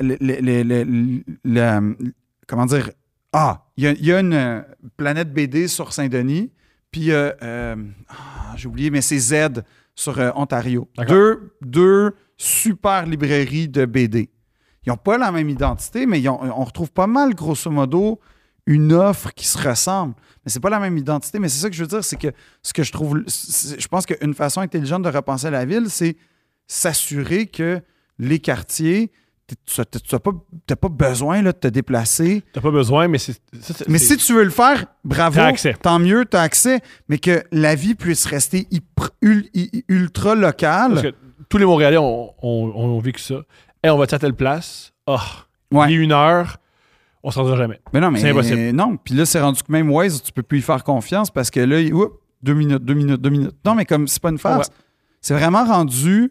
comment dire... il y a une planète BD sur Saint-Denis, puis j'ai oublié, mais c'est Z sur Ontario. Deux super librairies de BD. Ils n'ont pas la même identité, mais on retrouve pas mal, grosso modo, une offre qui se ressemble. Mais c'est pas la même identité. Mais c'est ça que je veux dire, c'est que ce que je trouve... Je pense qu'une façon intelligente de repenser la ville, c'est s'assurer que les quartiers... Tu n'as pas besoin là, de te déplacer. Tu n'as pas besoin, mais Mais si tu veux le faire, bravo, tant mieux, tu as accès. Mais que la vie puisse rester ultra locale. Parce que tous les Montréalais ont vécu ça. Hey, on va à telle place. Il est 1 heure. On ne se rendra jamais. Mais non, mais c'est impossible. Non, puis là, c'est rendu que même Waze, tu peux plus y faire confiance parce que là, 2 minutes. Non, mais comme c'est pas une farce. C'est vraiment rendu...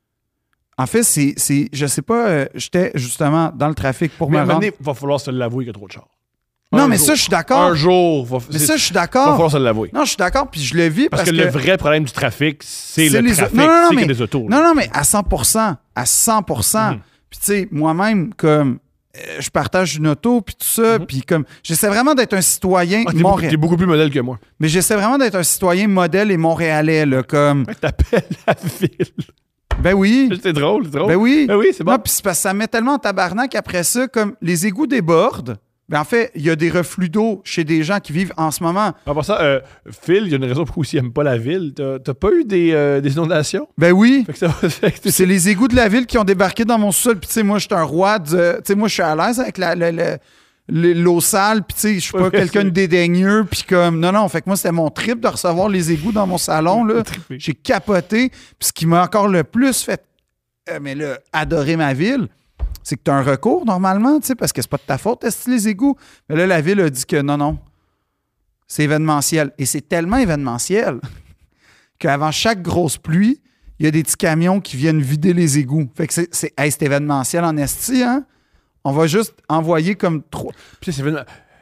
En fait, je sais pas, j'étais justement dans le trafic pour me rendre... Il va falloir se l'avouer qu'il y a trop de chars. Ça, je suis d'accord. Un jour. Mais ça, je suis d'accord. Il va falloir se l'avouer. Non, je suis d'accord, puis je le vis parce que... le vrai problème du trafic, c'est le trafic, c'est qu'il y a des autos. Non, mais à 100%. À 100%. Puis tu sais, moi-même, comme... je partage une auto, puis tout ça, puis comme... J'essaie vraiment d'être un citoyen montréalais. T'es beaucoup plus modèle que moi. Mais j'essaie vraiment d'être un citoyen modèle et montréalais, là, comme... T'appelles la ville. Ben oui. C'est drôle. Ben oui. C'est bon. Non, puis c'est parce que ça met tellement en tabarnak après ça, comme les égouts débordent. Ben en fait, il y a des reflux d'eau chez des gens qui vivent en ce moment. Pour ça, Phil, il y a une raison pourquoi il n'aime pas la ville. T'as pas eu des inondations? Ben oui. Fait que c'est les égouts de la ville qui ont débarqué dans mon sol. Puis tu sais, moi, je suis un roi de... Tu sais, moi, je suis à l'aise avec l'eau sale, puis tu sais, je suis pas quelqu'un de dédaigneux, puis comme, non, fait que moi, c'était mon trip de recevoir les égouts dans mon salon, là. J'ai capoté, puis ce qui m'a encore le plus fait, adorer ma ville, c'est que tu as un recours, normalement, tu sais, parce que c'est pas de ta faute, les égouts. Mais là, la ville a dit que non, c'est événementiel. Et c'est tellement événementiel qu'avant chaque grosse pluie, il y a des petits camions qui viennent vider les égouts. Fait que c'est événementiel en esti, hein? On va juste envoyer comme 3. Puis c'est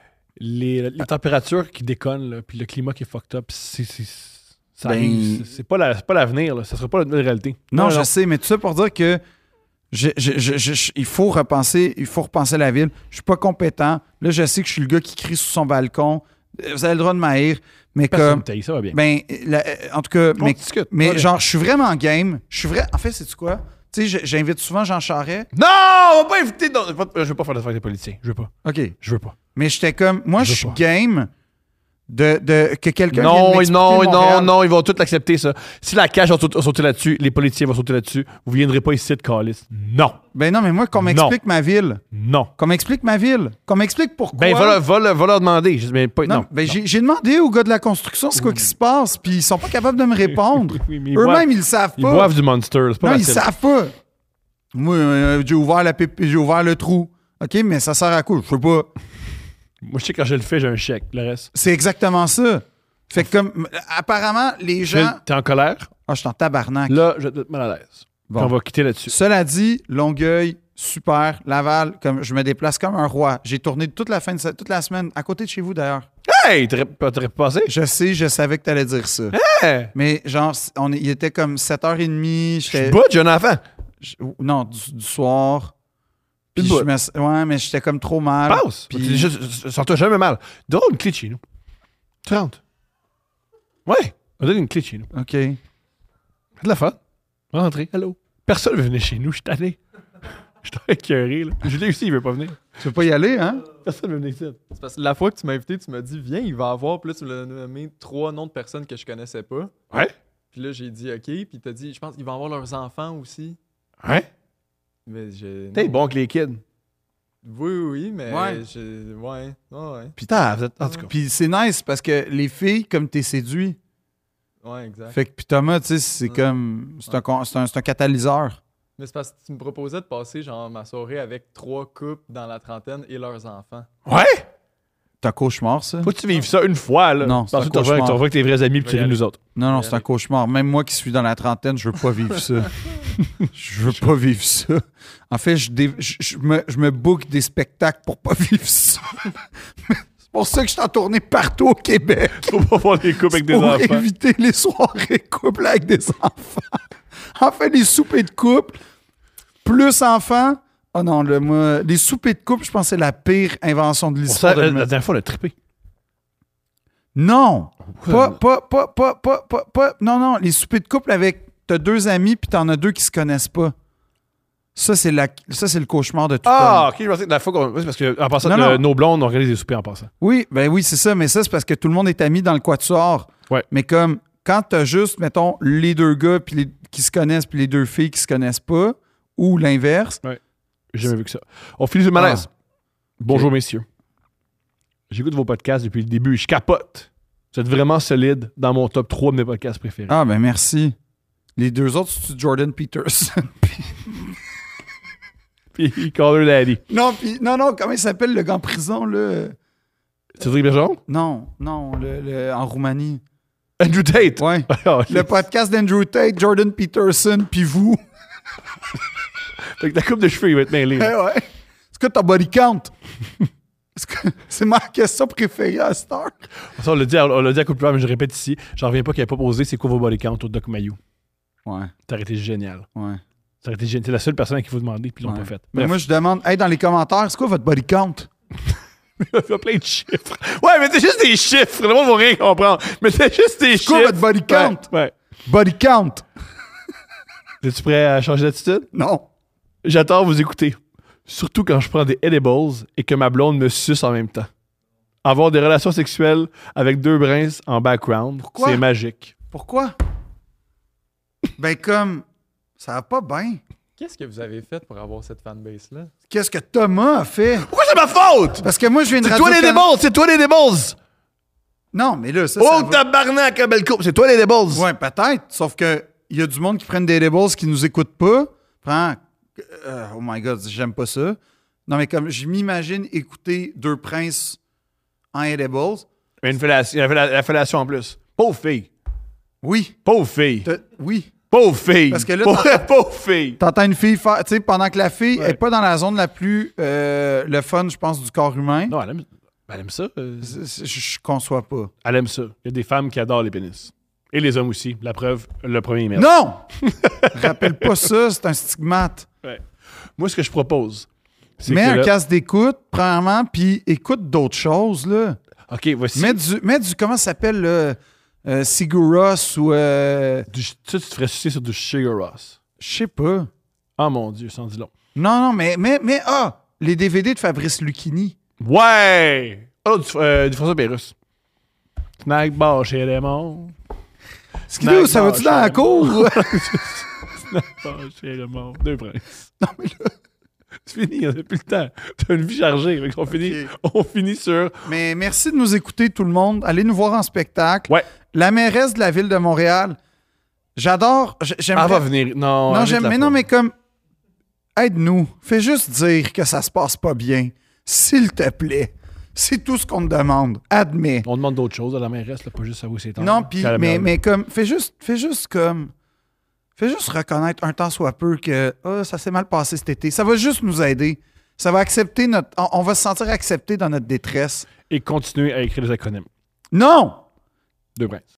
les températures qui déconnent, là, puis le climat qui est fucked up, c'est pas l'avenir, là. Ça sera pas la nouvelle réalité. Non, je sais, mais tout ça pour dire que il faut repenser la ville. Je suis pas compétent. Là, je sais que je suis le gars qui crie sous son balcon. Vous avez le droit de m'haïr, mais comme... Ça va bien. En tout cas, mais genre, je suis vraiment game. En fait, sais-tu quoi? Tu sais, j'invite souvent Jean Charest. Non! On va pas inviter... Non, je veux pas faire d'affaires avec les politiciens. Je veux pas. OK. Je veux pas. Mais j'étais comme... Moi, je suis game que quelqu'un non, ils vont tous l'accepter, ça. Si la CAQ va sauter là-dessus, les politiciens vont sauter là-dessus, vous viendrez pas ici de calice. Non. Ben non, mais moi, qu'on m'explique ma ville. Non. Qu'on m'explique ma ville. Qu'on m'explique pourquoi. Ben, va leur demander. Non. Ben, j'ai demandé aux gars de la construction c'est quoi qui se passe, puis ils sont pas capables de me répondre. Eux-mêmes, ils le savent pas. Ils boivent du Monster. C'est pas non, ils savent pas. Moi, j'ai ouvert j'ai ouvert le trou. OK, mais ça sert à quoi? Je sais pas. Moi, je sais quand je le fais, j'ai un chèque. Le reste. C'est exactement ça. Fait que comme, apparemment, les gens... T'es en colère? Ah, je suis en tabarnak. Là, je vais te mettre mal à l'aise. Bon. Puis on va quitter là-dessus. Cela dit, Longueuil, super. Laval, comme je me déplace comme un roi. J'ai tourné toute la semaine, à côté de chez vous d'ailleurs. Hey! T'aurais pas passé? Je savais que t'allais dire ça. Hey! Mais genre, il était comme 7h30. Je suis bas, j'ai un enfant. Non, du soir. Puis Une ouais, mais j'étais comme trop mal. Passe! Puis- Sors-toi jamais mal. Donne une clé de chez nous. Tu rentres. Ouais! On donne une clé de chez nous. OK. Fais de la fun. On va rentrer. Allô? Personne ne veut venir chez nous. Je suis tanné. Je suis écœuré, là. Julien aussi, il veut pas venir. Tu veux pas y aller, hein? Personne ne veut venir ici. C'est parce que la fois que tu m'as invité, tu m'as dit viens, il va avoir. Puis là, tu m'as nommé 3 noms de personnes que je connaissais pas. Ouais? Puis là, j'ai dit OK. Puis t'as dit je pense qu'ils vont avoir leurs enfants aussi. Ouais? Mais j'ai. T'es non. bon que les kids. Oui, mais. Ouais. Ouais. Putain, vous êtes... En tout cas. Puis c'est nice parce que les filles, comme t'es séduit. Ouais, exact. Fait que puis Thomas, tu sais, c'est Ouais. comme. C'est un catalyseur. Mais c'est parce que tu me proposais de passer genre ma soirée avec 3 couples dans la trentaine et leurs enfants. Ouais? C'est un cauchemar, ça? Faut que tu vives ça une fois, là. Non, c'est un Ensuite, tu cauchemar. revois avec tes vrais amis puis tu Ouais, ris nous autres. Non, Ouais, c'est un allez. cauchemar. Même moi qui suis dans la trentaine, je veux pas vivre ça. Je veux pas vivre ça. En fait, je me book des spectacles pour pas vivre ça. C'est pour ça que je suis en tournée partout au Québec. Faut pas voir des couples avec des Pour enfants. éviter les soirées couple avec des enfants. En fait, les soupers de couple, plus enfants. Oh non, moi, les soupers de couple, je pense que c'est la pire invention de l'histoire. de La l'humanité. dernière fois, on a trippé. Non! Non, les soupers de couple avec. T'as 2 amis, puis t'en as 2 qui se connaissent pas. Ça, c'est le cauchemar de tout Ah, homme. ok, je pensais que la fois qu'on. C'est parce qu'en passant, Non. nos blondes, on organise des soupers en passant. Oui, c'est ça, mais ça, c'est parce que tout le monde est ami dans le quatuor. Ouais. Mais comme, quand t'as juste, mettons, les 2 gars qui se connaissent, puis les 2 filles qui se connaissent pas, ou l'inverse. J'ai jamais vu que ça. On finit le malaise. Bonjour, messieurs. J'écoute vos podcasts depuis le début et je capote. Vous êtes vraiment solide dans mon top 3 de mes podcasts préférés. Ah, ben merci. Les 2 autres, c'est Jordan Peterson. Puis Caller Daddy. non, comment il s'appelle le gars en prison, là? Cédric Bergeron? Non, en Roumanie. Andrew Tate. Ouais. Ah, Le podcast d'Andrew Tate, Jordan Peterson, puis vous. Fait que la coupe de cheveux, il va être mêlé. Eh ouais. Est-ce que t'as body count? C'est ma question préférée à Star. Ça, on l'a dit à couple, mais je répète ici. J'en reviens pas qu'il n'ait pas posé c'est quoi vos body count au Doc Mayou. Ouais, Ça aurait été génial. ouais. Ça aurait été génial. C'est la seule personne à qui vous demandez, puis ils l'ont Ouais. pas fait. Mais Bref. moi, je demande, hey, dans les commentaires, c'est quoi votre body count? Il y a plein de chiffres. Ouais, mais c'est juste des chiffres. Le monde va rien comprendre. Mais c'est juste des C'est quoi chiffres. votre body count? Ouais. Body count? Es-tu prêt à changer d'attitude? Non. J'adore vous écouter. Surtout quand je prends des edibles et que ma blonde me suce en même temps. Avoir des relations sexuelles avec 2 brins en background, Pourquoi? c'est magique. Pourquoi? Ben comme, ça va pas bien. Qu'est-ce que vous avez fait pour avoir cette fanbase-là? Qu'est-ce que Thomas a fait? Pourquoi c'est ma faute? Parce que moi, je viens de C'est toi les Radio-Can- edibles! C'est toi les edibles! Non, mais là, ça Oh, va- tabarnak, quelle belle coupe! C'est toi les edibles! Ouais, peut-être. Sauf que il y a du monde qui prennent des edibles qui nous écoutent pas. Oh my God, j'aime pas ça. Non, mais comme je m'imagine écouter 2 princes en edibles. Une fellation, la fellation en plus. Pauvre fille. Oui. Pauvre fille. Oui. Pauvre fille. Parce que là, Pauvre fille. T'entends une fille faire, tu sais, pendant que la fille est pas dans la zone la plus le fun, je pense, du corps humain. Non, elle aime ça. Je conçois pas. Elle aime ça. Il y a des femmes qui adorent les pénis. Et les hommes aussi. La preuve, le premier email. Non! Rappelle pas ça, c'est un stigmate. Ouais. Moi, ce que je propose, c'est Mets que un là- casque d'écoute, premièrement, puis écoute d'autres choses, là. OK, voici. Mets du comment ça s'appelle, là? Siguros ou... Tu te ferais sucer sur du Sugar Ross. Je sais pas. Ah, mon Dieu, ça en dit long. Non, mais les DVD de Fabrice Lucchini. Ouais! Oh, du François Pérusse. Snack bar chez Raymond. Skidoo, ça va-tu dans la cour? Snack bar chez Raymond. 2 princes. Non, mais là... C'est fini, on n'a plus le temps. T'as une vie chargée. Fait qu'on on finit sur... Mais merci de nous écouter, tout le monde. Allez nous voir en spectacle. Ouais. La mairesse de la ville de Montréal, j'adore. J'aime. Elle va venir. Non, Non, arrête j'aime. la Mais pas. non, mais comme aide-nous. Fais juste dire que ça se passe pas bien. S'il te plaît. C'est tout ce qu'on te demande. Admets. On demande d'autres choses à la mairesse, là, pas juste avouer ses torts. Non, puis, mais comme, fais juste reconnaître un temps soit peu que ça s'est mal passé cet été. Ça va juste nous aider. Ça va accepter on va se sentir accepté dans notre détresse. Et continuer à écrire des acronymes. Non! Deux princes.